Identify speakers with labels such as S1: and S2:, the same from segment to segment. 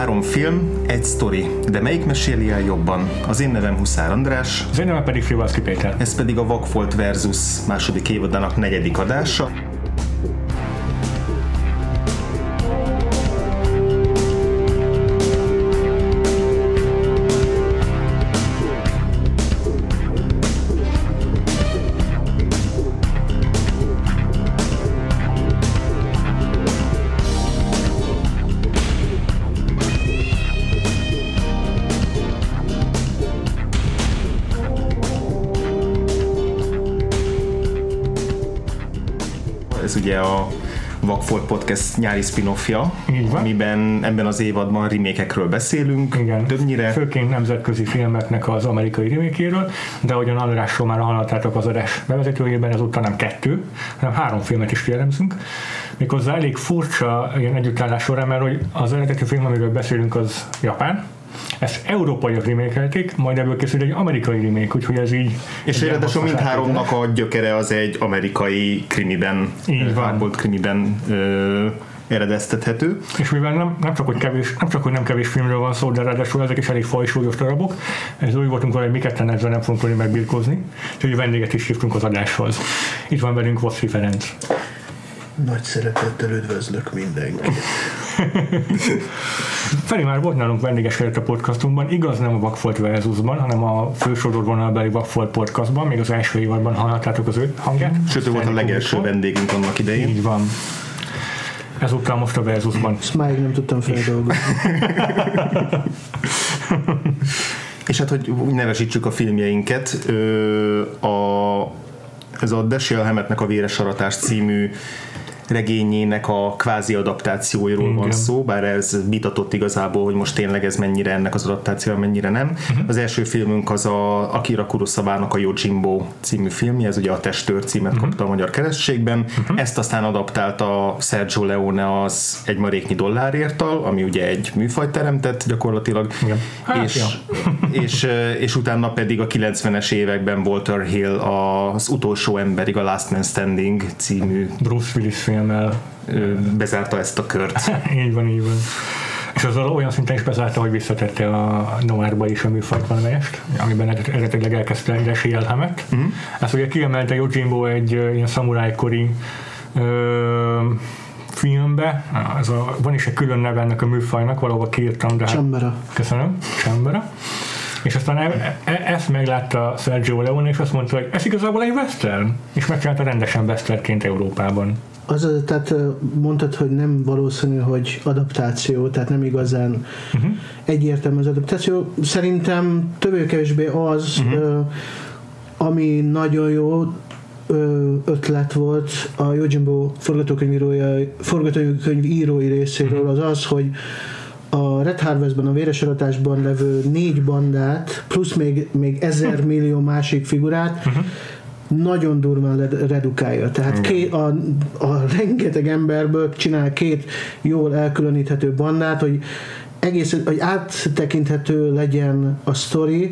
S1: 3 film, egy sztori, de melyik meséli el jobban? Az én nevem Huszár András.
S2: Az én nevem pedig Frivalszky Péter.
S1: Ez pedig a Vagfolt Versus második évadának 4. adása. Ez ugye a Vagfolt Podcast nyári spin-offja, amiben ebben az évadban remake-ekről beszélünk.
S2: Igen,
S1: többnyire.
S2: Főként nemzetközi filmeknek az amerikai remake-éről, de ahogyan Andrásról már hallottátok az adás bevezetőjében, ezúttal nem 2, hanem 3 filmet is jellemzünk. Méghozzá elég furcsa ilyen együttállás során, mert hogy az eredeti film, amiről beszélünk, az japán. Ezt európaiak remake-elték, majd ebből készült egy amerikai remake, úgyhogy ez így...
S1: És ráadásul mindháromnak a gyökere az egy amerikai krimiben, hardboiled krimiben eredeztethető.
S2: És mivel nem csak hogy nem kevés filmről van szó, de ráadásul ezek is elég fajsúlyos darabok, ez úgy voltunk vele, hogy mi ketten ezzel nem fogunk tudni megbirkózni, úgyhogy vendéget is hívtunk az adáshoz. Itt van velünk Voszri Ferenc.
S3: Nagy szeretettel üdvözlök mindenkit.
S2: Feri már volt nálunk vendéges a podcastunkban, igaz nem a Vagfolt Versusban, hanem a fősodorvonalbeli Vagfolt podcastban, még az első évadban hallhattátok az ő hangját.
S1: Sőt, ő volt a legelső vendégünk annak idején.
S2: Így van. Ezúttal most a Versusban.
S3: Ezt máig nem tudtam feldolgozni.
S1: És hát, hogy úgy nevesítsük a filmjeinket, ez a Dashiell Hammettnek a Véres aratás című regényének a kvázi adaptációiról van szó, bár ez vitatott igazából, hogy most tényleg ez mennyire ennek az adaptációja, mennyire nem. Az első filmünk az a Akira Kurosavának a Yojimbo című filmje, ez ugye a Testőr címet kapta a magyar kerességben. Ezt aztán adaptálta Sergio Leone az Egy maréknyi dollárérttal, ami ugye egy műfajt teremtett gyakorlatilag. És utána pedig a 90-es években Walter Hill az Utolsó emberig, a Last Man Standing című
S2: Bruce Willis filmmel
S1: bezárta ezt a kört.
S2: Így van. És az olyan szinten is bezárta, hogy visszatette a noárba is a műfajt valamelyest, amiben eredetileg elkezdte Dashiell Hammett. Ezt ugye kiemelte Yojimbo egy ilyen szamurájkori filmbe, van is egy külön neve ennek a műfajnak, valahol kiírtam, de
S3: Chambera.
S2: Köszönöm, Chambera. És aztán ezt meglátta Sergio Leone, és azt mondta, hogy ez igazából egy western, és megcsinálta rendesen westernként Európában.
S3: Tehát mondtad, hogy nem valószínű, hogy adaptáció, tehát nem igazán egyértelmű az adaptáció. Szerintem többé-kevésbé az, ami nagyon jó ötlet volt a Yojimbo forgatókönyvírói részéről, az, hogy a Red Harvestban, a Véres aratásban levő 4 bandát, plusz még 1000 millió másik figurát nagyon durván redukálja. Tehát a rengeteg emberből csinál 2 jól elkülöníthető bandát, hogy egészen, hogy áttekinthető legyen a sztori.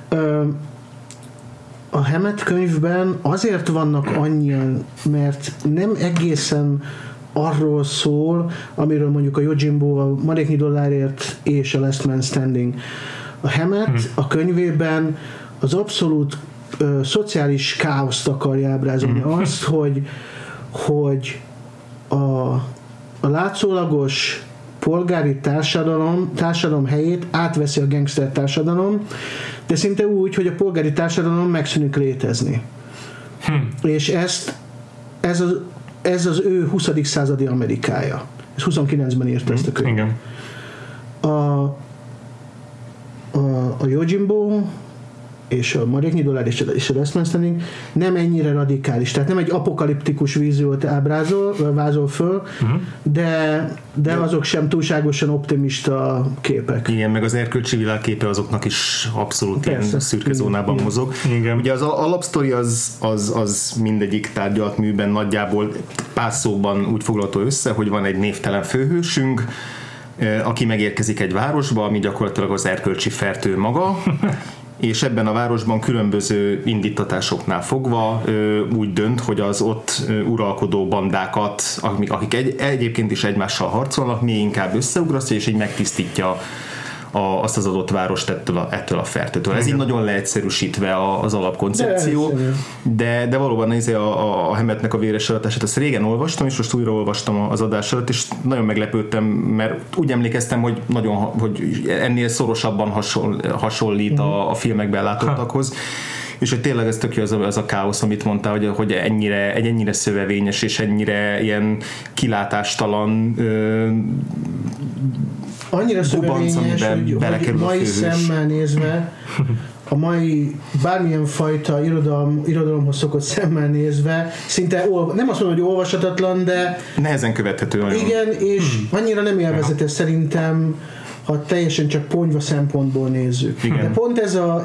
S3: A Hammett könyvben azért vannak annyian, mert nem egészen arról szól, amiről mondjuk a Yojimbo, a Maréknyi dollárért és a Last Man Standing. A Hammett a könyvében az abszolút szociális káoszt akarja ábrázolni. Azt, hogy a látszólagos polgári társadalom helyét átveszi a gangster társadalom, de szinte úgy, hogy a polgári társadalom megszűnik létezni. És ez az ő 20. századi Amerikája. Ez 29-ben írta ezt a könyvet.
S2: Igen.
S3: A Yojimbo és a Maréknyi dollár és a Last Man Standing nem ennyire radikális. Tehát nem egy apokaliptikus víziót vázol föl, de azok sem túlságosan optimista képek.
S1: Igen, meg az erkölcsi világképe azoknak is abszolút ilyen szürke zónában mozog.
S2: Igen.
S1: Ugye az alapsztori az mindegyik tárgyalt műben nagyjából pár szóban úgy foglalható össze, hogy van egy névtelen főhősünk, aki megérkezik egy városba, ami gyakorlatilag az erkölcsi fertő maga, és ebben a városban különböző indítatásoknál fogva úgy dönt, hogy az ott uralkodó bandákat, akik egyébként is egymással harcolnak, még inkább összeugrasztja, és így megtisztítja azt az adott várost ettől a fertőtől. Ez így nagyon leegyszerűsítve az alapkoncepció, de valóban a Hammetnek a véres aratását, ezt régen olvastam, és most újra olvastam az adás előtt, és nagyon meglepődtem, mert úgy emlékeztem, hogy ennél szorosabban hasonlít a filmekben látottakhoz, és hogy tényleg ez tök jó az a káosz, amit mondtál, hogy ennyire szövevényes, és ennyire ilyen kilátástalan
S3: annyira szövevényes, hogy mai szemmel nézve, a mai bármilyen fajta irodalomhoz szokott szemmel nézve, szinte nem azt mondom, hogy olvashatatlan, de
S1: nehezen követhető nagyon.
S3: Igen, és annyira nem élvezetes szerintem, ha teljesen csak ponyva szempontból nézzük. Igen. De pont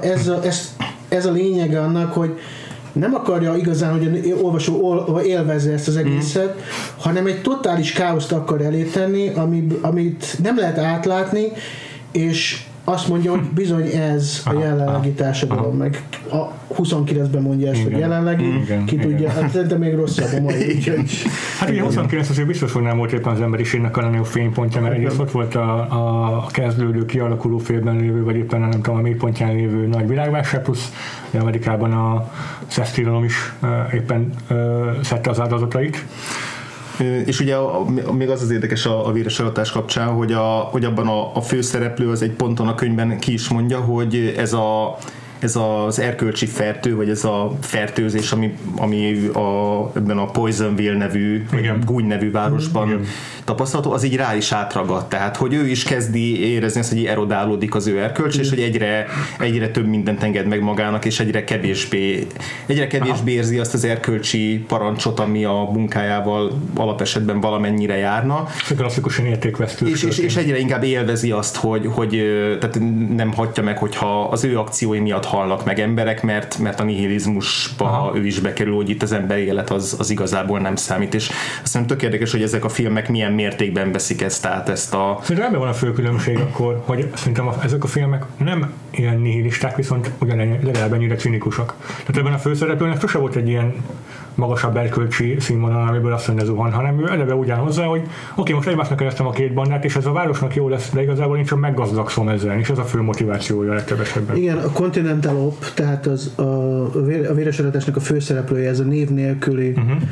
S3: ez a lényege annak, hogy nem akarja igazán, hogy a olvasó élvezze ezt az egészet, hanem egy totális káoszt akar elétenni, amit nem lehet átlátni, és azt mondja, hogy bizony ez a jelenlegi társadalom, meg a 29-ben mondja ezt, hogy jelenlegi, ki tudja, hát szerintem még rosszabb a mai, úgyhogy...
S2: Hát ugye 29 azért biztos, hogy nem volt éppen az emberiségnek a legnagyobb fénypontja, mert egyrészt ott volt a kezdődő, kialakuló félben lévtudom, vagy éppen nem tudom, a mélypontján lévő nagy világválság, plusz Amerikában a szesztilalom is éppen szedte az áldozatait.
S1: És ugye még az érdekes a véres aratás kapcsán, hogy abban a főszereplő az egy ponton a könyvben ki is mondja, hogy ez az erkölcsi fertő, vagy ez a fertőzés, ami ebben a Poisonville nevű, vagy Gúny nevű városban tapasztalható, az így rá is átragadt. Tehát, hogy ő is kezdi érezni azt, hogy erodálódik az ő erkölcs, és hogy egyre több mindent enged meg magának, és egyre kevésbé érzi azt az erkölcsi parancsot, ami a munkájával alapesetben valamennyire járna.
S2: Klasszikusan értékvesztő.
S1: És egyre inkább élvezi azt, hogy tehát nem hagyja meg, hogyha az ő akciói miatt halnak meg emberek, mert a nihilizmusba ő is bekerül, hogy itt az emberi élet az igazából nem számít. És azt hiszem tök érdekes, hogy ezek a filmek milyen mértékben veszik ezt át, ezt a...
S2: Szerintem ebben van a fő különbség akkor, hogy szerintem ezek a filmek nem ilyen nihilisták, viszont legalább ennyire cinikusak. Tehát ebben a főszereplőnek sose volt egy ilyen magasabb erkölcsi színvonal, amiből azt mondja zuhan, hanem ő eleve úgy áll hozzá, hogy oké, most egymásnak keresztem a két bandát, és ez a városnak jó lesz, de igazából én csak meggazdagszom ezzel, és ez a fő motivációja a legtöbb esetben.
S3: Igen, a Continental Op, tehát a véres aratásnak a főszereplője, ez a név nélküli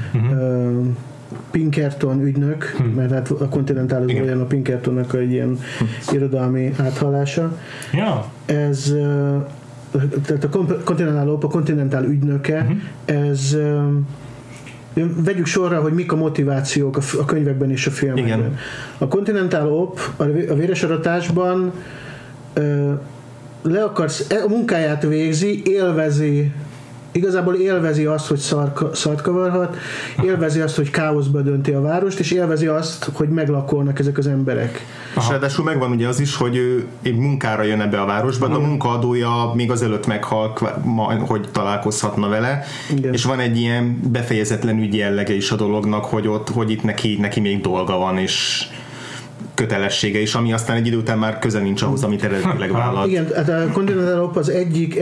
S3: Pinkerton ügynök, mert hát a Continental az olyan, a Pinkertonnak egy ilyen irodalmi áthallása.
S2: Ja.
S3: Ez tehát a Continental Op, a Continental ügynöke, ez vegyük sorra, hogy mik a motivációk a könyvekben és a filmekben. Igen. A Continental Op a véres aratásban a munkáját végzi, igazából élvezi azt, hogy szart kavarhat, élvezi azt, hogy káoszba dönti a várost, és élvezi azt, hogy meglakolnak ezek az emberek.
S1: És ráadásul megvan ugye az is, hogy ő egy munkára jön ebbe a városba, de a munkaadója még azelőtt meghal, hogy találkozhatna vele, igen. És van egy ilyen befejezetlen ügyi jellege is a dolognak, hogy itt neki még dolga van, és kötelessége is, ami aztán egy idő után már közel nincs ahhoz, amit eredetileg vállalt.
S3: Igen, hát a Continental Op az egyik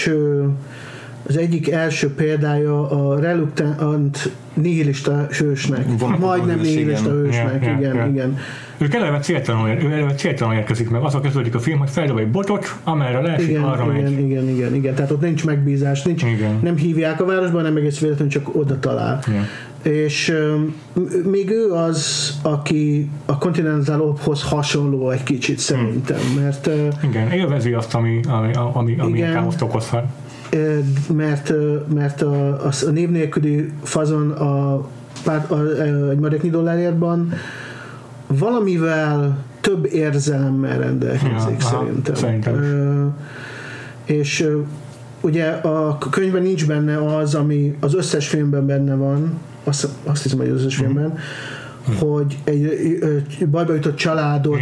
S3: első példája a reluctant nihilista hősnek. Majdnem nihilista hősnek, igen.
S2: Ők eleve céltalanul érkezik meg. Azzal kezdődik a film, hogy feldob egy botot, amerre leesik, arra megy.
S3: Igen. Tehát ott nincs megbízás, nem hívják a városban, nem egész véletlenül csak oda talál. Igen. És még ő az, aki a Continental Ophoz hasonló egy kicsit szerintem, mert...
S2: Igen, élvezi azt, ami káoszt okozhat.
S3: Mert a név nélküli fazon egy maréknyi dollárérban valamivel több érzelemmel rendelkezik, szerintem. És ugye a könyvben nincs benne az, ami az összes filmben benne van, azt hiszem, hogy az összes filmben, hogy egy bajba jutott családot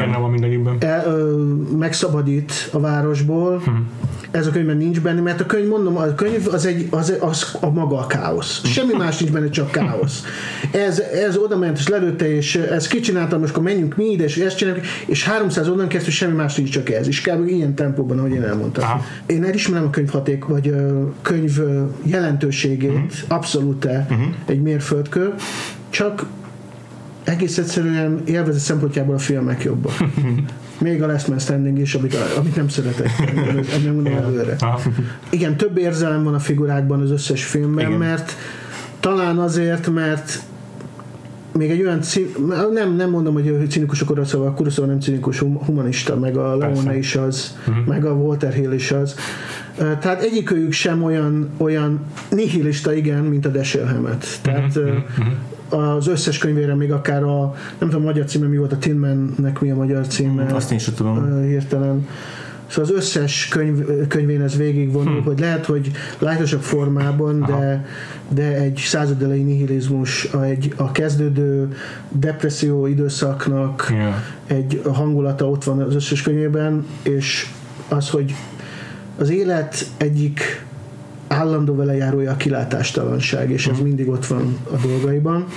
S3: megszabadít a városból. Ez a könyvben nincs benne, mert a könyv, mondom, a könyv az a maga a káosz. Semmi más nincs benne, csak káosz. Ez oda ment, és lelőtte, és ezt kicsináltam, most akkor menjünk mi ide, és ezt csináljuk, és 300 oldalon keresztül semmi más nincs, csak ez. És kb. Ilyen tempóban, ahogy én elmondtam. Aha. Én elismerem a könyv jelentőségét, abszolút egy mérföldkő, csak egész egyszerűen élvezet szempontjából a filmek jobbak. Még a Last Man Standing is, amit nem szeretek. Nem mondom előre. Igen, több érzelem van a figurákban az összes filmben, igen. Mert talán azért, mert még egy olyan nem mondom, hogy cinikus a Kurosawa nem cinikus, humanista, meg a Leone is az, meg a Walter Hill is az. Tehát egyikőjük sem olyan nihilista, igen, mint a Dashiell Hammett. Tehát az összes könyvére még akár nem tudom, a magyar címe mi volt, a Tin Man-nek mi a magyar címe?
S1: Azt én sem tudom.
S3: Hirtelen. Szóval az összes könyvén ez végigvonul, hogy lehet, hogy lájtosabb formában, de egy századelei nihilizmus, a kezdődő depresszió időszaknak egy hangulata ott van az összes könyvében, és az, hogy az élet egyik állandó velejárója a kilátástalanság, és ez mindig ott van a dolgaiban.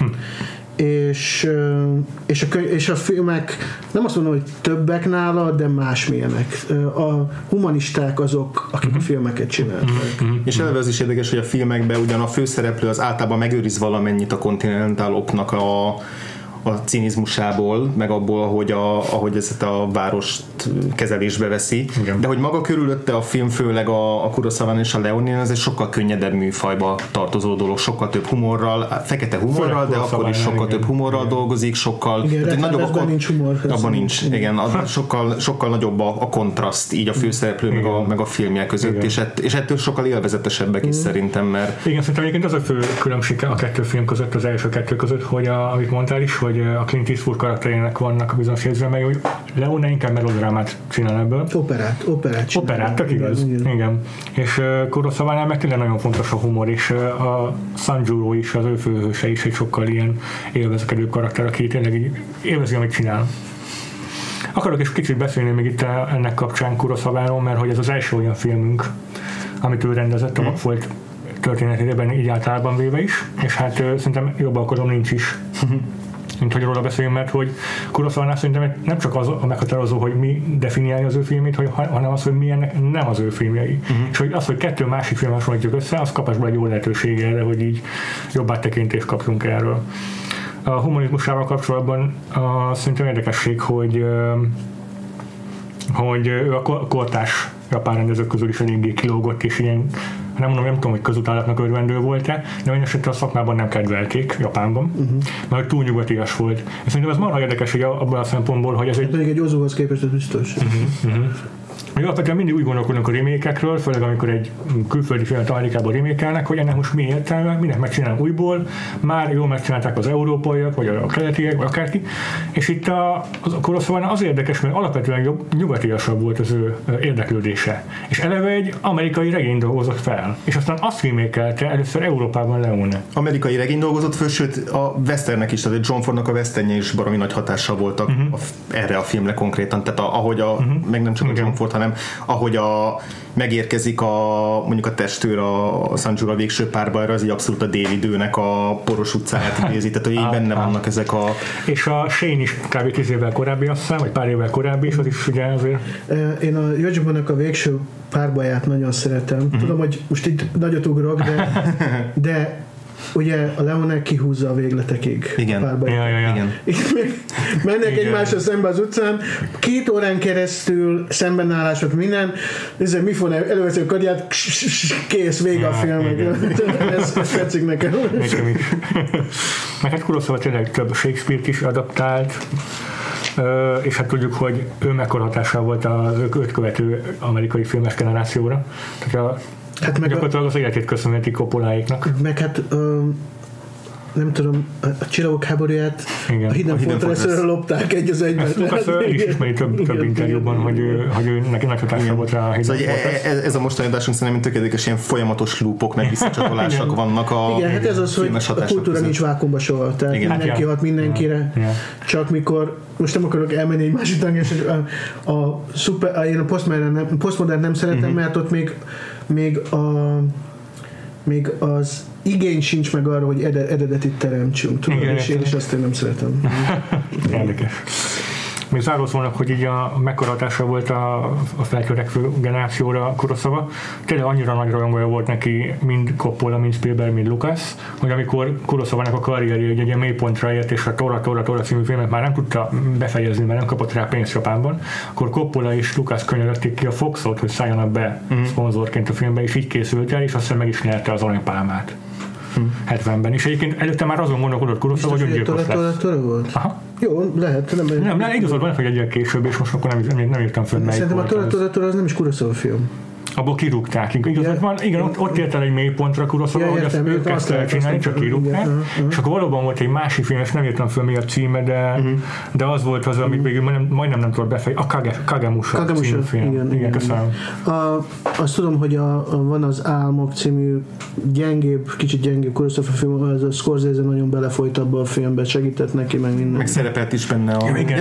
S3: És a filmek, nem azt mondom, hogy többek nála, de másmilyenek. A humanisták azok, akik a filmeket csinálták.
S1: És eleve az is érdekes, hogy a filmekben ugyan a főszereplő az általában megőriz valamennyit a Continental Opnak a cinizmusából, meg abból, ahogy ezt a várost kezelésbe veszi. Igen. De hogy maga körülötte a film, főleg a Kurosawán és a Leone, ez egy sokkal könnyedebb műfajba tartozó dolog, sokkal több humorral, fekete humorral, de akkor is sokkal több humorral dolgozik, sokkal...
S3: Igen, nagyobb
S1: nincs humor. Abban nincs, igen. Sokkal nagyobb a kontraszt így a főszereplő meg a filmje között, és ettől sokkal élvezetesebbek is szerintem, mert...
S2: Igen, szerintem egyébként az a fő különbség a kettő film között, az első kettő között, hogy amit mondtál is, hogy a Clint Eastwood karakterének vannak a bizonyos érzelmei, hogy Leone inkább melodrámát csinál ebből. Operát, tök igaz. Igen. És Kurosawánál meg tényleg nagyon fontos a humor, és a Sanjuro is, az ő főhőse is egy sokkal ilyen élvezkedő karakter, aki tényleg élvezi, amit csinál. Akarok is kicsit beszélni még itt ennek kapcsán Kurosaváról, mert hogy ez az első olyan filmünk, amit ő rendezett, a Vakfolt történetében így általában véve is, és hát szerintem jobb alkalom nincs is, mint hogy róla beszéljünk, mert hogy Kurosawánál szerintem nem csak az a meghatározó, hogy mi definiálja az ő filmét, hanem az, hogy mi ennek nem az ő filmjei. És hogy az, hogy kettő másik filmet hasonlítjuk össze, az kapásból egy jó lehetőség erre, hogy így jobb áttekintést kapjunk erről. A humanizmusával kapcsolatban szerintem érdekesség, hogy ő a kortárs japán rendezők közül is eléggé kilógott, és ilyen nem tudom, hogy közutálatnak örvendő volt-e, de olyan esetben a szakmában nem kedvelték Japánban, mert túl nyugatias volt. És szerintem ez marha érdekes, hogy abban a szempontból, hogy ez
S3: pedig egy Ozóhoz képest ez biztos.
S2: Alapvetően mindig úgy gondolkodunk a remékekről, főleg amikor egy külföldi filmet Amerikában remékelnek, hogy ennek most mi értelme, mindent megcsinálnak újból, már jól megcsinálták az európaiak, vagy a keletiek, vagy akárki, és itt a Kurosawán az érdekes, mert alapvetően nyugatiasabb volt az ő érdeklődése. És eleve egy amerikai regény dolgozott fel, és aztán azt remékelte először Európában Leone.
S1: Amerikai regény dolgozott föl, sőt a westernnek is, tehát John Fordnak a westernje is baromi nagy hatással voltak erre a filmre konkrétan, tehát ahogy meg nem csak a John Ford, hanem ahogy megérkezik mondjuk a testőr a Sanjuro végső párbajra, az így abszolút a David-nek a Poros utcáját idézi, tehát hogy így benne vannak ezek a...
S2: És a Shane is kb. 10 évvel korábbi, azt hiszem, vagy pár évvel korábbi, és az is ugye azért...
S3: Én a Yojimbo-nak a végső párbaját nagyon szeretem. Tudom, hogy most itt nagyot ugrok, de ugye a Leone kihúzza a végletekig.
S1: Igen.
S2: Igen.
S3: Mennek egymásra szembe az utcán, 2 órán keresztül szembenállás, vagy minden, Mifune előveszi a kardját, kész, vége a film. Ez tetszik nekem.
S2: Meg hát Kurosawa tényleg több Shakespeare-t is adaptált, és hát tudjuk, hogy ő mekkora hatással volt az őt követő amerikai filmes generációra. Tehát gyakorlatilag az életét köszönheti Coppoláéknak.
S3: Meg hát nem tudom, a Csillagok háborúját a Hidden Fortressről lopták egy az egyben.
S2: Lucas is ismeri több interjúban, hogy ő neki nagy hatása volt rá a Hidden Fortress.
S1: Ez a mostani adásunk szerintem tökéletes ilyen folyamatos loopok, meg visszacsatolások vannak a
S3: igen, hát ez az, hogy a kultúra nincs vákumba soha, tehát mindenki hat mindenkire, csak mikor most nem akarok elmenni egy másik tangás, én a postmodern nem szeretem, mert ott még az igény sincs meg arra, hogy eredetit teremtsünk. Tudod, és én is azt én nem szeretem.
S2: Érdekes. Még záró szólnak, hogy így mekkora hatása volt a feltörekvő generációra Kurosawa. Tényleg annyira nagy rajongója volt neki mind Coppola, mind Spielberg, mind Lucas, hogy amikor Kurosawa-nak a karrierje egy ilyen mélypontra ért, és a Tora című filmet már nem tudta befejezni, mert nem kapott rá pénzt Japánban, akkor Coppola és Lucas könyörögték ki a Foxot, hogy szálljanak be szponzorként a filmbe, és így készült el, és aztán meg is nyerte az aranypálmát. 70-ben. És egyébként előtte már azon gondolkodott Kurosawa, hogy öngyilkos lesz.
S3: Volt? Aha. Jó, lehet.
S2: Nem, igazad van, hogy egyel később, és most akkor nem írtam föl, melyik
S3: volt. Szerintem a Tora az nem is Kurosawa film.
S2: Abból kirúgták. Igazad van, igen, ott ért el egy mélypontra Kurosawa, hogy azt ők kezdte el csinálni, csak kirúgták. És akkor valóban volt egy másik film, és nem írtam föl mi a címe, de az volt az, amit végül majdnem nem tudott befejezni. A Kagemusha című film. Igen, köszönöm.
S3: Azt tudom, hogy van az Álmok című kicsit gyengébb Kurosawa film, az a Scorsese nagyon belefolyt abba a filmbe, segített neki, meg minden.
S1: Meg szerepelt is benne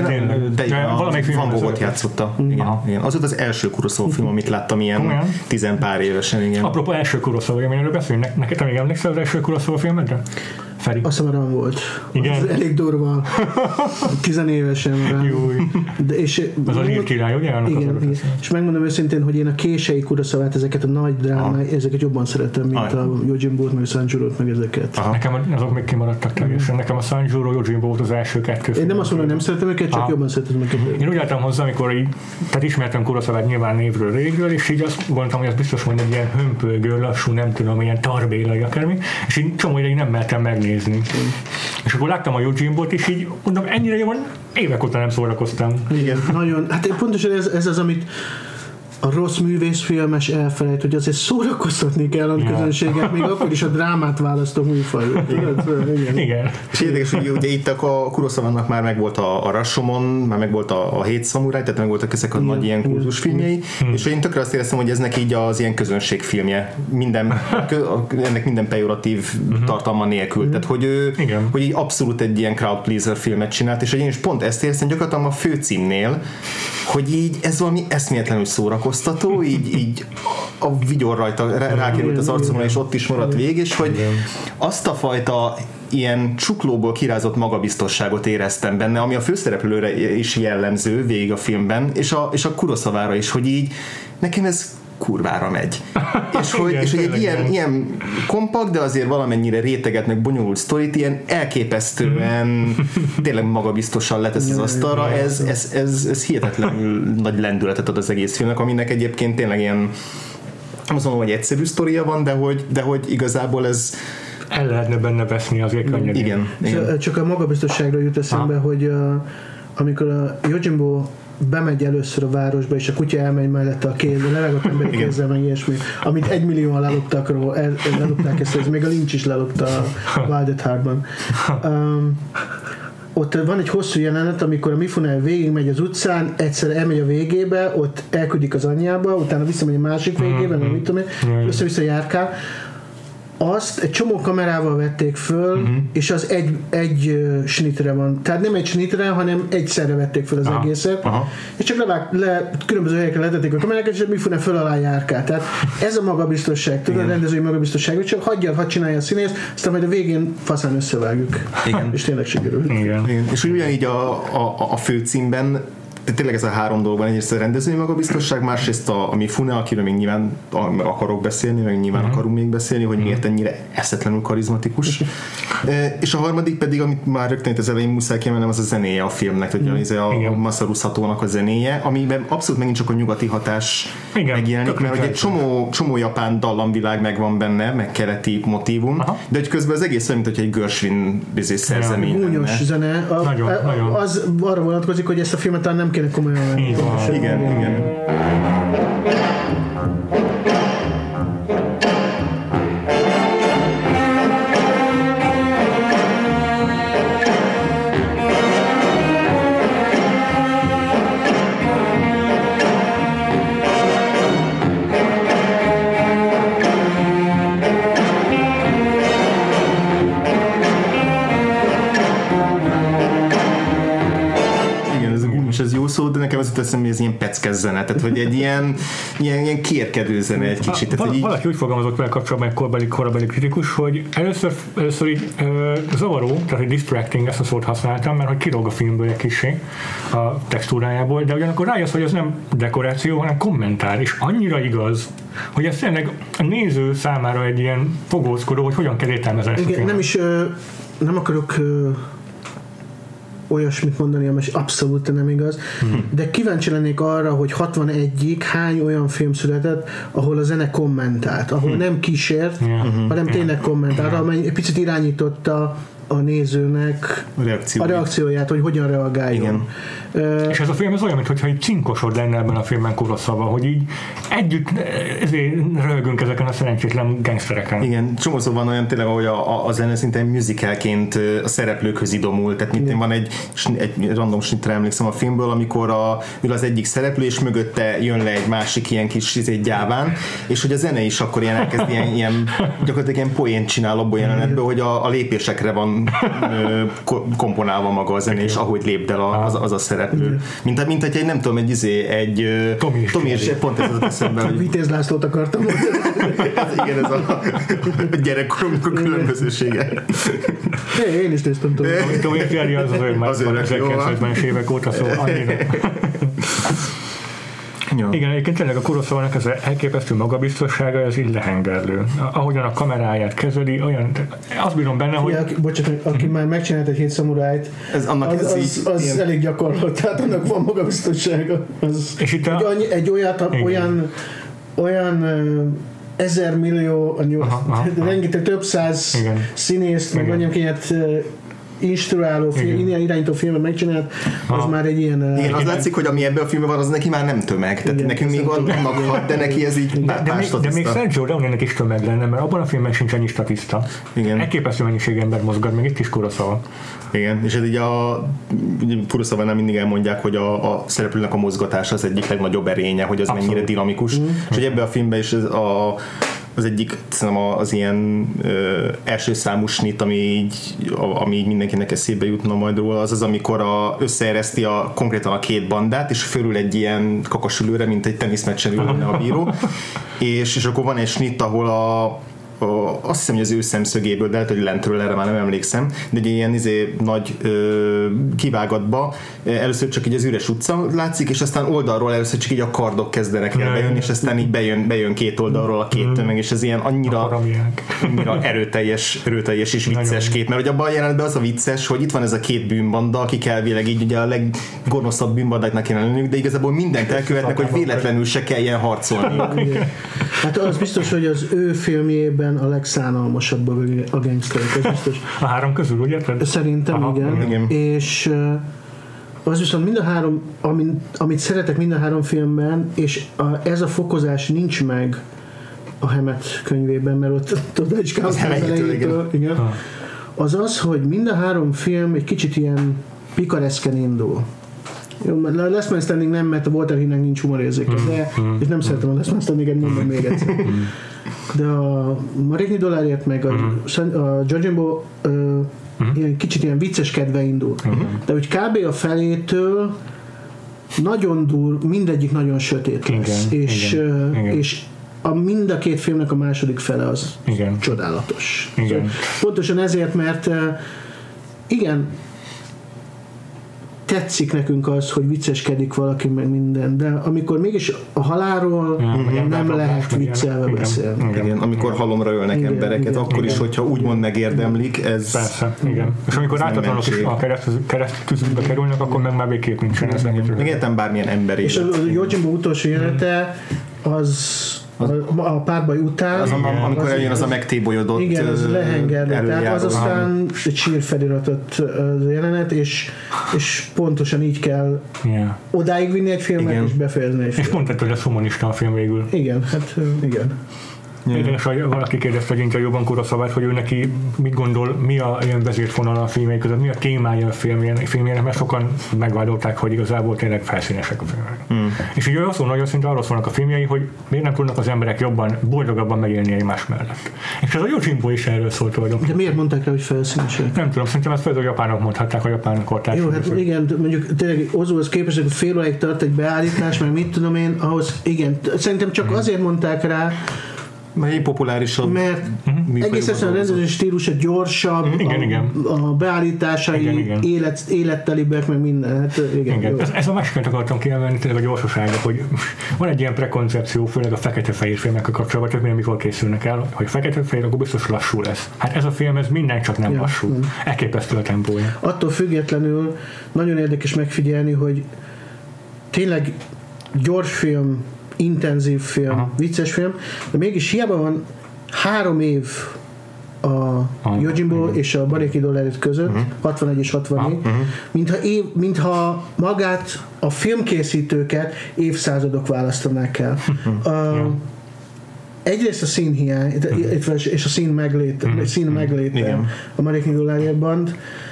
S1: valamelyik Van Goghot játszotta. Igen. Az volt az első Kurosawa film, amit láttam ilyen 10 pár évesen, igen.
S2: Apropó első Kurosawa élményről beszélünk, neked még emlékszel az első Kurosawa filmedre? Feri?
S3: Azt hiszem, rám volt. Igen. Az elég durva. 10 évesen rám.
S2: Az a Lír király, ugye?
S3: Igen. És megmondom őszintén, hogy én a kései Kurosawát, ezeket a nagy drámai, ezeket jobban szeretem, mint a Yojimbo-t, meg a Sanjuro-t, meg ezeket.
S2: Nekem azok még kimaradtak teljesen. Nekem a Sanjuro, Yojimbo volt az első 2 film.
S3: Én nem azt mondom, hogy nem szeretem őket, csak jobban szeretem őket.
S2: Én úgy álltam hozzá, amikor tehát ismertem Kurosawát nyilván névről, régről, és így azt gondoltam, hogy az biztos mondja, egy ilyen hömpölgő, lassú, nem tudom, ilyen tarbélai akármi, és így csomó ideig nem mertem megnézni. És akkor láttam a Yojimbo-t, és így mondom, ennyire jól évek óta nem szórakoztam.
S3: Igen, nagyon. Hát pontosan ez az, amit a rossz művészfilmes elfelejt, hogy azért szórakoztatni kell a közönséget, még akkor is a drámát választom műfajul.
S2: Igen.
S1: És érdekes, hogy ugye itt a Kurosawa-nak már megvolt a Rashomon, már megvolt a 7 szamuráj, tehát megvoltak ezek a nagy ilyen kultusfilmjei, és én tökre azt éreztem, hogy ez neki így az ilyen közönségfilmje. Ennek minden pejoratív tartalma nélkül. Tehát, hogy így abszolút egy ilyen crowd pleaser filmet csinált, és én is pont ezt éreztem gyakorlatilag a főcímnél, hogy így ez valami eszméletlenül szórakoztató, így a vigyor rajta rákerült az arcomra, és ott is maradt végig, és hogy azt a fajta ilyen csuklóból kirázott magabiztosságot éreztem benne, ami a főszereplőre is jellemző végig a filmben, és a Kurosavára is, hogy így nekem ez kurvára megy. És hogy egy ilyen kompakt, de azért valamennyire réteget, meg bonyolult sztorit, ilyen elképesztően tényleg magabiztosan letesz az asztalra, ez hihetetlenül nagy lendületet ad az egész filmnek, aminek egyébként tényleg ilyen, azt mondom, hogy egyszerű sztoria van, de hogy igazából ez
S2: el lehetne benne veszni azért könnyedén.
S1: Igen.
S3: Csak a magabiztosságra jut eszembe, hogy amikor a Yojimbo bemegy először a városba, és a kutya elmegy mellette a levegott emberi kézzel, meg ilyesmi, amit 1 millióan lelopták ezt, ez még a Lynch is lelopta a Wild at Heartban. Ott van egy hosszú jelenet, amikor a Mifune végigmegy az utcán, egyszer elmegy a végébe, ott elküldik az anyjába, utána visszamegy a másik végébe, meg mit tudom én, össze-vissza járkál. Azt egy csomó kamerával vették föl, és az egy snitre van. Tehát nem egy snitre, hanem egyszerre vették föl az egészet. És csak különböző helyekre letették a kamerákat, és Mifune föl alá járkál. Tehát ez a magabiztosság, tudod, a rendezői magabiztosság, hogy csak hadd csinálja a színész, aztán majd a végén faszán összevágjuk. Igen. És tényleg sikerült.
S1: Igen. És ugyanígy a főcímben tényleg ez a 3 dolog van, egyrészt a rendezői magabiztosság, másrészt a Mifune, akiről még nyilván akarok beszélni, meg nyilván akarunk még beszélni, hogy miért ennyire eszetlenül karizmatikus. És a harmadik pedig, amit már rögtön itt az elején muszáj kiemelnem, az a zenéje a filmnek, hogy a Masaru Satónak a zenéje, amiben abszolút megint csak a nyugati hatás megjelenik, mert egy csomó japán dallamvilág megvan benne, meg keleti motívum, de hogy közben az egész olyan, mint hogy egy Gershwin szerzemény.
S3: Gúnyos zene. Az arra vonatkozik, hogy ezt a filmet talán nem kéne komolyan venni.
S1: Igen. szó, de nekem az itt eszembe, hogy ez ilyen peckes zene, tehát hogy egy ilyen kérkedő zene egy kicsit.
S2: Valaki úgy fogalmazott vele kapcsolatban egy korabeli kritikus, hogy először így zavaró, tehát egy distracting, ezt a szót használtam, mert hogy kilóg a filmből egy kissé a textúrájából, de ugyanakkor rájössz, hogy ez nem dekoráció, hanem kommentár, és annyira igaz, hogy ez tényleg a néző számára egy ilyen fogózkodó, hogy hogyan kell értelmezni ezt a filmet.
S3: Nem is, nem akarok olyasmit mondani, ami abszolút nem igaz, de kíváncsi lennék arra, hogy 61-ig hány olyan film született, ahol a zene kommentált, ahol nem kísért, hanem tényleg kommentált, amely egy picit irányította a nézőnek a reakcióját, hogy hogyan reagáljon.
S1: Igen.
S2: És ez a film ez olyan, mintha egy cinkosod lenne ebben a filmben Kurosawa, hogy így együtt ezért röhögünk ezeken a szerencsétlen gangstereken.
S1: Igen, csomószor van olyan tényleg, ahogy a zene szinte musicalként a szereplőkhöz idomul, tehát mint van egy random snitre emlékszem a filmből, amikor ül az egyik szereplő, és mögötte jön le egy másik ilyen kis gyáván, és hogy a zene is akkor ilyen elkezd ilyen gyakorlatilag ilyen poént csinál abból jelenetből, hogy a lépésekre van komponálva maga a zene, és ahogy lépd el az a szereplő. Mint hogy egy nem tudom, egy Tomi is pont ez az eszembe.
S3: Csak Vitéz Lászlót akartam mondani.
S1: Igen, ez a gyerekkorunk különbözősége.
S3: Én is néztem
S2: Tomi Fjeri az öreg már 1970-es évek óta, szóval annyira. Ja. Igen, egyébként tényleg a Kurosawa-nak ez elképesztő magabiztossága, ez így lehengerlő. Ahogyan a kameráját kezeli, olyan, azt bírom benne, hogy...
S3: Bocsánat, aki már megcsinált egy 7 szamurájt, az elég gyakorlott, tehát annak van magabiztossága. És itt egy olyan 1000 millió, rengeteg több száz színészt, meg mondjam ilyet instruáló film, irányító filmet megcsinált, az már egy ilyen...
S1: Igen, az látszik, hogy ami ebben a filmben van, az neki már nem tömeg. Tehát nekünk még annak hat, de neki ez így
S2: de még Sergio Leone-nek is tömeg lenne, mert abban a filmben sincs ennyi statiszta. Elképesztő mennyiség ember mozgat, még itt is Kurosawa.
S1: Igen, és ez így Kurosawa-nál mindig elmondják, hogy a szereplőnek a mozgatása az egyik legnagyobb erénye, hogy az mennyire dinamikus. És hogy ebben a filmben is az egyik, szerintem az ilyen első számú snit, ami így mindenkinek eszébe jutna majd róla, az amikor összeereszti konkrétan a két bandát, és fölül egy ilyen kakasülőre, mint egy teniszmeccsen ülne a bíró, és akkor van egy snit, ahol azt hiszem, hogy az ő szemszögéből, de lehet, hogy lentről, erre már nem emlékszem, de egy ilyen nagy kivágatba először csak így az üres utca látszik, és aztán oldalról először csak így a kardok kezdenek el bejönni, és aztán így bejön két oldalról a két tömeg, és ez ilyen annyira erőteljes és vicces kép, mert hogy abban a jelenetben az a vicces, hogy itt van ez a két bűnbanda, akik elvileg így ugye a leggonoszabb bűnbandáknak kéne lennünk, de igazából mindent elkövetnek, hogy véletlenül se kelljen harcolniuk.
S3: Hát az biztos, hogy az ő filmjében a legszánalmasabb a gangsterek, ez biztos.
S2: A három közül, ugye?
S3: Szerintem igen. És az viszont mind a három, amit szeretek mind a három filmben, és ez a fokozás nincs meg a Hammett könyvében, mert ott oda is kell az, hogy mind a három film egy kicsit ilyen pikareszken indul. Jó, a Last Man Standing nem, mert a Walter Hill-nek nincs humorérzéke, és nem szeretem a Last Man Standing-et, mondom még egyszer. De a Maréknyi dollárért meg a Jojimbo ilyen kicsit ilyen vicces kedve indul. De úgy kb. A felétől nagyon mindegyik nagyon sötét lesz. És mind a két filmnek a második fele az csodálatos. Szóval pontosan ezért, mert tetszik nekünk az, hogy vicceskedik valaki meg minden, de amikor mégis a halálról nem lehet viccelve beszélni.
S1: Igen, amikor halomra ölnek embereket, akkor is, hogyha úgymond megérdemlik, ez...
S2: Persze, igen. És amikor ártatlanok is a keresztüzükbe kerülnek, akkor meg már végképp nincsen ez.
S1: Megértem bármilyen ember
S3: és a Yojimbo utolsó jelenete a párbaj után
S1: amikor eljön az a megtébolyodott
S3: igen, az lehengerlő, tehát az aztán egy sírfeliratot jelenet, és pontosan így kell odáig vinni egy filmet és befejezni egy filmet.
S2: És pont ettől lesz humanista a film végül.
S3: Igen, hát igen.
S2: És valaki kérdezte egy interjúban Kurosawát, hogy ő neki mit gondol, mi a ilyen vezérfonala a filmjei között, mi a témája a filmjének, mert sokan megvádolták, hogy igazából tényleg felszínesek a filmek. És így ő azt mondja, hogy szinte arról szólnak a filmjei, hogy miért nem tudnak az emberek jobban, boldogabban megélni egymás mellett. És ez a Yojimbo is erről szólt tulajdonképpen.
S3: De miért mondták rá, hogy felszínesek?
S2: Nem tudom, szerintem ezt főleg a japánok mondhatták, a japánok kortárs.
S3: Jó, hát igen, mondjuk tényleg Ozuhoz képest, hogy fél óráig tart egy beállítás, meg mit tudom én, ahhoz igen, szerintem csak azért mondták rá,
S1: mert egy populárisabb.
S3: Mert egész egyszerűen a rendező stílusa gyorsabb, a beállításai élettelibbek, meg minden. Hát,
S2: igen. Ez a másikat akartam kiemelni, tényleg a gyorsasága, hogy van egy ilyen prekoncepció, főleg a fekete-fehér filmekkel kapcsolatban, csak mikor készülnek el, hogy fekete-fehér, akkor biztos lassú lesz. Hát ez a film, ez minden csak nem lassú. Elképesztő a tempója.
S3: Attól függetlenül nagyon érdekes megfigyelni, hogy tényleg gyors film, intenzív film, vicces film, de mégis hiába van 3 év a Yojimbo és a Baréki Dollarit között, 61 és 64, mintha magát a filmkészítőket évszázadok választanák el. Egyrészt a színhiány, és a szín megléte a Baréki Dollárban.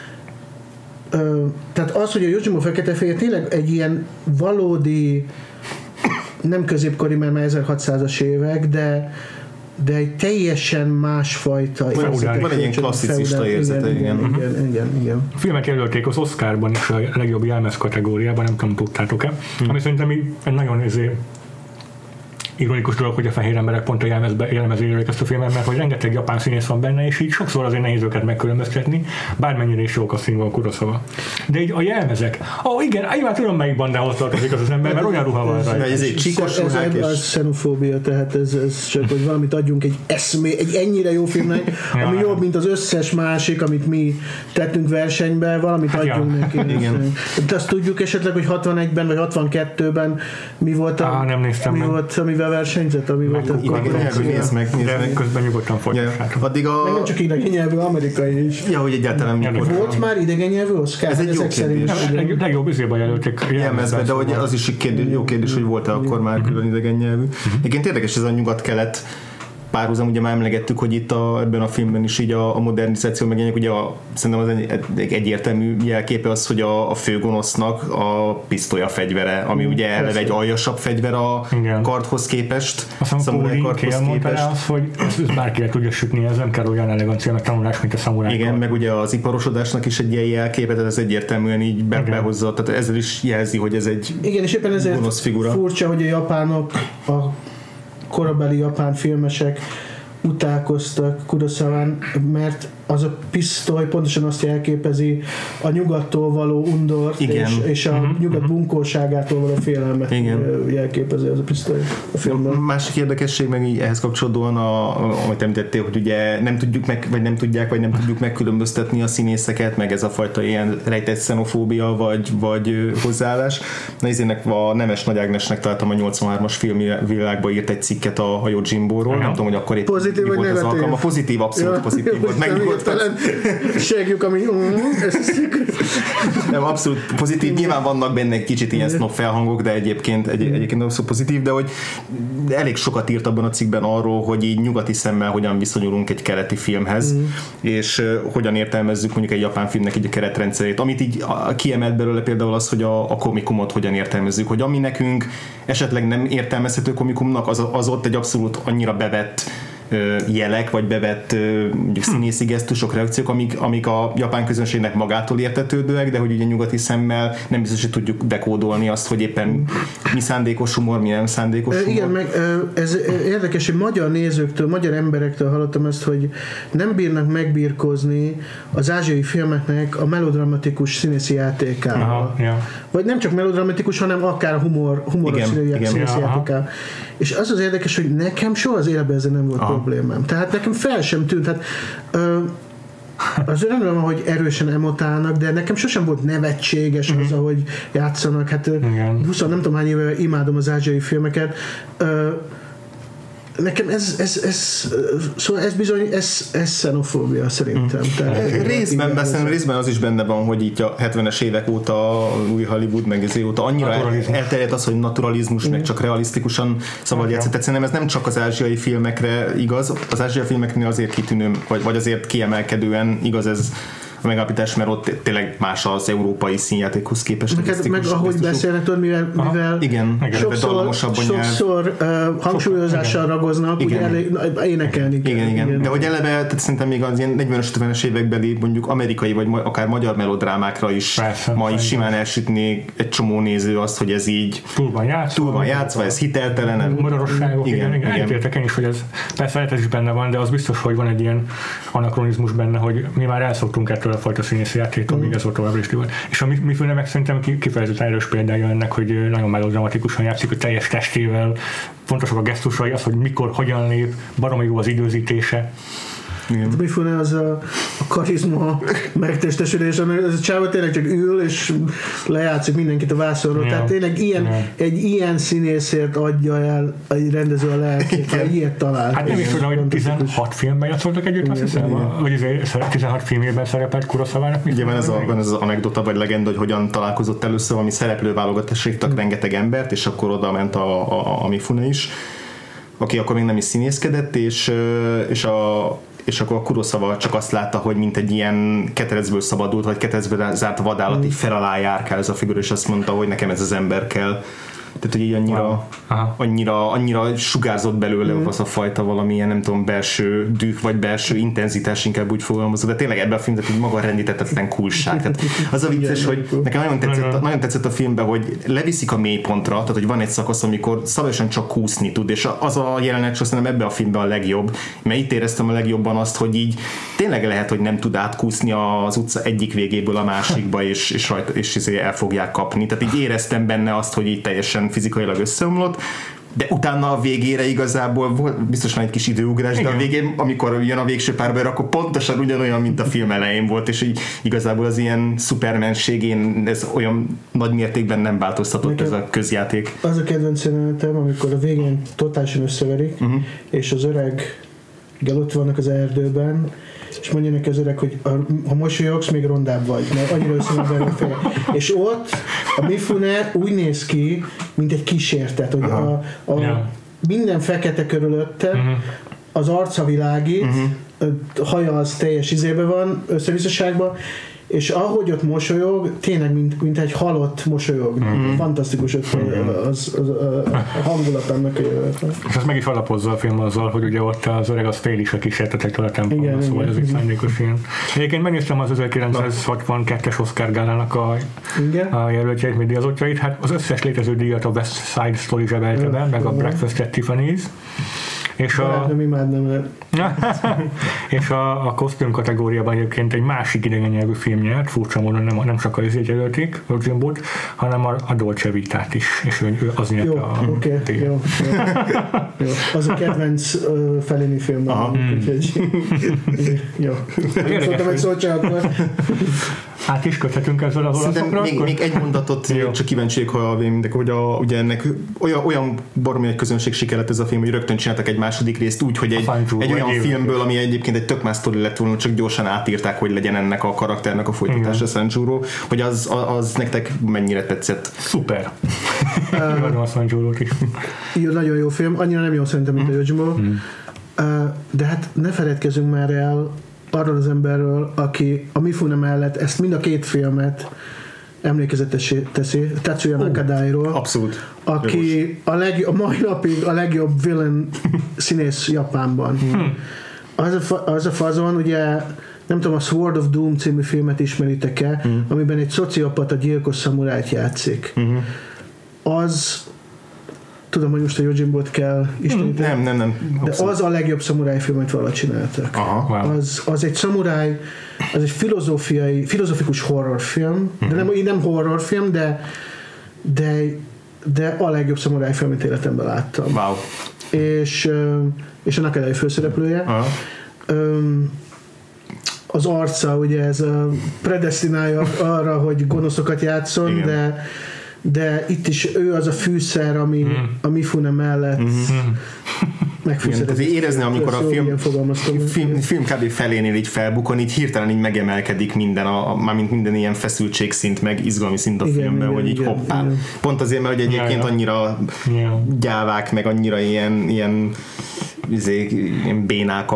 S3: Tehát az, hogy a Yojimbo fekete-fehér tényleg egy ilyen valódi, nem középkori, mert már 1600-as évek, de egy teljesen másfajta
S1: van egy ilyen klasszicista érzete,
S3: igen.
S2: A filmek jelölték az Oscarban is a legjobb jelmez kategóriában, nem tudom, tudtátok-e, ami szerintem egy nagyon ironikus dolog, hogy a fehér emberek pont a jelmezre jelölik ezt a filmet, mert hogy rengeteg japán színész van benne, és így sokszor azért nehéz őket megkülönböztetni, bármennyire is jók a színvonal Kurosawa. De így a jelmezek, igen, én már tudom, melyik bandához tartozik az ember, mert olyan ruha van rajta.
S1: Ez egy csíkos ruhák és...
S3: Ez xenofóbia, tehát ez csak, hogy valamit adjunk egy ennyire jó filmnek, ami jobb, mint az összes másik, amit mi tettünk versenybe, valamit adjunk neki. De azt tudjuk esetleg, hogy 61-ben vagy 62-ben mi volt amivel versenyzett, ami volt a
S1: nézd meg.
S2: Közben nyugodtan folytassák.
S1: Addig a...
S3: Nem csak idegen nyelvű, amerikai is.
S1: Ja, hogy egyáltalán mikor.
S3: Volt már idegen nyelvű Oscar?
S1: Ez egy jó kérdés.
S2: Legjobb izéba jelölték.
S1: Jelmezbe, de hogy az is jó kérdés, hogy volt-e akkor már külön idegen nyelvű. Egyébként érdekes ez a nyugat-kelet párhuzam, ugye már emlegettük, hogy itt ebben a filmben is így a modernizáció megjelenik, ugye szerintem az egyértelmű jelképe az, hogy a főgonosznak a pisztolya fegyvere, ami ugye eleve egy aljasabb fegyver a kardhoz képest.
S2: A szamuráj kardhoz képest. Az, hogy ezt bárki le tudja sütni, ez nem kell olyan elegancia, meg tanulás, mint a szamuráj.
S1: Igen, meg ugye az iparosodásnak is egy ilyen jelképe, tehát ez egyértelműen így behozza, tehát ezzel is jelzi, hogy ez egy
S3: és éppen ezért
S1: gonosz figura.
S3: Furcsa, hogy a japánok korabeli japán filmesek utálkoztak Kurosawán, mert az a pisztoly pontosan azt jelképezi a nyugattól való undort és a nyugat bunkóságától való félelmet jelképezi az a pisztoly a filmben.
S1: Másik érdekesség meg így ehhez kapcsolódóan, amit említettél, hogy ugye nem tudjuk nem tudjuk megkülönböztetni a színészeket, meg ez a fajta ilyen rejtett xenofóbia vagy hozzáállás. Na ezének a Nemes Nagy Ágnesnek találtam a 83-as filmvilágba írt egy cikket a Yojimbo-ról, nem tudom, hogy akkor épp
S3: pozitív vagy negatív?
S1: A pozitív, abszolút pozitív volt.
S3: Segjük, ami
S1: nem, abszolút pozitív. Nyilván vannak benne egy kicsit ilyen snob felhangok, de egyébként abszolút pozitív, de hogy elég sokat írt abban a cikkben arról, hogy így nyugati szemmel hogyan viszonyulunk egy keleti filmhez, és hogyan értelmezzük mondjuk egy japán filmnek így a keretrendszerét. Amit így kiemelt belőle például az, hogy a komikumot hogyan értelmezzük, hogy ami nekünk esetleg nem értelmezhető komikumnak, az ott egy abszolút annyira bevett jelek, vagy bevett mondjuk színészi gesztusok, reakciók, amik a japán közönségnek magától értetődőek, de hogy ugye nyugati szemmel nem biztos, hogy tudjuk dekódolni azt, hogy éppen mi szándékos humor, mi nem szándékos humor.
S3: Igen, meg ez érdekes, hogy magyar nézőktől, magyar emberektől hallottam ezt, hogy nem bírnak megbirkózni az ázsiai filmeknek a melodramatikus színészi játékával. Vagy nem csak melodramatikus, hanem akár humoros színészi játékával. És az érdekes, hogy nekem soha az életben ezzel nem volt problémám. Tehát nekem fel sem tűnt. Hát, azért nem tudom, hogy erősen emotálnak, de nekem sosem volt nevetséges az, ahogy játszanak. Hát 20 nem tudom hány éve imádom az ázsiai filmeket. nekem szóval ez bizony, ez xenofóbia szerintem.
S1: Részben az is benne van, hogy itt a 70-es évek óta új Hollywood meg ezért óta annyira elterjedt az, hogy naturalizmus meg csak realisztikusan szabad játszani. Tehát szerintem ez nem csak az ázsiai filmekre igaz, az ázsiai filmeknél azért kitűnő, vagy azért kiemelkedően igaz ez a megállapítás, mert ott tényleg más az európai színjátékhoz képest.
S3: Meg ahogy beszélnek, tudod, mivel
S1: igen,
S3: sokszor hangsúlyozással ragoznak, ugye énekelni kell.
S1: Igen. De hogy eleve, tehát szerintem még az ilyen 40-50-es évekbeli mondjuk amerikai, vagy akár magyar melodrámákra is ma is simán elsütnék egy csomó néző azt, hogy ez így túl van játszva, ez hiteltelen.
S2: Magyarosságok, igen. Egyetértek én is, hogy ez persze ez is benne van, de az biztos, hogy van egy ilyen anakronizmus benne, hogy mi már elszoktunk ettől a fajta színészi játéktól, még ez volt továbbra is van. És a mi filmnek meg szerintem kifejezetten erős példája ennek, hogy nagyon melodramatikusan játszik, hogy teljes testével, fontosak a gesztusai, az, hogy mikor, hogyan lép, baromi jó az időzítése.
S3: A Mifune az a karizma megtestesülés, az a csáva tényleg csak ül, és lejátszik mindenkit a vászonról. Tehát tényleg egy ilyen színészért adja el egy rendező a lelkét, ha ilyet talál.
S2: Hát nem is tudom, hogy 16 filmben játszottak együtt, azt hiszem, hogy 16 filmében szerepelt Kurosavának.
S1: Ugye van ez az anekdota vagy legenda, hogy hogyan találkozott először, valami szereplőválogatásra hívtak rengeteg embert, és akkor oda ment a Mifune is, aki akkor még nem is színészkedett, és akkor a Kurosawa csak azt látta, hogy mint egy ilyen keterecből szabadult, vagy keterecből zárt vadállat így fel alá járkál ez a figura, és azt mondta, hogy nekem ez az ember kell. Tehát, hogy így annyira sugárzott belőle az a fajta valamilyen, nem tudom, belső düh, vagy belső intenzitás, inkább úgy fogalmazok, de tényleg ebben a filmben egy maga rendítetetlen coolság. Tehát az a vicces, hogy nekem nagyon tetszett a filmben, hogy leviszik a mélypontra, tehát hogy van egy szakasz, amikor szabályosan csak kúszni tud, és az a jelenet, azt hiszem ebben a filmben a legjobb, mert itt éreztem a legjobban azt, hogy így tényleg lehet, hogy nem tud átkúszni az utca egyik végéből a másikba, és el fogják kapni. Tehát így éreztem benne azt, hogy így teljesen fizikailag összeomlott, de utána a végére igazából volt biztosan egy kis időugrás, de a végén, amikor jön a végső párbaj, akkor pontosan ugyanolyan, mint a film elején volt, és így igazából az ilyen szupermenségén ez olyan nagy mértékben nem változtatott ez a közjáték.
S3: Az a kedvenc jelenetem, amikor a végén totálisan összeverik, és az öreg ott vannak az erdőben, és mondja neki az öreg, hogy ha mosolyogsz, még rondább vagy, mert annyira összeverik a feje. És ott a Mifune úgy néz ki, mint egy kísértet, hogy minden fekete körülötte, az arca világít, a haja az teljes izébe van, összevisszaságban, és ahogy ott mosolyog, tényleg mint egy halott mosolyog. Fantasztikus a hangulat annak a jövetre.
S2: És azt meg is alapozza a film azzal, hogy ugye ott az öreg az fél is a kísértetektől a templomban, szóval ez egy szándékos ilyen. Egyébként megnéztem az 1962-es Oscar gálának a jelöltjeit, még díjazottjait, hát az összes létező díjat a West Side Story zsebelte be, meg a Breakfast at Tiffany's. És és a kosztüm kategóriában egyébként egy másik idegen nyelvű film nyert, furcsa módon nem csak az jelölték, Rodzsimbót, hanem a Dolce Vitát is, és ő az nyert a
S3: jó. Az a kedvenc Fellini film. Úgyhogy jó. Szóltam egy szót csak akkor.
S2: Hát is köthetünk ezzel az olaszokra.
S1: Még egy mondatot, csak kíváncsiak, hogy ugye ennek olyan baromi egy közönség siker lett ez a film, hogy rögtön csináltak egy második részt úgy, hogy egy olyan filmből, ami egyébként egy tök más sztori lett volna, csak gyorsan átírták, hogy legyen ennek a karakternek a folytatása Sanjuro, hogy az nektek mennyire tetszett?
S2: Szuper. Imádom a Sanjurót is.
S3: Nagyon jó film, annyira nem jó szerintem, mint a Yojimbo. De hát ne feledkezzünk már el arról az emberről, aki a Mifune mellett ezt mind a két filmet emlékezetessé teszi, Tetsuya Nakadairól.
S1: Abszolút.
S3: Aki a mai napig a legjobb villain színész Japánban. Az a fazon, ugye nem tudom, a Sword of Doom című filmet ismeritek-e, amiben egy szociopata gyilkos szamurájt játszik. Az tudom, hogy most a Yojimbót kell isteníteni. Nem. De az a legjobb szamuráj film, amit valaha csináltak. Az egy szamuráj, az egy filozofikus horrorfilm, de nem horrorfilm, de a legjobb szamuráj film, amit életemben láttam.
S1: Wow.
S3: És a Nakadai főszereplője. Az arca, ugye ez predestinálja arra, hogy gonoszokat játszon, de itt is ő az a fűszer, ami a Mifune mellett
S1: megfizetett. Érezni, amikor a film kb. Felénél így felbukon, így hirtelen így megemelkedik minden, mármint minden ilyen feszültségszint, meg izgalmi szint a filmben, hogy így hoppá. Igen. Pont azért, mert hogy egyébként annyira gyávák, meg annyira ilyen bénák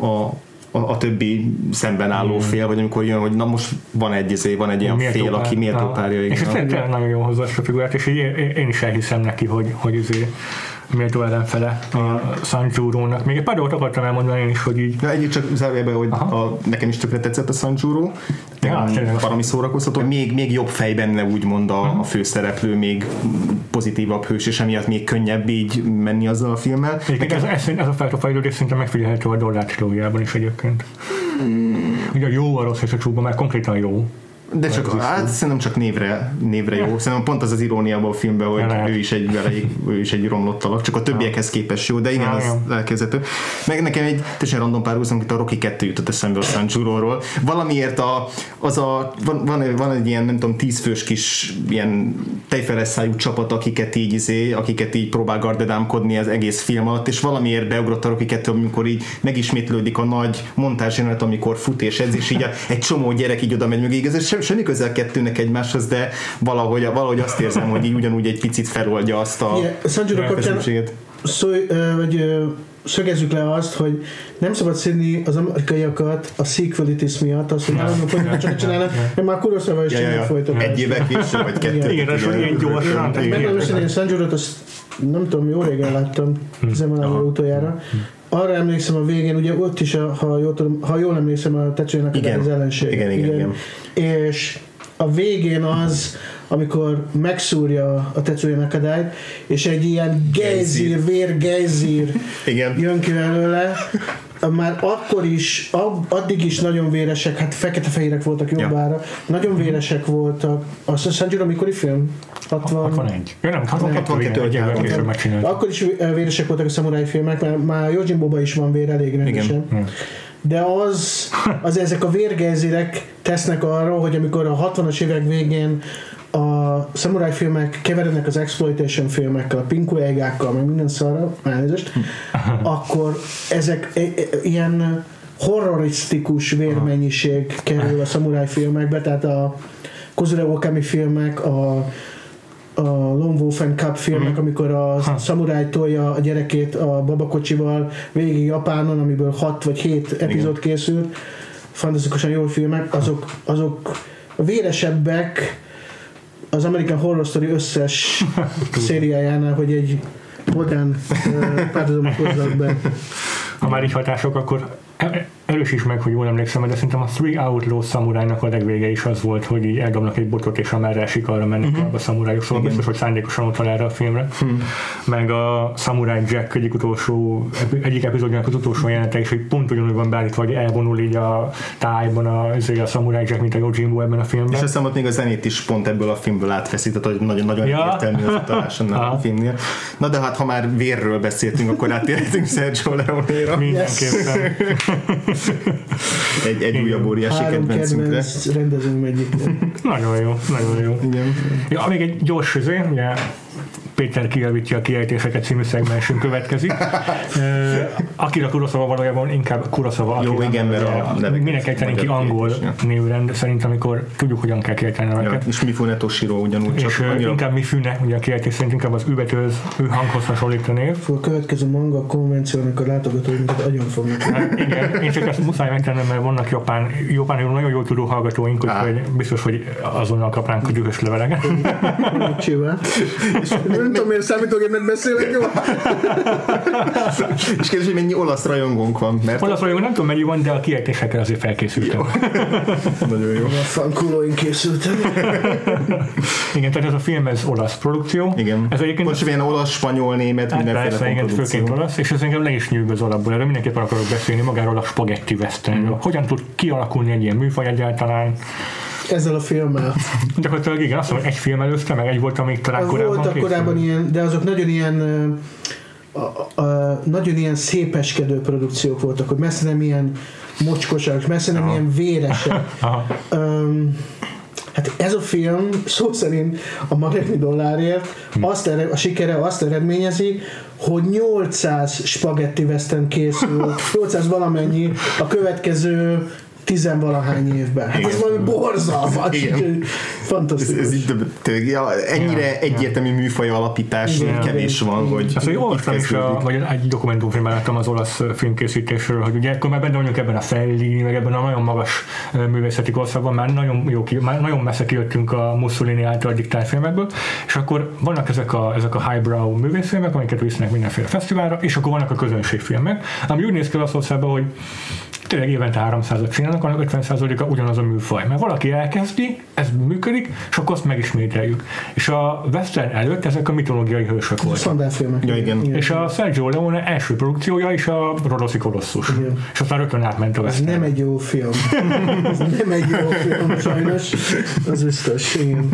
S1: a többi szemben álló fél, vagy amikor jön, hogy na most van egy ilyen fél, aki méltó párja.
S2: És ez tényleg nagyon jó hozzá a figurát, és én is elhiszem neki, hogy méltó ellenfele a Sanjuro-nak. Még egy pár dolgot akartam elmondani én is, hogy így...
S1: Ja, egyik csak zárójelben, hogy nekem is tökre tetszett a Sanjuro, valami szórakoztató. Még jobb fej benne úgymond a főszereplő, még pozitívabb hős, és emiatt még könnyebb így menni azzal a filmmel.
S2: Ez a feltofajlódés szinte megfigyelhető a Dollár trilógiában is egyébként. Ugye a jó, a rossz és a csúba, mert konkrétan jó.
S1: De csak, szerintem csak névre jó. Szerintem pont az iróniában a filmben, hogy ő is egy romlott alak, csak a többiekhez képest jó, de igen, az elképzelhető. Meg nekem egy teljesen random párhuzam, amit a Rocky 2 jutott eszembe a Sanjuro-ról. Valamiért van egy ilyen, nem tudom, 10 fős kis ilyen tejfeles szájú csapat, akiket így próbál gardedámkodni az egész film alatt, és valamiért beugrott a Rocky 2, amikor így megismétlődik a nagy montázsjelenet, amikor fut és edz, és így egy csomó gyerek így oda megy mögé. Semmi közel kettőnek egymáshoz, de valahogy azt érzem, hogy így ugyanúgy egy picit feloldja azt a feszültséget.
S3: Szögezzük le azt, hogy nem szabad szedni az amerikaiakat a sequelitis miatt, azt, hogy nagyon csak csinálnak, mert már Kurosawa is csinálni folytatódás.
S1: Egy évvel később, vagy kettő.
S2: Igen, az ilyen gyorsan.
S3: Megmondom, hogy Sanjurot azt nem tudom, jó régen láttam Zemalával utoljára. Arra emlékszem a végén, ugye ott is, ha jól emlékszem, a Tetsuya az ellenség.
S1: Igen.
S3: És a végén az, amikor megszúrja a Tetsuya Nakadait, és egy ilyen vérgejzír jön ki belőle, már akkor is, addig is nagyon véresek, hát fekete-fehérek voltak jobbára, nagyon véresek voltak. A Sanjuro mikori film?
S2: 61. Nem, 62
S3: akkor is véresek voltak a szamuráj filmek, mert már Yojimbo-ban is van vér elég rendesen. De az ezek a vérgejzírek tesznek arra, hogy amikor a 60-as évek végén a szamuráj filmek keverednek az exploitation filmekkel, a pinkuégákkal, meg minden szarra, elnézést, akkor ezek ilyen horrorisztikus vérmennyiség kerül a szamuráj filmekbe, tehát a Kozure Okami filmek, a Lone Wolf and Cub filmek, amikor a szamuráj tolja a gyerekét a babakocsival végig Japánon, amiből 6 vagy 7 epizód készült, fantasztikusan jó filmek, azok véresebbek az American Horror Story összes szériájánál, hogy egy modern párhuzamot hozzak be.
S2: Ha már így hatások, akkor erősíts meg, hogy jól emlékszem, de szerintem a Three Outlaw szamurájnak a legvége is az volt, hogy így eldobnak egy botot, és amerre esik, arra mennek a szamurájok, szóval biztos, hogy szándékosan ott van erre a filmre. Meg a Samurai Jack egyik epizódjának az utolsó jelenete is, hogy pont ugyanúgy van beállítva, hogy elvonul így a tájban a Samurai Jack, mint a Yojimbo ebben a filmben.
S1: És aztán ott még a zenét is pont ebből a filmből átveszített, hogy nagyon-nagyon értelmű az utalás a filmnél. Na de hát, ha már vérről beszéltünk, akkor átérhetünk Sergio Leone-ra.
S2: Mindenképpen.
S1: egy újabb óriási kedvencünkre.
S3: Rendezünk egyik.
S2: Nagyon jó.
S1: Igen.
S2: Ja, még egy gyors ugye Péter kijavítja a kiejtéseket című szegmensünk következik. Akira Kurosawa valójában inkább Kurosawa Akira.
S1: Jó, igen, mert
S2: minek ejteni ki angol névrend, szerintem amikor tudjuk, hogyan kell kiejteni neveket.
S1: És Mifune Toshiro ugyanúgy.
S2: És inkább Mifune, ugye a kiejtés szerint inkább az üvetőz, ő hanghoz hasonlít a név.
S3: A következő manga konvenciónak a látogatóinkat agyon fognak.
S2: Igen, én csak ezt muszáj megtennem, mert vannak japánul nagyon jól tudó hallgatóink, úgyhogy biztos, hogy azonnal kapnánk a gyűrös leveleket.
S3: Nem tudom, miért számítógépet beszélek, jó?
S1: És kérdés, hogy mennyi olasz rajongónk van?
S2: Olasz rajongónk nem tudom, mennyi van, de a kiejtésekkel azért felkészültem.
S1: Nagyon jó.
S3: A fankulóink készültem.
S2: Igen, tehát ez a film, ez olasz produkció.
S1: Igen.
S2: Ez egyébként
S1: most ilyen olasz, spanyol, német, mindenféle produkció.
S2: Főként olasz, és ez engem le is nyűgöz alapból. Erről mindenképpen akarok beszélni magáról a spaghetti westernről. Hogyan tud kialakulni egy ilyen műfaj egyáltalán?
S3: Ezzel a filmmel.
S2: Gyakorlatilag igen, azt mondom, egy film előzte, meg egy volt, amíg talán korábban
S3: voltak korábban ilyen, de azok nagyon ilyen szépeskedő produkciók voltak, hogy messze nem ilyen mocskosak, messze nem ilyen véresek.
S2: Aha.
S3: Hát ez a film szó szerint a maradni dollárért a sikere azt eredményezi, hogy 800 spagetti western készül, 800 valamennyi a következő 10-valahány évben. Hát ez valami borzalmas. Fantasztikus.
S1: Ez ennyire egyértelmű műfaj alapítás kevés van, hogy
S2: azt, hogy olvastam is, vagy egy dokumentumfilmben láttam az olasz filmkészítésről, hogy ugye akkor már benne vagyunk ebben a Fellini, meg ebben a nagyon magas művészeti korszakban, már nagyon messze kijöttünk a Mussolini által diktált filmekből, és akkor vannak ezek a highbrow művészfilmek, amiket visznek mindenféle fesztiválra, és akkor vannak a közönségfilmek, ami úgy néz ki Olaszországban, hogy tényleg évente 300-at csinálnak, annak 50%-a ugyanaz a műfaj. Mert valaki elkezdi, ez működik, és akkor azt megismételjük. És a western előtt ezek a mitológiai hősök voltak.
S3: Szandálfilmek.
S1: Ja, igen.
S2: És a Sergio Leone első produkciója is a Rodoszi Kolosszus. És aztán rögtön átment a western.
S3: Ez nem egy jó film. Ez nem egy jó film, sajnos. Az biztos, igen.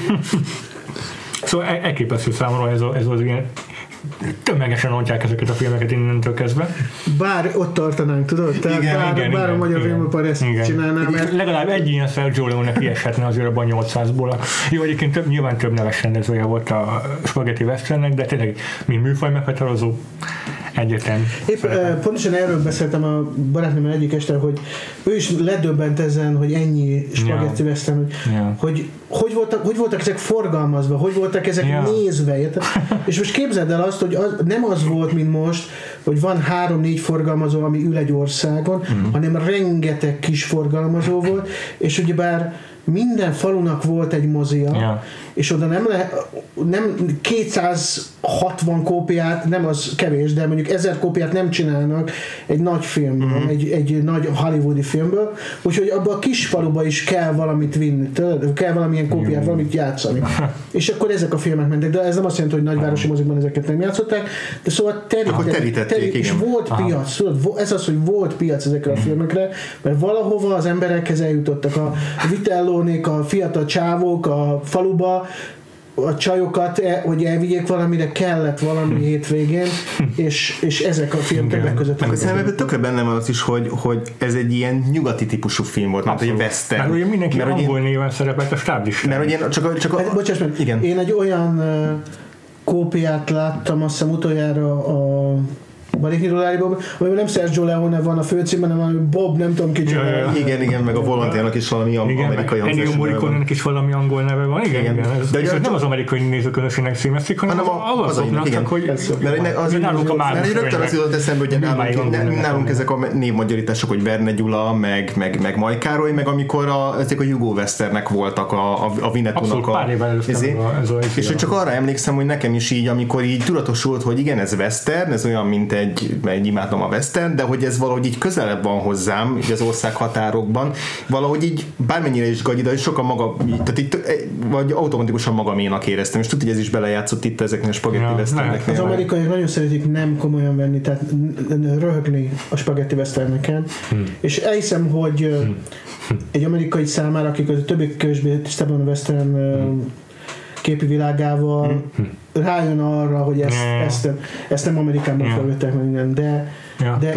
S2: Szóval elképesztő számomra ez az ilyen tömegesen ontják ezeket a filmeket innentől kezdve.
S3: Bár ott tartanánk, tudod? Tehát bár a magyar filmipar ezt csinálná.
S2: Mert legalább egy ilyen Sergio Leone kieshetne azért abban 800-ból. Jó, egyébként nyilván több neves rendezője volt a Spaghetti Westernnek, de tényleg mint műfaj meghatározó egyetlen.
S3: Épp pontosan erről beszéltem a barátnőmmel egyik este, hogy ő is ledöbbent ezen, hogy ennyi Spaghetti Western, hogy voltak ezek forgalmazva, hogy voltak ezek nézve. És most képzeld el azt, hogy nem az volt, mint most, hogy van 3-4 forgalmazó, ami ül egy országon, hanem rengeteg kis forgalmazó volt, és ugyebár minden falunak volt egy mozia, és oda nem 260 kópiát, nem az kevés, de mondjuk 1000 kópiát nem csinálnak egy nagy filmből, egy nagy hollywoodi filmből, úgyhogy abban a kis faluba is kell valamit vinni, kell valamilyen kópiát, valamit játszani. És akkor ezek a filmek mentek, de ez nem azt jelenti, hogy nagyvárosi mozikban ezeket nem játszották, de szóval
S1: terítették,
S3: és volt piac, tudod, ez az, hogy volt piac ezekre a filmekre, mert valahova az emberekhez eljutottak a Vitellónék, a fiatal csávók a faluba, a csajokat, hogy elvigyék valamire, kellett valami hétvégén, és ezek a film többek között.
S1: Meg szerintem tökre benne van az is, hogy ez egy ilyen nyugati típusú film volt, mert egy western.
S2: Mert ugye mindenki angol néven szerepelt a stáblistán.
S1: Mert ugye csak
S3: bocsáss meg, igen. Én egy olyan kópiát láttam, azt hiszem utoljára a Maréknyi Dolláriban, amiben nem Sergio Leone van a főcímben, hanem valami Bob, nem tudom ki csinálja.
S1: Igen, meg a Volontiának is valami amerikai hangzás.
S2: Ennio Morricone-nek is valami angol neve van. Igen. De nem az amerikai nézőközönségnek címezték, hanem azoknak, csak hogy nálunk a mágus.
S1: Rögtön az jutott eszembe, hogy nálunk ezek a névmagyarítások, hogy Verne Gyula, meg Maj Károly, meg amikor ezek a Hugo Westernek voltak a Vinetúnak
S2: pár évvel először
S1: és csak arra emlékszem, hogy nekem is így, amikor így tudatosult, hogy igen, ez western, ez olyan, mint egy imádom a western, de hogy ez valahogy így közelebb van hozzám, így az ország határokban, valahogy így bármennyire is gagyi, de sokkal maga, tehát itt vagy automatikusan magaménak éreztem, és tudod, hogy ez is belejátszott itt ezeknél a spagetti westerneknél.
S3: Az amerikaiak nagyon szeretik nem komolyan venni, tehát röhögni a spagetti westerneken, és elhiszem, hogy egy amerikai számára, akik a többé-kevésbé tisztában a western képi világával rájön arra, hogy ezt nem Amerikában felvettek meg minden, de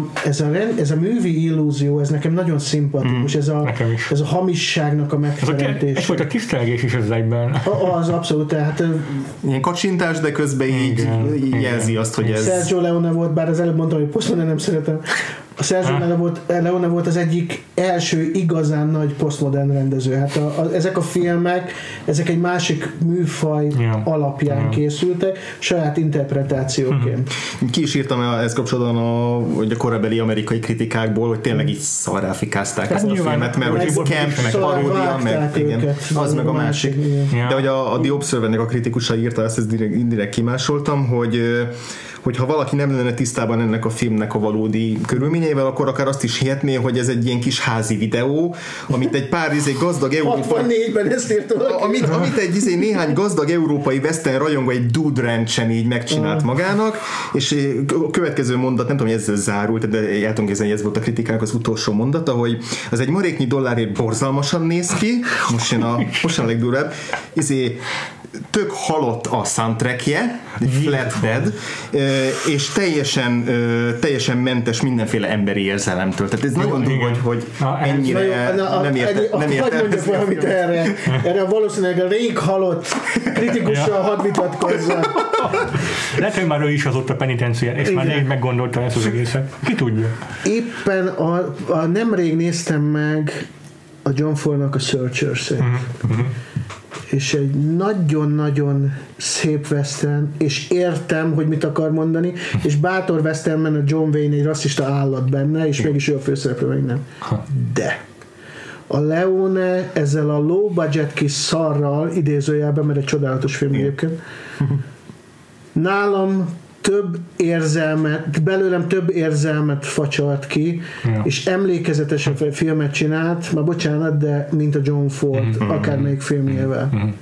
S3: ez a művi illúzió, ez nekem nagyon szimpatikus, ez a hamisságnak a megteremtés.
S2: Ez volt a tisztelgés is az egyben.
S3: Az abszolút, tehát
S1: ilyen kacsintás, de közben így jelzi azt, hogy ez...
S3: Sergio Leone volt, bár az előbb mondtam, hogy posztmodern nem szeretem. A Sergio Leone volt az egyik első igazán nagy posztmodern rendező. Hát ezek a filmek, ezek egy másik műfaj alapján készültek, saját interpretációként.
S1: Ki is írtam ezt kapcsolatban a korabeli amerikai kritikákból, hogy tényleg így szarráfikázták ezt a filmet, mert hogy ez camp, meg paródia, meg igen, az meg a másik. De hogy a The Observer-nek a kritikusa írta, ezt indirekt kimásoltam, hogy ha valaki nem lenne tisztában ennek a filmnek a valódi körülményeivel, akkor akár azt is hihetné, hogy ez egy ilyen kis házi videó, amit egy pár gazdag európai...
S3: 64-ben ezt írtam.
S1: Amit egy néhány gazdag európai western rajongó egy Dude Ranch-en így megcsinált magának, és a következő mondat, nem tudom, hogy ezzel zárult, de el tudom képzelni, hogy ez volt a kritikának az utolsó mondata, hogy az egy maréknyi dollárért borzalmasan néz ki, most a legdurvább, tök halott a soundtrackje, Flat Dead, és teljesen mentes mindenféle emberi érzelemtől. Tehát ez nagyon durva, hogy ennyire nem érte.
S3: Mondjak valamit erre valószínűleg a rég halott kritikussal hadd vitatkozzak.
S2: Lehet, hogy már ő is az ott a penitencián, és már rég meggondolta ezt az egészet. Ki tudja?
S3: Éppen nemrég néztem meg a John Fordnak a Searchers-ét. És egy nagyon-nagyon szép western, és értem, hogy mit akar mondani, és bátor westernben a John Wayne egy rasszista állat benne, és mégis ő a főszereplő, meg nem. De a Leone ezzel a low budget kis szarral, idézőjelben, mert egy csodálatos film egyébként, nálam belőlem több érzelmet facsart ki, és emlékezetes filmet csinált, már bocsánat, de mint a John Ford, akármelyik filmjével.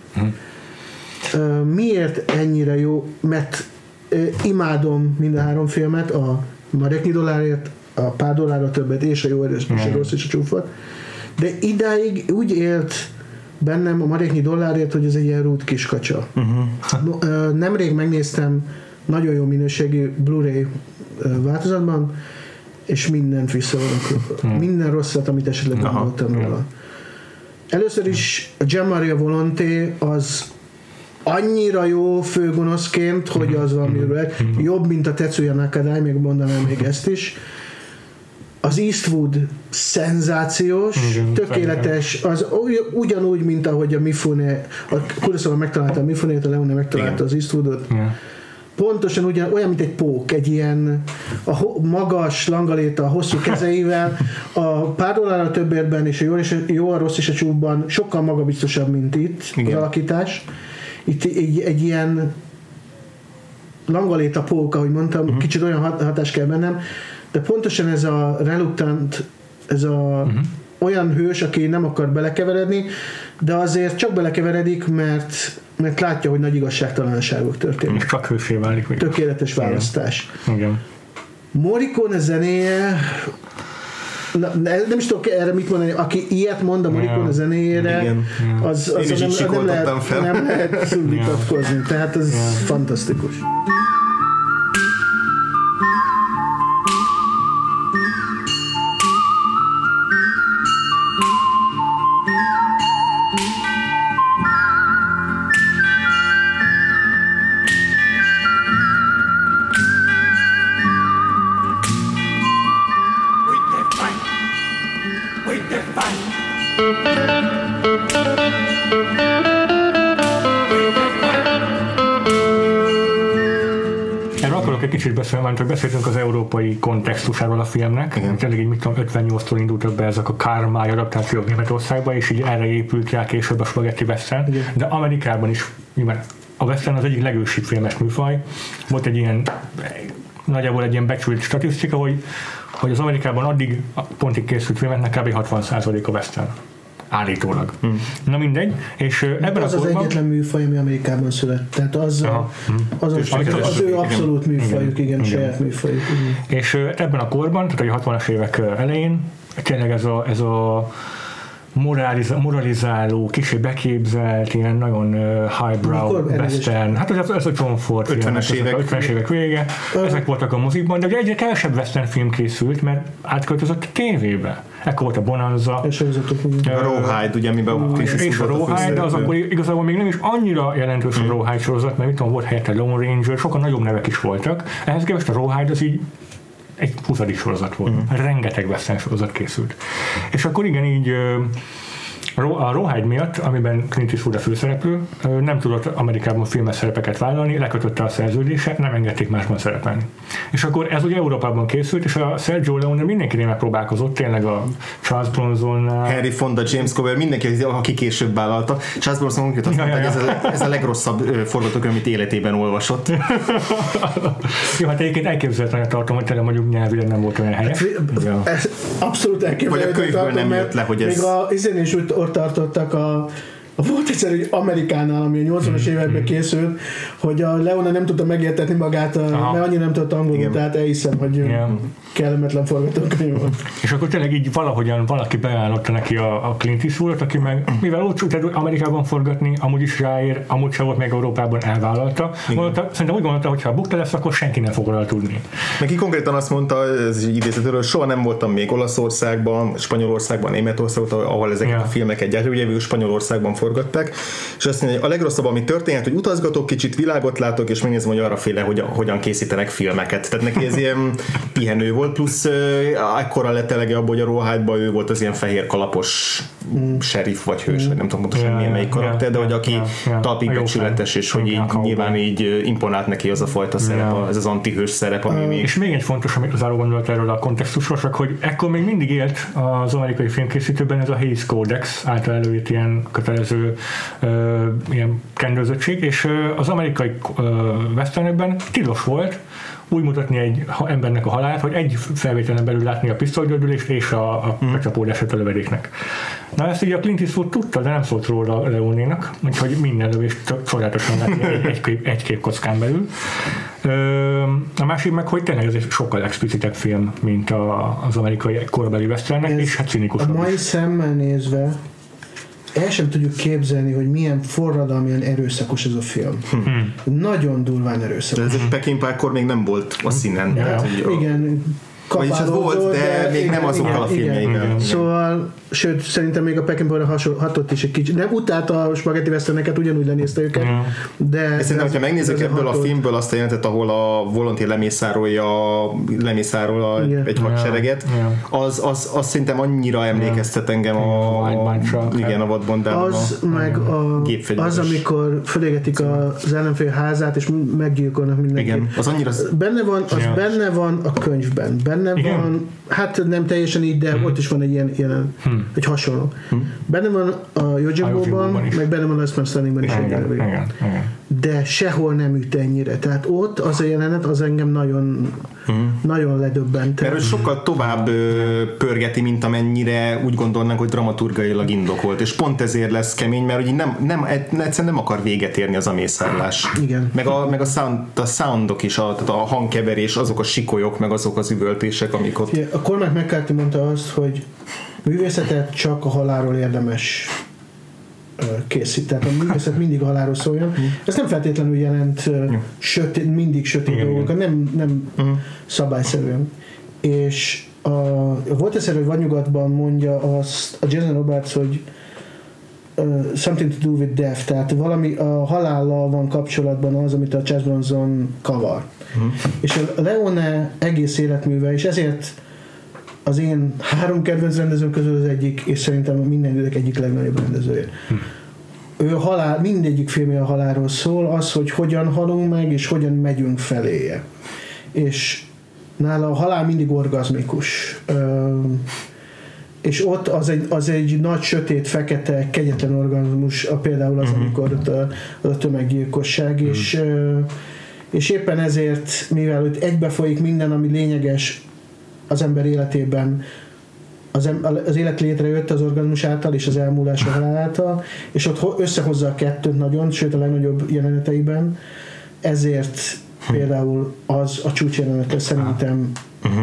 S3: Miért ennyire jó? Mert imádom mind a három filmet, a Mareknyi dollárért, a Pár dollárra többet, és a Jó erős, és a Rossz és a Csúfot, de idáig úgy élt bennem a Mareknyi dollárért, hogy ez egy ilyen rút kiskacsa. Nemrég megnéztem nagyon jó minőségű Blu-ray változatban, és mindent visszavonok. Minden rosszat, amit esetleg gondoltam róla. Először is a Gianmaria Volonté az annyira jó főgonoszként, hogy az valamiről jobb, mint a Tetsuya Nakadai, még mondanám még ezt is. Az Eastwood szenzációs, tökéletes, az ugyanúgy, mint ahogy a Mifune, a Kurosawa megtalálta a Mifune-t, a Leone megtalálta az Eastwoodot. Pontosan olyan, mint egy pók, egy ilyen magas langaléta, a hosszú kezeivel, a Pár dollárra többértben és a Jó, a Rossz és a Csúfban sokkal magabiztosabb, mint itt az alakítás. Itt egy ilyen langaléta pók, ahogy mondtam, kicsit olyan hatás kell bennem, de pontosan ez a reluctant, ez a olyan hős, aki nem akar belekeveredni, de azért csak belekeveredik, mert látja, hogy nagy igazságtalanságok történnek.
S2: És csak hősé válik.
S3: Tökéletes választás.
S2: Igen.
S3: Morricone zenéje, nem is tudok erre mit mondani, aki ilyet mond a Morricone zenéjére, az nem lehet vitatkozni. Tehát ez fantasztikus.
S2: Kicsit beszéltünk az európai kontextusáról a filmnek. Tényleg így 58-tól indultak be ezek a Kármály adaptációk Németországba, és így erre épült rá később a spaghetti western. De Amerikában is, a western az egyik legősibb filmes műfaj. Volt egy ilyen, nagyjából egy ilyen becsült statisztika, hogy az Amerikában addig pontig készült filmeknek kb. 60% a western. Állítólag. Na mindegy, és ebben
S3: az egyetlen műfaj, ami Amerikában született. Tehát az ő abszolút műfajuk, igen, saját műfajuk.
S2: És ebben a korban, tehát a 60-as évek elején tényleg ez a moralizáló, kicsi beképzelt, ilyen nagyon highbrow western. Hát ez a John Ford 50-es évek vége. Ezek voltak a mozikban, de ugye egyre kevesebb western film készült, mert átköltözött a tévébe. Ekkor volt a Bonanza.
S1: És a Rawhide, ugye, amiben
S2: és a Rawhide, az akkor igazából még nem is annyira jelentős a Rawhide sorozat, mert itt volt helyette Lone Ranger, sokkal nagyobb nevek is voltak. Ehhez képest a Rawhide az így egy 20. sorozat volt. Rengeteg western sorozat készült. És akkor igen, így a Rawhide miatt, amiben Clint Eastwood a főszereplő, nem tudott Amerikában filmes szerepeket vállalni, lekötötte a szerződéset, nem engedték másban szerepelni. És akkor ez ugye Európában készült, és a Sergio Leone mindenkinél megpróbálkozott, tényleg a Charles Bronson,
S1: Harry Fonda, James Coburn, mindenki, aki később vállalta. Charles Bronson azt mondta, hogy ez a legrosszabb forgatókönyv, amit életében olvasott.
S2: Jó, hát egyébként elképzelhetően tartom, hogy tényleg mondjuk nyelvileg nem volt olyan helyes.
S3: Abszolút elképzelhetően tartom,
S1: nem jött le, hogy ez...
S3: Még izén is ott tartottak a Volt egyszer egy Amerikánál, ami a 80-as években készült, hogy a Leone nem tudta megértetni magát, mert annyira nem tudta angolul, tehát elhiszem, hogy kellemetlen forgatókönyv volt.
S2: És akkor tényleg így valahogyan valaki beállította neki a Clint Eastwoodot, aki meg, mivel úgy tudta Amerikában forgatni, amúgy is ráér, amúgy sem volt meg Európában, elvállalta. Szerintem úgy gondolta, hogy ha bukta lesz, akkor senki nem fog róla tudni.
S1: Neki konkrétan azt mondta, ez egy idézetről, soha nem voltam még Olaszországban, Spanyolországban, Németországban, ahol ezeket a filmeket gyártják, ugye Spanyolországban forgatták, és azt mondja, hogy a legrosszabb, ami történhet, hogy utazgatok, kicsit világot látok, és megnézem, hogy arraféle, hogyan készítenek filmeket. Tehát neki ez ilyen pihenő volt, plusz ekkora lett elege abban, hogy a Rawhide-ban ő volt az ilyen fehér kalapos sheriff vagy hős, vagy nem tudom pontosan milyen melyik karakter, de hogy aki talpig becsületes, és hogy így nyilván így imponált neki az a fajta szerep, ez az antihős szerep, ami még...
S2: És még egy fontos, amit az gondolt erről a kontextusról, csak hogy ekkor még mindig élt az amerikai filmkészítőben ez a Hays Codex által előírt ilyen kötelező ilyen kendőzöttség, és az amerikai westernekben tilos volt úgy mutatni egy embernek a halálát, hogy egy felvételen belül látni a pisztolydördülést és a becsapódását a lövedéknek. Na ezt így a Clint Eastwood tudta, de nem szólt róla Leonénak, úgyhogy minden lövést csodálatosan látni egy képkockán belül. A másik meg, hogy tényleg ez egy sokkal explicitebb film, mint az amerikai korabeli westernek, és hát cinikusabb.
S3: A mai szemmel nézve el sem tudjuk képzelni, hogy milyen forradalmian erőszakos ez a film. Nagyon durván erőszakos.
S1: De ez egy Peckinpah-kor még nem volt a színen.
S3: Igen,
S1: vagyis ez volt, de még nem azokkal a filmjeivel.
S3: Szóval, sőt, szerintem még a Peckinpahra hatott is egy kicsit. Nem utálta a spaghetti westerneket, ugyanúgy lenézte őket. De
S1: szerintem, hogyha megnézek ebből a filmből azt a jelentet, ahol a volontér lemészárol egy hadsereget, az szerintem annyira emlékeztet engem a vadbondában.
S3: Az, amikor fölégetik az ellenfél házát, és meggyilkolnak mindenkit. Igen,
S1: az annyira...
S3: Benne van a könyvben. Benne van, hát nem teljesen így, de ott is van egy ilyen egy hasonló. Benne van a Yojimbo-ban, meg benne van a Last Man Standing-ban is egy de sehol nem üt ennyire. Tehát ott az a jelenet, az engem nagyon ledöbbent.
S1: Mert sokkal tovább pörgeti, mint amennyire úgy gondolnánk, hogy dramaturgailag indokolt. És pont ezért lesz kemény, mert hogy egyszerűen nem akar véget érni az a mészárlás.
S3: Igen.
S1: Meg a soundok is, tehát a hangkeverés, azok a sikolyok, meg azok az üvöltések, amik ott...
S3: A Cormac McCarthy mondta azt, hogy művészetet csak a halálról érdemes készít. Tehát a művészet mindig a halálról szóljon. Ez nem feltétlenül jelent mindig sötét dolgokat, nem szabályszerűen. És volt egyszer, hogy Vadnyugatban mondja azt a Jason Robards, hogy something to do with death, tehát valami a halállal van kapcsolatban az, amit a Charles Bronson kavar. És a Leone egész életműve, és ezért az én 3 kedvenc rendezőm közül az egyik, és szerintem minden idők egyik legnagyobb rendezője. Ő mindegyik filmje a halálról szól, az, hogy hogyan halunk meg, és hogyan megyünk feléje. És nála a halál mindig orgazmikus. És ott az egy nagy, sötét, fekete, kegyetlen orgazmus, például az, amikor ott a tömeggyilkosság, és éppen ezért, mivel ott egybefolyik minden, ami lényeges az ember életében, az élet létrejött az orgazmus által és az elmúlás a halál által, és ott összehozza a kettőt nagyon, sőt a legnagyobb jeleneteiben, ezért például az a csúcsjelenete szerintem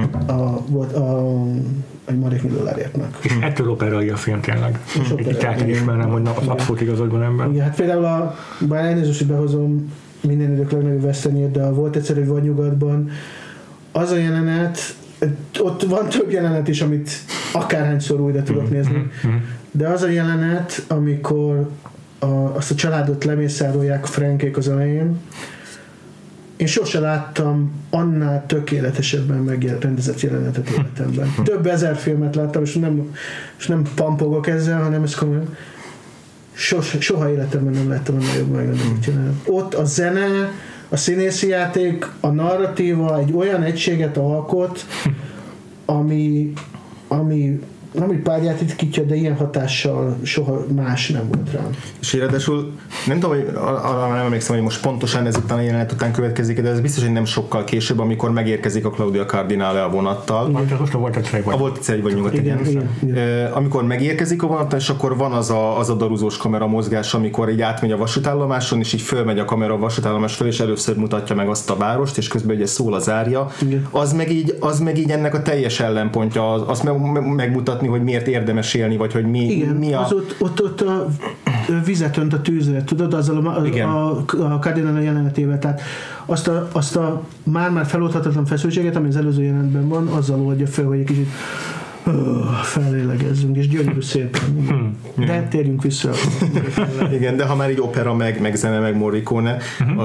S3: egy Maréknyi dollárértnek.
S2: És ettől operai a film tényleg. Itt el kell ismernem, hogy az abszolút igazodban ember.
S3: Igen, hát például bár elnézést, hogy behozom minden idők legnagyobb westernjét, de volt egyszer, hogy Vadnyugatban az a jelenet, ott van több jelenet is, amit akárhányszor újra tudok nézni, de az a jelenet, amikor azt a családot lemészárolják a Frankék az elején, én sose láttam annál tökéletesebben megrendezett jelenetet életemben. Több ezer filmet láttam, és nem pampogok ezzel, hanem ez komolyan. Soha életemben nem láttam annál jobb megrendezett jelenet. Ott a zene, a színészi játék, a narratíva egy olyan egységet alkot, ami nem egy párját ritkítja, de ilyen hatással soha más nem volt rám.
S1: És ráadásul nem tudom, hogy arra nem emlékszem, hogy most pontosan ezután a jelenet után következik, de ez biztos, hogy nem sokkal később, amikor megérkezik a Claudia Cardinale a vonattal. A volt egyszer vagy nyugat, igen. Amikor megérkezik a vonattal, és akkor van az a daruzós kamera mozgás, amikor így átmegy a vasútállomáson, és így fölmegy a kamera a vasútállomás föl, és először mutatja meg azt a várost, és közben ugye szól az árja. Az meg így ennek a teljes ellenpontja, azt megmutatni, hogy miért érdemes élni, vagy hogy mi a...
S3: Az ott a vizet önt a tűzre, tudod, azzal a Cardinale jelenetével, tehát azt a már feloldhatatlan feszültséget, ami az előző jelenetben van, azzal oldja fel, hogy egy kicsit fellélegezzünk, és gyönyörű szépen. De térjünk vissza.
S1: Igen, de ha már így opera, meg zene, meg Morricone,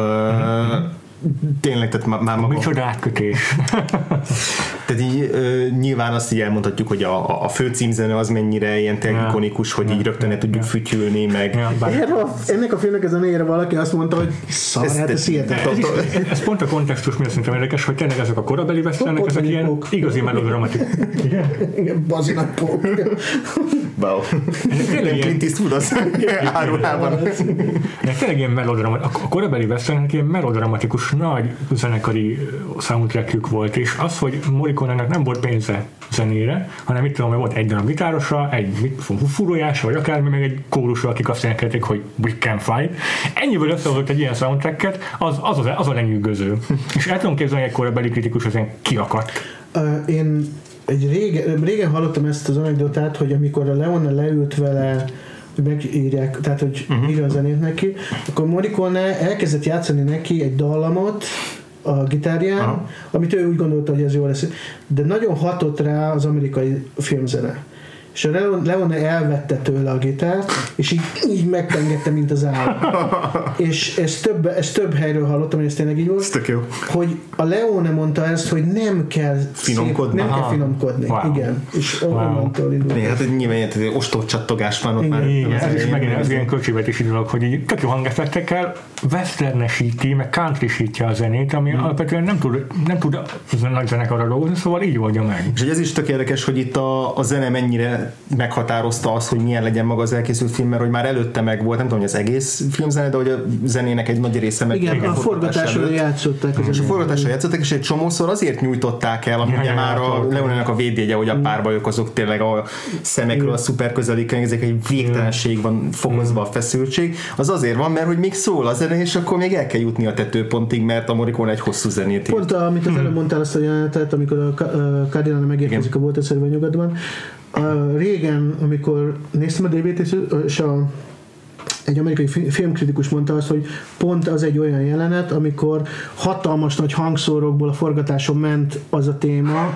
S1: tényleg, tehát már maga...
S2: Micsoda átkötés.
S1: Tehát így nyilván azt így elmondhatjuk, hogy a főcímzene az mennyire ilyen ikonikus, hogy így rögtön tudjuk fütyülni, meg...
S3: Ennek a filmnek a zenéjére valaki azt mondta, hogy szar, ez hihetetlen.
S2: Ez pont a kontextus miatt szerintem érdekes, hogy tényleg ezek a korabeli westernnek, ezek ilyen igazi melodramatikus.
S3: Igen, bazinak pók.
S1: Wow. Nem Clint Eastwood az árulában.
S2: Tényleg ilyen melodramatikus. A korabeli westernnek ilyen melodramatikus nagy zenekari soundtrackjük volt, és az, hogy Morricone-nek nem volt pénze zenére, hanem itt tudom, hogy volt egy darab gitárosa, egy fúrójása, vagy akármi, meg egy kórusra, akik azt énekelték, hogy we can fight. Ennyiből összehozott egy ilyen soundtracket, az a lenyűgöző. És el tudom képzelni, egy korabeli kritikus ezen kiakadt.
S3: Én régen hallottam ezt az anekdotát, hogy amikor a Leone leült vele, hogy megírják, tehát hogy írja a zenét neki, akkor Morricone elkezdett játszani neki egy dallamot a gitárján, amit ő úgy gondolta, hogy ez jó lesz. De nagyon hatott rá az amerikai filmzene. És a Leone elvette tőle a gitárt, és így megpengette, mint az állam. És ezt több helyről hallottam, hogy ez tényleg így volt, hogy a Leone mondta ezt, hogy nem kell finomkodni.
S2: Wow.
S3: Igen. És onnantól indult.
S1: Hát nyilván ilyen ostorcsattogás van ott már.
S2: Ez is megint az ilyen költségvetési dolog, hogy így tök jó hangeffektekkel westernesíti, meg countrysítja a zenét, ami alapvetően nem tud nagy zenekarra dolgozni, szóval így oldja meg.
S1: És ez is tök érdekes, hogy itt a zene mennyire meghatározta azt, hogy milyen legyen maga az elkészült film, mert hogy már előtte meg volt, nem tudom, hogy az egész filmzene, de hogy a zenének egy nagy része meg.
S3: Igen, a forgatásra játszották.
S1: És a forgatásra játszották, és egy csomószor azért nyújtották el, ami ugye már a Leone-nek a védjegye, hogy a párbajok azok tényleg a szemekről a szuper közelik, ezek egy végtelenség van fokozva a feszültség. Az azért van, mert hogy még szól a zene, és akkor még el kell jutni a tetőpontig, mert a Morricone egy hosszú zenét írt.
S3: Pont amit az előbb mondtál, azt a jelenetet, amikor a Cardinale megérkezik a Volt egyszerűen nyugatban. Régen, amikor néztem a DVD-t, és egy amerikai filmkritikus mondta azt, hogy pont az egy olyan jelenet, amikor hatalmas nagy hangszórokból a forgatáson ment az a téma,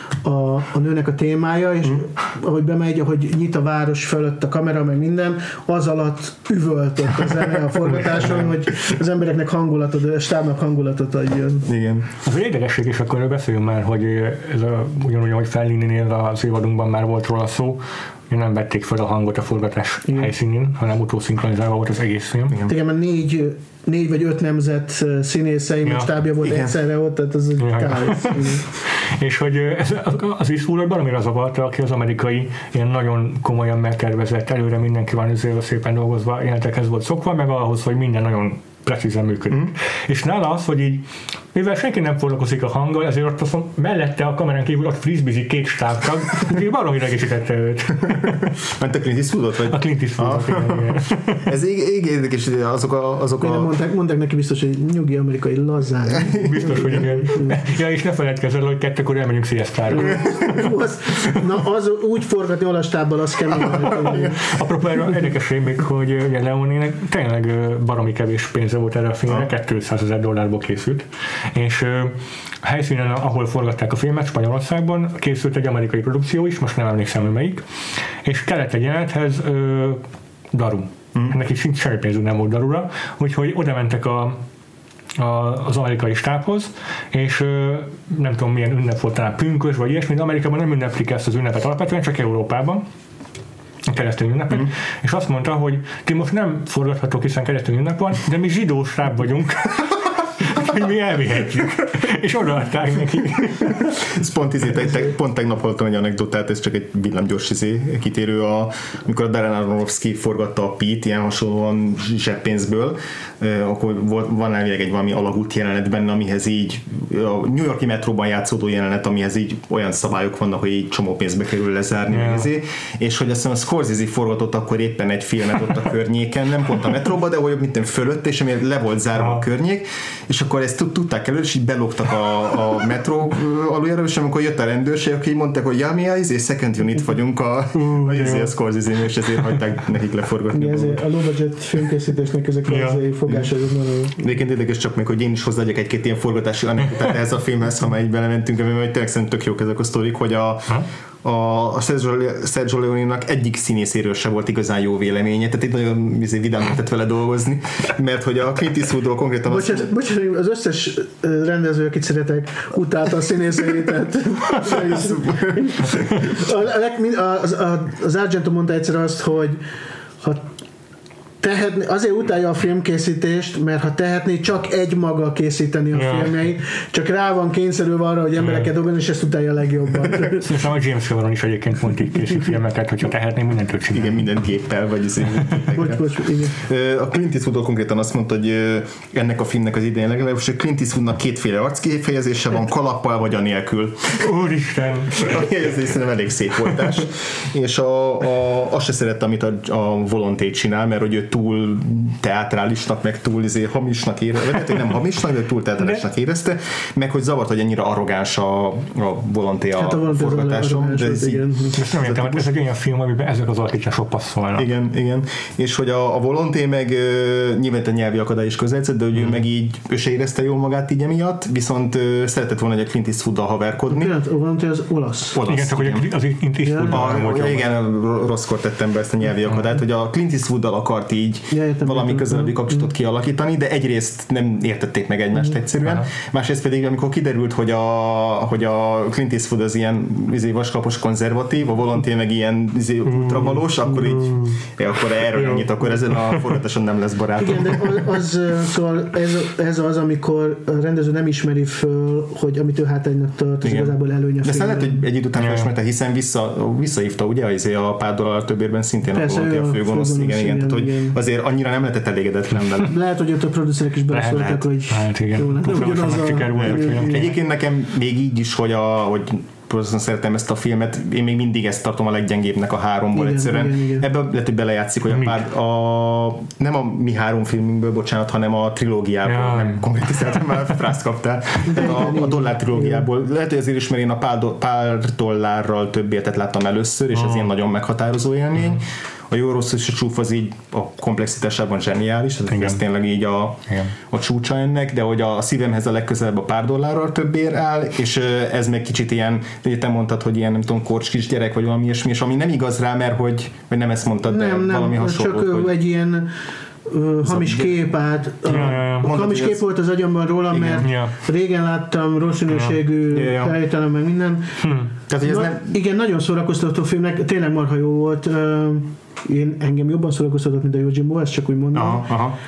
S3: a nőnek a témája, és ahogy bemegy, ahogy nyit a város fölött a kamera, meg minden, az alatt üvöltött a zene a forgatáson, hogy az embereknek hangulatot, a stábnak hangulatot adjon.
S1: Igen.
S2: Az érdekesség is, akkor beszéljünk már, hogy ez ugyanúgy, ahogy Fellininél az évadunkban már volt róla szó, nem vették fel a hangot a forgatás helyszínén, hanem utószinkronizálva volt az egész film.
S3: Igen, mert 4 vagy 5 nemzet színészei, meg stábja volt egyszerre ott, tehát az kávész.
S2: És hogy az Eastwoodot valamire zavarta, aki az amerikai ilyen nagyon komolyan megtervezett, előre mindenki van üzélve, szépen dolgozva, jelentekhez volt szokva, meg ahhoz, hogy minden nagyon precízen működik. És nála az, hogy így, mivel senki nem foglalkozik a hanggal, ezért ott azt mellette a kamerán kívül ott frisbeezik 2 stábtag, úgyhogy valami idegesítette őt.
S1: Mert a Clint Eastwoodot? Vagy?
S2: A Clint Eastwoodot, igen.
S1: Ez érdekes, azok
S3: mondták neki biztos, hogy nyugi amerikai lazán.
S2: Biztos, hogy igen. Ja, és ne feledkezz el, hogy 2-kor elmegyünk sziasztára.
S3: Na, az úgy forgatni olastábbal, az kemény.
S2: Apropó erről érdekesség még, hogy Leone-nek tényleg baromi kevés pénze volt erre a filmre, $200,000 készült. És a helyszínen, ahol forgatták a filmet, Spanyolországban, készült egy amerikai produkció is, most nem emlékszem, hogy melyik, és kellett egy jelenethez daru. Neki semmi pénzük nem volt darura, úgyhogy oda mentek az amerikai stábhoz, és nem tudom milyen ünnep volt, talán pünkös vagy ilyesmi, de Amerikában nem ünneplik ezt az ünnepet alapvetően, csak Európában. Keresztény ünnepet, és azt mondta, hogy ti most nem forgathatok, hiszen keresztény ünnep van, de mi zsidó stáb vagyunk. hogy mi elvihetjük. És odaadták neki.
S1: Ez pont tegnap hallottam egy anekdotát, ez csak egy villámgyors kitérő, amikor a Darren Aronofsky forgatta a Pete, ilyen hasonlóan zseppénzből, akkor van elvileg egy valami alagút jelenet benne, amihez így a New York-i metróban játszódó jelenet, amihez így olyan szabályok vannak, hogy így csomó pénzbe kerül lezárni, és hogy azt hiszem a Scorsese forgatott akkor éppen egy filmet ott a környéken, nem pont a metróban, de hogy minden fölött, és ami le volt zárva a környék, és akkor ezt tudták elő, és így belógtak a metró aluljára, és amikor jött a rendőrség, akkor így mondták, hogy ja, mi és second unit vagyunk a Scorsese-nél, és ezért hagyták nekik leforgatni.
S3: A low budget filmkészítésnek ezek az fogások.
S1: Egyébként érdekes csak még, hogy én is hozzáadjak egy-két ilyen forgatási anekdotát ehhez a filmhez, ha már így belementünk, mert tényleg szerintem tök jók ezek a sztorik, hogy a Sergio Leone-nak egyik színészéről se volt igazán jó véleménye, tehát itt nagyon vidám lehetett vele dolgozni, mert hogy a Clint Eastwoodról konkrétan...
S3: Bocsánat, az összes rendező, akit szeretek, utálta a színészeit, tehát az Argento mondta egyszer azt, hogy azért utálja a filmkészítést, mert ha tehetné, csak egy maga készíteni a filmjeit, csak rá van kényszerülve arra, hogy embereket dolgozni, és ezt utálja a legjobban.
S2: Szerintem a James Cameron is egyébként pont így készít filmeket, hogyha tehetné, mindent csinálni.
S1: Igen, minden géppel, vagy a Clint Eastwoodról konkrétan azt mondta, hogy ennek a filmnek az idején legalábbis, hogy Clint Eastwoodnak kétféle arckifejezése van, kalappal vagy anélkül.
S2: Úristen!
S1: Ez szerintem elég szép voltás. És azt se szerette, amit a Volonté csinál, mert hogy ő túl teátrálisnak, meg túl hamisnak érezte, vagy hogy nem hamisnak, de túl teátrálisnak érezte, meg hogy zavart, hogy ennyire arrogáns a Volonté a forgatáson.
S2: Ez nem értem, ez egy olyan film, amiben ezek az alakítások passzolnak.
S1: Igen. És hogy a Volonté meg nyilván a nyelvi akadály is közelített, de hogy ő meg így, ő se érezte jól magát így emiatt, viszont szeretett volna, hogy a Clint Eastwooddal haverkodni.
S3: A Volonté az olasz.
S2: Igen, csak hogy az Clint Eastwood.
S1: Igen, rosszkor tettem be ezt a nyelvi akadályt, hogy a Clint Eastwooddal akart így valami közelebbi kapcsolatot kialakítani, de egyrészt nem értették meg egymást egyszerűen, másrészt pedig amikor kiderült, hogy a Clint Eastwood az ilyen vaskalapos konzervatív, a Volonté meg ilyen ultravalós, akkor így akkor erről ennyit, akkor ezen a forgatáson nem lesz barátom.
S3: Igen, de szóval ez az, amikor a rendező nem ismeri föl, hogy amit ő hátánynak tart, az igazából előnye.
S1: De aztán lehet, hogy egy idő után felismerte, hiszen visszahívta ugye a Pár dollár többérben szintén a Volonté a főgonosz. Igen. Tehát, hogy azért annyira nem lehetett elégedetlen vele.
S3: Lehet, hogy ott a producerek is beleszóltak, hogy
S2: jó lenne.
S1: Egyébként nekem még így is, hogy szeretem ezt a filmet, én még mindig ezt tartom a leggyengébbnek a háromból egyszerűen. Ebben lehet, hogy belejátszik, hogy nem a mi három filmünkből, bocsánat, hanem a trilógiából, nem konkrétan szeretem, már frászt kaptál, a dollár trilógiából. Lehet, hogy azért is, mert én a pár dollárral több értet láttam először, és ez ilyen nagyon meghatározó élmény. A Jó, rossz és a csúf az így a komplexitásában zseniális, ez tényleg így a csúcsa ennek, de hogy a szívemhez a legközelebb a Pár dollárral többért áll, és ez meg kicsit ilyen, ugye te mondtad, hogy ilyen nem tudom, korcs kisgyerek, vagy valami ilyesmi, és ami nem igaz rá, mert hogy nem ezt mondtad, de valami hasonló.
S3: Csak hogy... egy ilyen hamis kép át. Hamis kép volt az agyamban róla, mert régen láttam rossz minőségű felvételen, meg minden. Igen, nagyon szórakoztató filmnek, tényleg marha jó volt. Engem jobban szórakoztatott, mint a Yojimbo, ezt csak úgy mondom.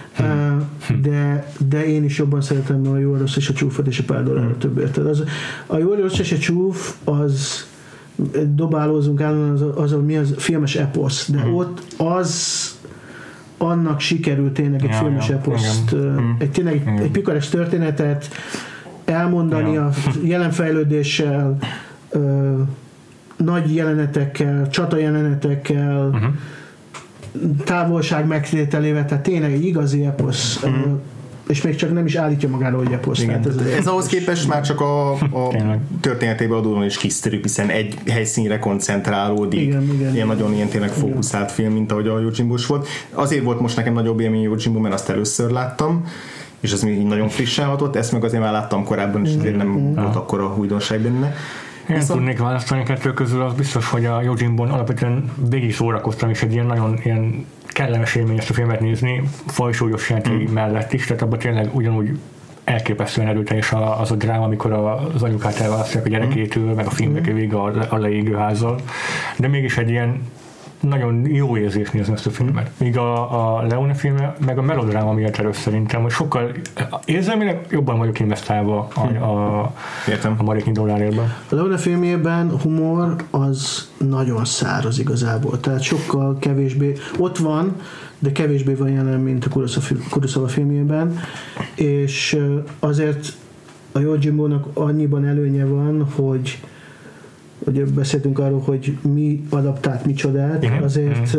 S3: De én is jobban szeretem a Jó, rossz és a csúfot és a Pár dollárra többért. A Jó, rossz és a csúf az dobálózunk állandóan az mi az filmes eposz, de ott annak sikerült tényleg egy filmes eposzt, egy pikares történetet elmondani a jelen fejlődéssel, nagy jelenetekkel, csata jelenetekkel, távolság megtételével, tehát tényleg egy igazi eposz. És még csak nem is állítja magára, hogy eposz.
S1: Ez ahhoz képest már csak a történetében adódóan is kiszterű, hiszen egy helyszínre koncentrálódik. Igen. Nagyon ilyen tényleg fókuszált film, mint ahogy a Yojimbo-s volt. Azért volt most nekem nagyobb élmény a Yojimbo, mert azt először láttam, és az még nagyon frissen hatott, ezt meg azért már láttam korábban, és azért nem volt akkora újdonság benne.
S2: Én tudnék választani kettő közül, az biztos, hogy a Yojimbo-n alapvetően végig szórakoztam, és egy ilyen nagyon ilyen kellemes élmény ezt a filmet nézni, fajsúlyos jelentei mellett is, tehát abban tényleg ugyanúgy elképesztően erőteljes az a dráma, amikor az anyukát elválasztják a gyerekétől, meg a filmnek végig a leégő házzal, de mégis egy ilyen nagyon jó érzés nézni ezt a filmet. Míg a Leone filme, meg a melodráma miatt előtt szerintem, hogy sokkal érzelmileg jobban vagyok investálva a maréknyi dollárérben.
S3: A Leone filmjében humor az nagyon száraz igazából, tehát sokkal kevésbé, ott van, de kevésbé van jelen, mint a Kurosawa filmjében, és azért a Yojimbo-nak annyiban előnye van, hogy beszéltünk arról, hogy mi adaptált micsodát, azért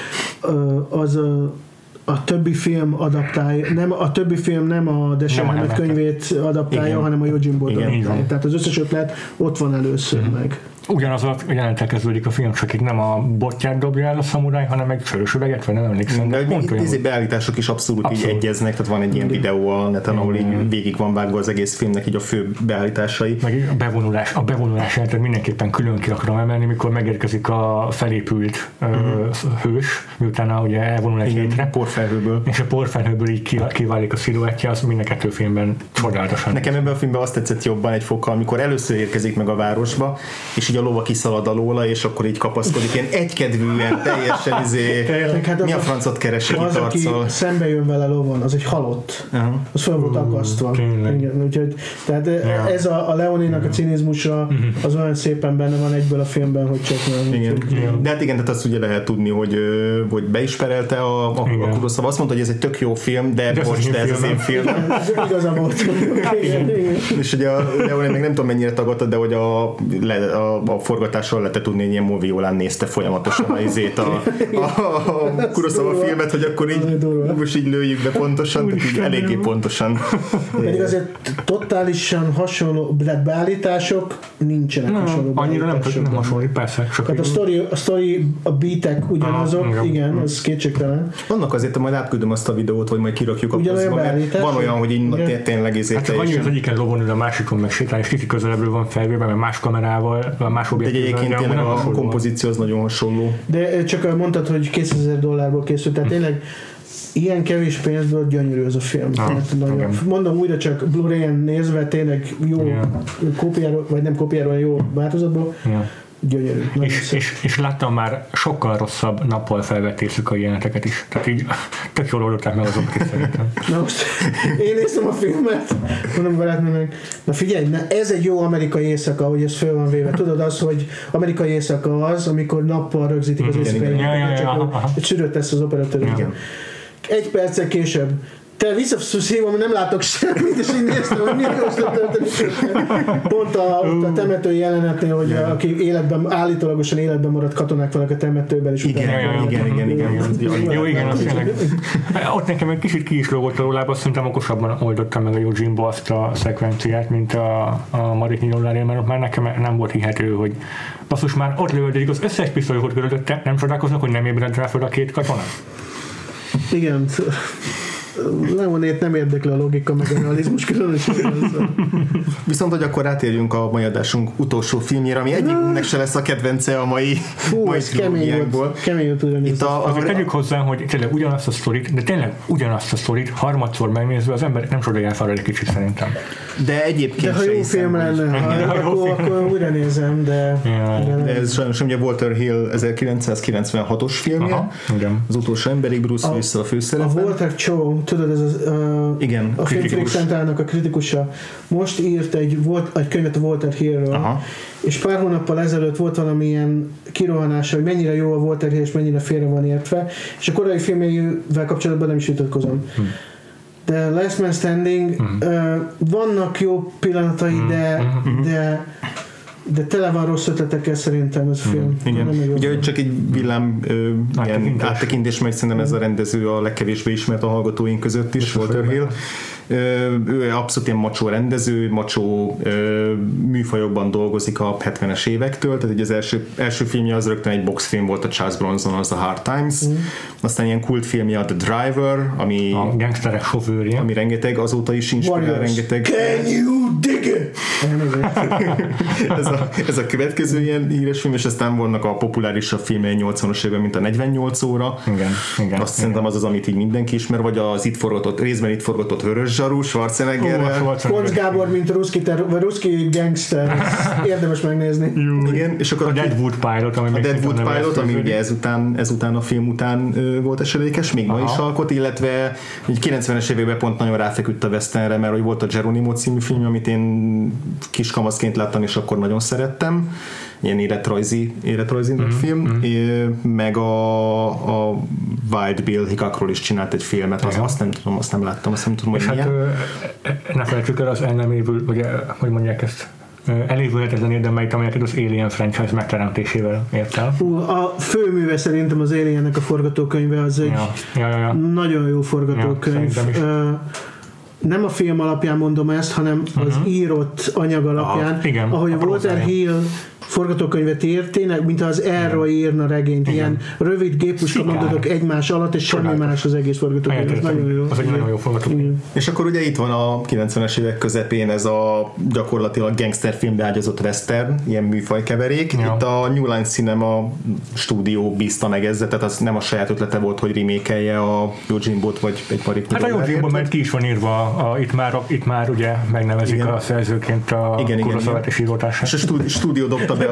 S3: az a többi film adaptálja, a többi film nem a Desert könyvét adaptálja, hanem a Yojimbo-t adaptálja. Tehát az összes ötlet ott van először meg.
S2: Ugyanaz a jelenettel kezdődik a film, csak itt nem a botját dobja el a szamuráj, hanem egy sörös üveget, vagy nem emlékszem.
S1: De itt beállítások is abszolút így egyeznek, tehát van egy ilyen videó a neten, ahol így végig van vágva az egész filmnek így a fő beállításai.
S2: Meg a bevonulás jelentet mindenképpen külön ki akarom emelni, mikor megérkezik a felépült hős, miután ugye elvonul egy hétre.
S1: Porfelhőből.
S2: És a porfelhőből így kiválik a sziluettje, az mind a kettő filmben csodálatosan.
S1: Nekem ebben a filmben azt tetszett jobban egy fokkal, amikor először érkezik meg a városba, és így a lova kiszalad alóla, és akkor így kapaszkodik, ilyen egykedvűen, teljesen mi a francot keresik itt arccal.
S3: Az, aki szembe jön vele lovon, az egy halott. Az fel volt akasztva. Igen, úgyhogy, tehát ez a Leonénak a cinizmusa az olyan szépen benne van egyből a filmben, hogy csak nem.
S1: Igen. De hát igen, tehát azt ugye lehet tudni, hogy beismerelte a Kurosawa. Azt mondta, hogy ez egy tök jó film, de bocs, de ez az én film.
S3: Igaza volt.
S1: És ugye a Leoné meg nem tudom mennyire tagadta, de hogy a forgatással lehetett tudni, hogy ilyen moviolán nézte folyamatosan a Kurosawa filmet, hogy akkor így most így lőjük be pontosan, tehát így eléggé pontosan.
S3: Pedig azért totálisan hasonló beállítások nincsenek hasonló
S2: annyira nem hasonlít, persze.
S3: Tehát a sztori, a beatek ugyanazok, igen, az kétségtelen.
S1: Vannak azért, majd átküldöm azt a videót, vagy majd kirakjuk a posztba, van olyan, hogy így tényleg
S2: hát csak annyi, az egyiken lovon ül, a másikon meg sétál, és kicsit közelebbről van felvéve, mert más kamerával, más objektíven.
S1: De egyébként tényleg a kompozíció az nagyon hasonló.
S3: De csak mondtad, hogy $200,000 készült, tehát tényleg ilyen kevés pénzből gyönyörű ez a film. Mondom újra, csak Blu-ray-en nézve tényleg jó kópiáról, vagy nem kópiáról, jó változatból. Gyönyörű.
S2: És láttam már sokkal rosszabb nappal felvettésük a jeleneteket is. Tehát így tök jól oldották meg azokat is szerintem.
S3: Na most én néztem a filmet, mondom barátnőnek, na figyelj, ez egy jó amerikai éjszaka, hogy ez föl van véve. Tudod azt, hogy amerikai éjszaka az, amikor nappal rögzítik az éjszakai jeleneteket, csak sűrűt tesz az operatőr. Egy perccel később te visszaszívom, nem látok semmit, és így néztem, hogy milyen jóslat történik. Pont a temetői jelenetnél, hogy aki állítólagosan életben maradt katonák vannak a temetőben, és
S1: igen.
S2: Jó, igen, azt tényleg. Ott nekem egy kicsit ki is lógott a rólába, szerintem okosabban oldottam meg a Yojimbo azt a szekvenciát, mint a maréknyi dollárért, mert ott már nekem nem volt hihető, hogy basszus már ott lövöldödik az összes pisztolyot körülötte, nem csodálkoznak, hogy nem ébredt rá föl a két katona?
S3: Igen. Leonét nem érdekli a logika, meg a realizmus különösen.
S1: Viszont, hogy akkor rátérjünk a mai adásunk utolsó filmjére, ami egyiknek se lesz a kedvence a mai trilógiákból.
S3: Kemény volt ugyanis.
S2: Azért tegyük hozzá, hogy tényleg ugyanazt a sztorit harmadszor megnézve az ember nem csodálja fel egy kicsit szerintem.
S1: De egyébként
S3: de ha jó film lenne, akkor újra nézem, de
S1: ez sajnos ugye Walter Hill 1996-os filmje, az utolsó emberig Bruce Willis a főszerepben.
S3: A Walter Chow, tudod, ez a Filmfreak Centernek a kritikusa, most írt egy könyvet a Walter Hillről, és pár hónappal ezelőtt volt valamilyen kirohanása, hogy mennyire jó a Walter Hill, és mennyire félre van értve, és a korai filmjével kapcsolatban nem is vitatkozom. De Last Man Standing vannak jó pillanatai, de tele van rossz ötletekkel szerintem ez a film.
S1: Igen. Ugye csak egy villám ilyen áttekintés, meg szerintem ez a rendező a legkevésbé ismert a hallgatóink között is, Walter Hill. Ő abszolút ilyen macsó rendező, macsó műfajokban dolgozik a 70-es évektől, tehát ugye az első filmje az rögtön egy boxfilm volt, a Charles Bronson, az a Hard Times, aztán ilyen kultfilmje a The Driver, ami
S2: a gangsterek sofőrje,
S1: ami rengeteg, azóta is inspirál rengeteg.
S3: Can you dig it?
S1: ez a következő ilyen híres film, és aztán vannak a populárisabb filmje 80-as évben, mint a 48 óra.
S2: Igen.
S1: Azt szerintem az, amit így mindenki ismer, vagy az részben itt forgatott Vörös zsarú Schwarzeneggerrel.
S3: Koncz Gábor, mint ruszki gangster, érdemes megnézni.
S2: Igen, és akkor a Deadwood Pilot,
S1: ami ugye ezután a film után volt esedékes, még ma is alkot, illetve 90-es években pont nagyon ráfeküdt a westernre, mert hogy volt a Geronimo című film, amit én kiskamaszként láttam, és akkor nagyon szerettem. Ilyen életrajzi film, meg a Wild Bill Hickokról is csinált egy filmet, azt nem láttam, hogy
S2: és
S1: milyen.
S2: Hát ne felejtsük el az el nem évül, ugye, hogy mondják ezt, elévülhetetlen érdemeit, amelyeket az Alien franchise megteremtésével ért el.
S3: A főműve szerintem az Aliennek a forgatókönyve, az egy nagyon jó forgatókönyv. Nem a film alapján mondom ezt, hanem az írott anyag alapján, ahogy a Walter Hill forgatókönyvet írt, tényleg, mintha az erről írna regényt, ilyen rövid géppuska mondatok egymás alatt, és semmi más az egész forgatókönyv. Ez nagyon jó.
S2: Az egy nagyon jó forgatókönyv.
S1: És akkor ugye itt van a 90-es évek közepén ez a gyakorlatilag gangsterfilmbe ágyazott western, ilyen műfajkeverék. Ja. Itt a New Line Cinema stúdió bízta meg ezzel, tehát az nem a saját ötlete volt, hogy remake-elje a Yojimbo-t vagy egy Parik.
S2: Hát a Yojimbo, mert ki is van írva, itt már ugye megnevezik a szerzőként a Kurosawát és írótársát.
S1: És a stúdió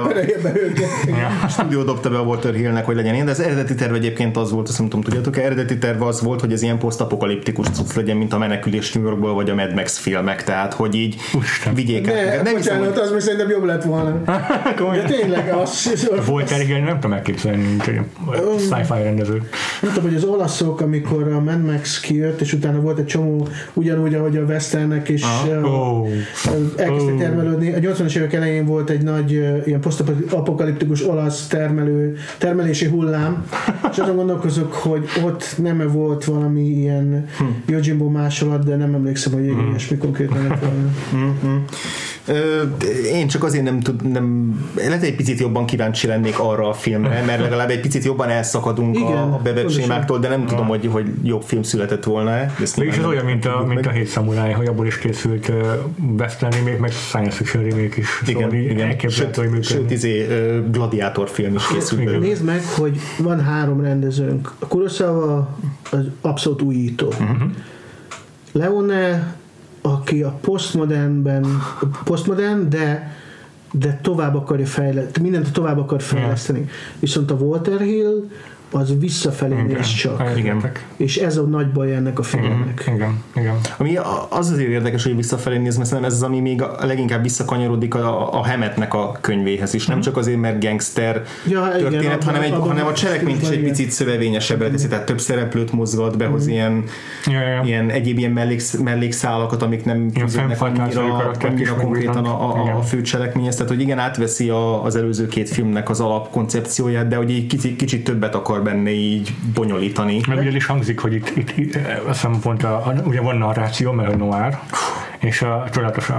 S1: dobta be a Walter Hillnek, hogy legyen ilyen, de az eredeti terv egyébként az volt, azt nem tudom, tudjátok, eredeti terv az volt, hogy ez ilyen posztapokaliptikus cucc legyen, mint a Menekülés New Yorkból, vagy a Mad Max filmek, tehát, hogy így vigyék át.
S3: Nem hiszem, hogy az még szerintem jobb lett volna. De tényleg az...
S2: Walter Hill nem tudom elképzelni, mint egy sci-fi rendező.
S3: Nem tudom, hogy az olaszok, amikor a Mad Max kijött, és utána volt egy csomó ugyanúgy, ahogy a westernnek is elkezdtek termelődni. A 80-as évek elején volt egy nagy ilyen posztapokaliptikus olasz termelési hullám, és azon gondolkozok, hogy ott nem volt valami ilyen Yojimbo másolat, de nem emlékszem, hogy ilyesmi konkrétan lett volna.
S1: Én csak azért lehet egy picit jobban kíváncsi lennék arra a filmre, mert legalább egy picit jobban elszakadunk a bevett sémáktól, de nem tudom, hogy jobb film született volna-e.
S2: Mégis ez olyan, mint a 7 Samurai, hogy abból is készült western remake, meg science fiction remake is.
S1: Igen. Sőt, Gladiátor film is készült.
S3: Nézd meg, hogy van 3 rendezőnk. A Kurosawa az abszolút újító. Leone, aki a postmodern, de tovább akarja fejleszteni, mindent tovább akar fejleszteni. Viszont a Walter Hill az visszafelé néz csak. És ez a nagy baj ennek a filmnek.
S2: Igen.
S1: Ami az azért érdekes, hogy visszafelé néz, mert szerintem ez az, ami még a leginkább visszakanyarodik a Hammettnek a könyvéhez is. Nem csak azért, mert gangster történet, hanem a cselekményt is egy picit szövevényesebbre teszi, tehát több szereplőt mozgat, behoz ilyen egyéb ilyen mellékszálakat, amik nem fűződnek annyira konkrétan a fő cselekményhez. Tehát, hogy igen, átveszi az előző 2 filmnek az alapkoncepcióját, de hogy egy kicsit többet akar benne így bonyolítani.
S2: Meg ugye is hangzik, hogy itt azt hiszem pont ugye van narráció, mert a noir, és a csodálatosan.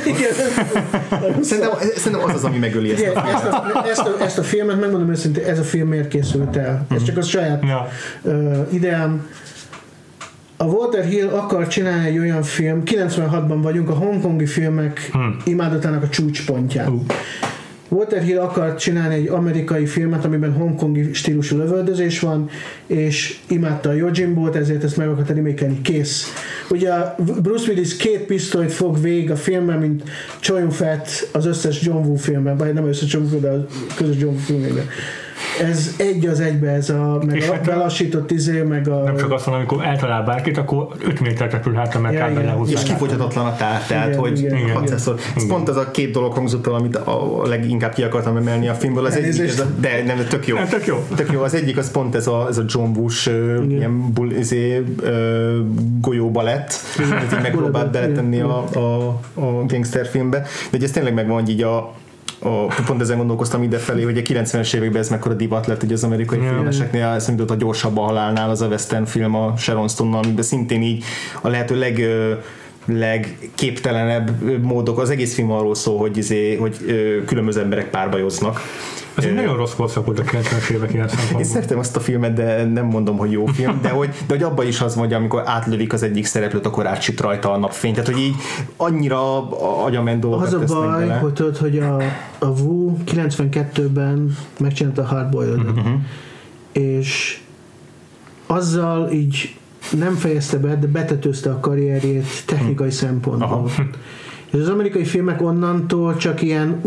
S1: Szerintem az, ami megöli
S3: ezt a filmet, megmondom őszintén, ez a film miért készült el. Ez csak a saját ideám. A Walter Hill akar csinálni egy olyan film, 96-ban vagyunk, a hongkongi filmek imádatának a csúcspontján. Walter Hill akart csinálni egy amerikai filmet, amiben hongkongi stílusú lövöldözés van, és imádta a Yojimbo-t, ezért ezt meg akarta remake-elni. Kész. Ugye Bruce Willis 2 pisztolyt fog végig a filmben, mint Chow Yun-fat az összes John Woo filmben, vagy nem összes John Woo, de a közös John Woo filmben. Ez egy az egybe, ez a belassított meg a...
S2: Nem csak azt mondom, amikor eltalál bárkit, akkor 5 métert repül hátra, mert kb. Lehúzzák.
S1: És kifogyhatatlan a tár, tehát hogy 600-szor. Ez pont az a 2 dolog hangzott el, amit a leginkább ki akartam emelni a filmből. Az egyik, de tök jó. Tök jó. Az egyik az pont ez a John Woo-s ilyen golyóbalett, amit így megpróbált beletenni a gangster filmbe. De ez tényleg megvan, hogy így pont ezen gondolkoztam idefelé, hogy a 90-es években ez mekkora divat lett, hogy az amerikai filmeseknél, szerintem a Gyorsabb a halálnál az a western film a Sharon Stone-nal, amiben szintén így a lehető legképtelenebb módok, az egész film arról szól, hogy különböző emberek párbajoznak.
S2: Ez egy nagyon rossz korszak volt a 90-es évek ilyen szempontból.
S1: Én szeretem azt a filmet, de nem mondom, hogy jó film, de hogy abban is az van, hogy amikor átlövik az egyik szereplőt, akkor átsüt rajta a napfény. Tehát, hogy így annyira agyament dolgokat
S3: tesznek bele. Az a baj, hogy tudod, hogy a Wu 92-ben megcsinálta a Hard Boiled-et. És azzal így nem fejezte be, de betetőzte a karrierjét technikai szempontból. És az amerikai filmek onnantól csak ilyen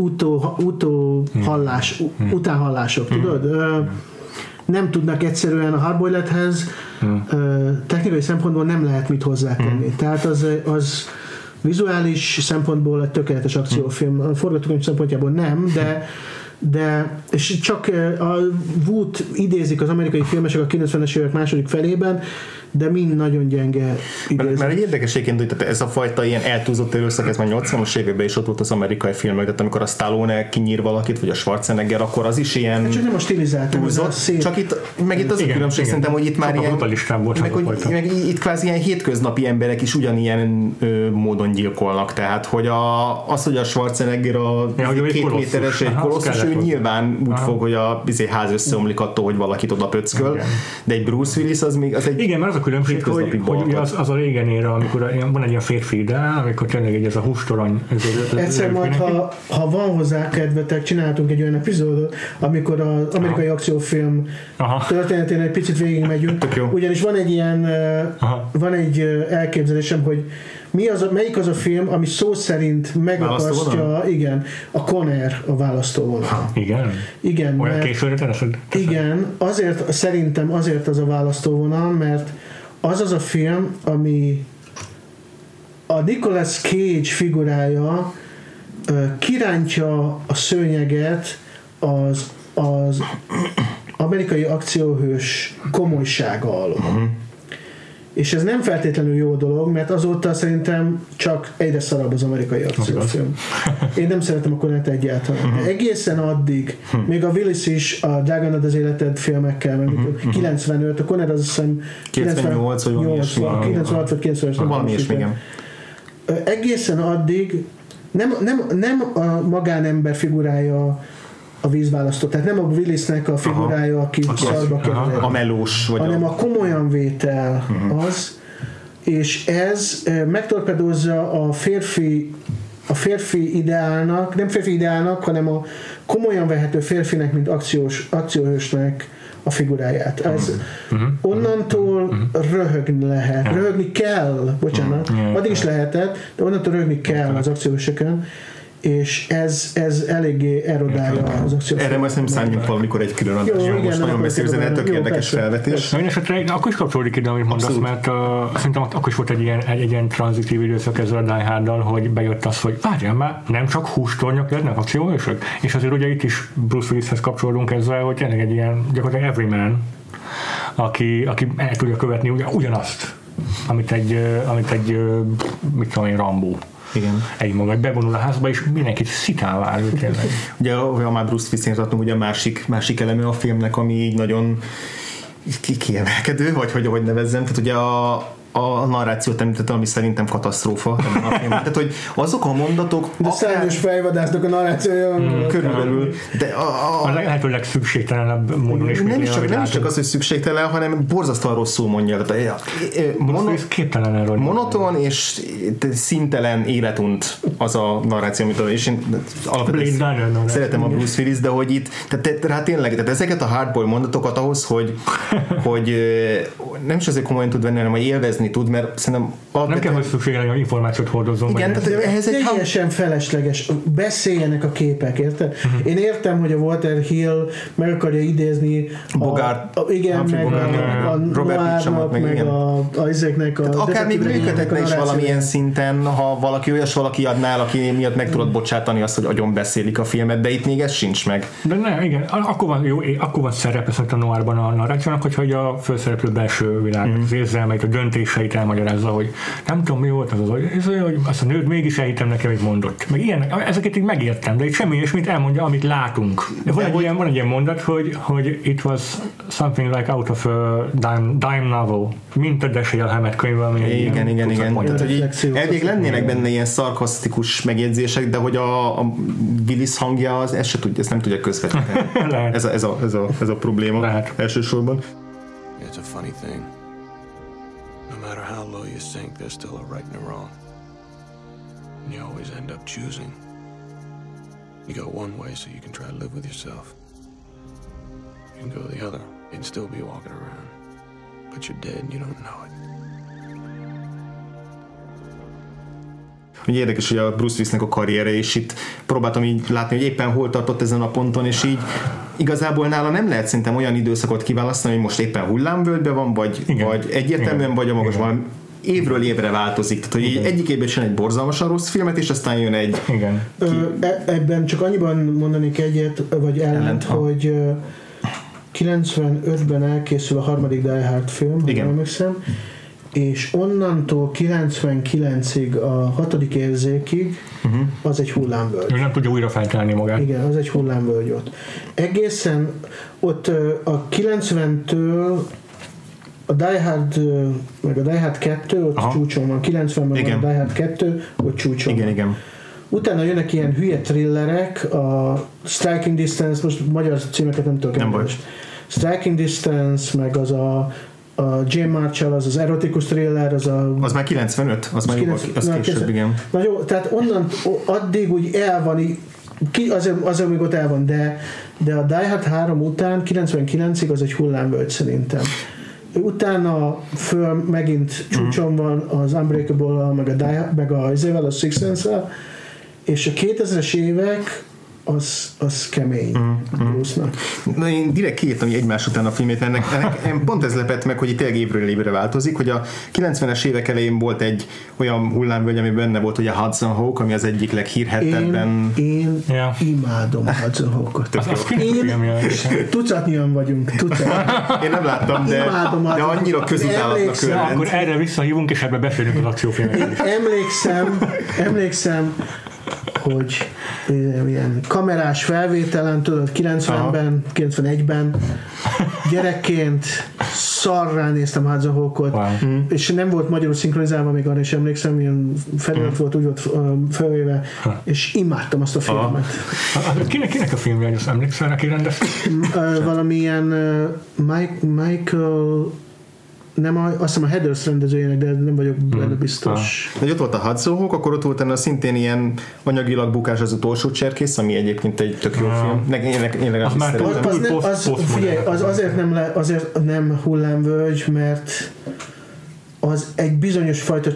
S3: utánhallások, tudod? Nem tudnak egyszerűen a hardboiledhez technikai szempontból nem lehet mit hozzátenni. Tehát az vizuális szempontból egy tökéletes akciófilm, a forgatókönyv szempontjából nem, de és csak a Wood idézik az amerikai filmesek a 90-es évek második felében, de mind nagyon gyenge idézik.
S1: Mert egy érdekességként, hogy ez a fajta ilyen eltúzott erőszak, ez már 80-as években is ott volt az amerikai filmek, tehát amikor a Stallone kinyír valakit, vagy a Schwarzenegger, akkor az is ilyen
S3: hát csak nem a stilizált,
S1: csak itt az a különbség szerintem, hogy itt már ilyen meg itt kvázi ilyen hétköznapi emberek is ugyanilyen módon gyilkolnak, tehát hogy hogy a Schwarzenegger a 2 méteres egy kolosszus, ő nyilván úgy fog, hogy a ház összeomlik attól, hogy valakit oda pöcköl, de egy Bruce Willis az még az egy
S2: igen, mert az a különbség, hogy az a régen éra, amikor van egy ilyen férfi ideál, amikor tényleg ez a hústorony.
S3: Egyszer majd, ha van hozzá kedvetek, csináltunk egy olyan epizódot, amikor az amerikai akciófilm történetén egy picit végigmegyünk, ugyanis van egy ilyen van egy elképzelésem, hogy melyik az a film, ami szó szerint megakasztja, igen, a Conner a választóvonal. Igen,
S2: olyan későre teszed?
S3: Igen, szerintem azért az a választóvonal, mert az a film, ami a Nicolas Cage figurája kirántja a szőnyeget az amerikai akcióhős komolysága alól. És ez nem feltétlenül jó dolog, mert azóta szerintem csak egyre szarabb az amerikai akciófilm. Én nem szeretem a Conert egyáltalán. De egészen addig, még a Willis is a Dráganad az életed filmekkel, mert 95, a Conner az azt hiszem
S1: 98 vagy
S3: 96 vagy 95,
S1: valami is, igen.
S3: Egészen addig nem a magánember figurája a vízválasztó, tehát nem a Willisnek a figurája, aki szarba kerül,
S1: a melós, vagy
S3: hanem a komolyan vétel az, és ez megtorpedózza a férfi ideálnak, nem férfi ideálnak, hanem a komolyan vehető férfinek, mint akcióhősnek a figuráját. Ez onnantól röhögni kell, bocsánat, addig is lehetett, de onnantól röhögni kell az akcióhősökön, és ez eléggé erodálja az akciót.
S1: Erre majd nem szálljunk valamikor egy külön adásra. Most nagyon messzire, ez egy tök érdekes felvetés.
S2: Esetre akkor is kapcsolódik ide, amit mondasz, mert szerintem akkor is volt egy ilyen tranzitív időszak ezzel a Die Harddal, hogy bejött az, hogy várjál már, nem csak hústornyok lehetnek akcióhősök? És azért ugye itt is Bruce Willishez kapcsolódunk ezzel, hogy tényleg egy ilyen gyakorlatilag everyman, aki el tudja követni ugyanazt, amit egy mit tudom én, Rambo.
S1: Igen.
S2: Egy maga, bevonul a házba, és mindenkit szitál vár, tényleg.
S1: Ugye, ha már Bruce Willis-nél tartunk, ugye a másik eleme a filmnek, ami így nagyon kiemelkedő, vagy hogy nevezzem, tehát ugye a narrációt említette, ami szerintem katasztrófa. Tehát, hogy azok a mondatok...
S3: De szárnyos fejvadásznak a narrációja...
S1: Körülbelül.
S2: De a lehetőleg szükségtelenebb módon is.
S1: Nem is csak az, hogy szükségtelen, hanem borzasztóan rosszul mondja. Monoton és szintelen életunt az a narráció, amit és én alapvetően szeretem a Bruce Willis, de hogy itt, tehát tényleg, tehát ezeket a hardboy mondatokat ahhoz, hogy nem is azért komolyan tud venni, hanem hogy élvezni tud, mert szerintem
S2: nem kell, hogy szükségelen, hogy információt hordozzon.
S3: Igen, tehát ehhez egy teljesen felesleges. Beszéljenek a képek, érted? Én értem, hogy a Walter Hill meg akarja idézni
S1: Bogart,
S3: igen, meg a Noirnak, meg ezeknek a
S1: akár még működhetne is valamilyen szinten, ha valaki olyas valaki adnál, aki miatt meg tudod bocsátani azt, hogy agyon beszélik a filmet, de itt még ez sincs meg.
S2: De nem, igen, akkor van szerepe szerintem a Noirban a narrációnak, hogyha a főszereplő belső világ, az érzelmeit, a döntéseit elmagyarázza, hogy nem tudom, mi volt az, hogy azt a nőt mégis elhittem nekem, hogy mondott. Meg ilyen, ezeket így megértem, de itt semmi ilyesmit elmondja, amit látunk. Van egy ilyen mondat, hogy it was something like out of a dime novel, mint a Dashiell Hammett könyve, ami
S1: igen. Tehát, hogy elvég lennének benne ilyen szarkasztikus megjegyzések, de hogy a Willis hangja ezt nem tudja közvetíteni. ez a probléma elsősorban.
S4: It's a funny thing. No matter how low you sink, there's still a right and a wrong. And you always end up choosing. You go one way so you can try to live with yourself. You can go the other and still be walking around. But you're dead and you don't know it.
S1: Hogy érdekes, hogy a Bruce Willisnek a karriere, és itt próbáltam így látni, hogy éppen hol tartott ezen a ponton, és így igazából nála nem lehet szerintem olyan időszakot kiválasztani, hogy most éppen hullámvölgyben van, vagy egyértelműen vagy a magasban. Évről évre változik. Tehát, hogy egyik évben csinál egy borzalmasan rossz filmet, és aztán jön egy...
S2: Igen.
S3: Ebben csak annyiban mondanék egyet, vagy ellent, hogy 95-ben elkészül a harmadik Die Hard film, ha emlékszem, és onnantól 99-ig a hatodik érzékig az egy hullámvölgy.
S2: Ő nem tudja újra felkelni magát.
S3: Igen, az egy hullámvölgy ott. Egészen ott a 90-től a Die Hard, meg a Die Hard 2 ott csúcson van, 90-ben van a Die Hard 2, ott csúcson van.
S1: Igen.
S3: Utána jönnek ilyen hülye thrillerek, a Striking Distance, most magyar címeket nem tudok említeni. Striking Distance, meg az a Jane Marshall, az erotikus thriller,
S1: az már 95? Az már később, igen.
S3: Na jó, tehát onnan addig úgy el van, azért még ott el van, de a Die Hard 3 után 99-ig az egy hullámvölgy szerintem. Utána föl megint csúcson van az Unbreakable-al, meg a Sixth Sense-el, és a 2000-es évek az kemény Bruce-nak.
S1: Na, én direkt kiírtam egymás után a filmét, ennek pont ez lepett meg, hogy itt tényleg évről évre változik, hogy a 90-es évek elején volt egy olyan hullámvölgy, ami benne volt, hogy a Hudson Hawk, ami az egyik leghírhettebben.
S3: Én imádom a Hudson Hawkot. Tucatnyian vagyunk.
S1: Én nem láttam, de annyira közutálatnak örvend.
S2: Akkor erre visszahívunk, és ebbe beszélünk az akciófilmekről.
S3: Emlékszem, hogy ilyen kamerás felvételen, tudod, 90-ben, 91-ben gyerekként szarrá néztem Hudson Hawkot, és nem volt magyarul szinkronizálva, még arra is emlékszem, ilyen felirat volt, úgy volt felvéve, és imádtam azt a filmet.
S2: Kinek a filmje, hogy azt emlékszel, aki rendezte?
S3: Valamilyen Michael... azt hiszem a Heathers rendezőjének, de nem vagyok benne biztos.
S1: De ott volt a Hudson Hawk, akkor ott volt szintén ilyen anyagilag bukás az utolsó cserkész, ami egyébként egy tök jó film. Én legalábbis
S3: szeretem. Azért nem hullámvölgy, mert az egy bizonyos fajta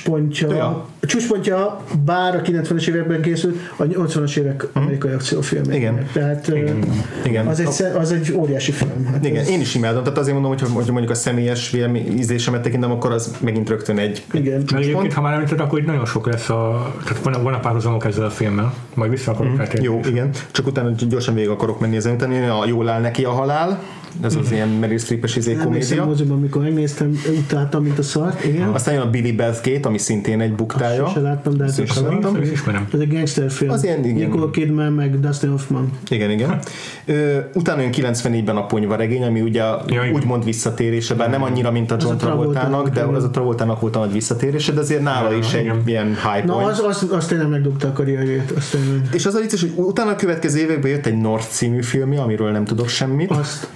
S3: csúcspontja, bár a 90-es években készült, a 80-as évek amerikai akciófilm.
S1: Igen.
S3: Tehát
S1: igen.
S3: Az egy óriási film. Hát
S1: igen, én is imádom, tehát azért mondom, hogy mondjuk a személyes ízlésemet tekintem, akkor az megint rögtön egy
S2: csúcspont. Ha már említed, akkor itt nagyon sok lesz tehát van a párhuzamok ezzel a filmmel, majd vissza akarok rátérni.
S1: Jó, igen. Csak utána gyorsan végig akarok menni ezen utáni, jól áll neki a halál. Ez az ilyen Meryl Streep-es komédia.
S3: Moziban, amikor megnéztem, utáltam, mint a szart. Igen.
S1: Aztán jön a Billy Bathgate, ami szintén egy buktája.
S3: Azt láttam, de
S1: ezt
S3: ez egy gangster film.
S1: Az ilyen, igen.
S3: Nicole Kidman, meg Dustin Hoffman.
S1: Igen. Utána jön 94-ben a Ponyvaregény, ami ugye úgymond visszatérése, bár nem annyira, mint a John Travoltának, de az a Travoltának volt a nagy visszatérése, de azért nála is egy ilyen high point.
S3: Na, azt tényleg megdugta a karrierjét.
S1: És az a vicces, hogy utána a következő években jött egy North című filmje, amiről nem tudok semmit.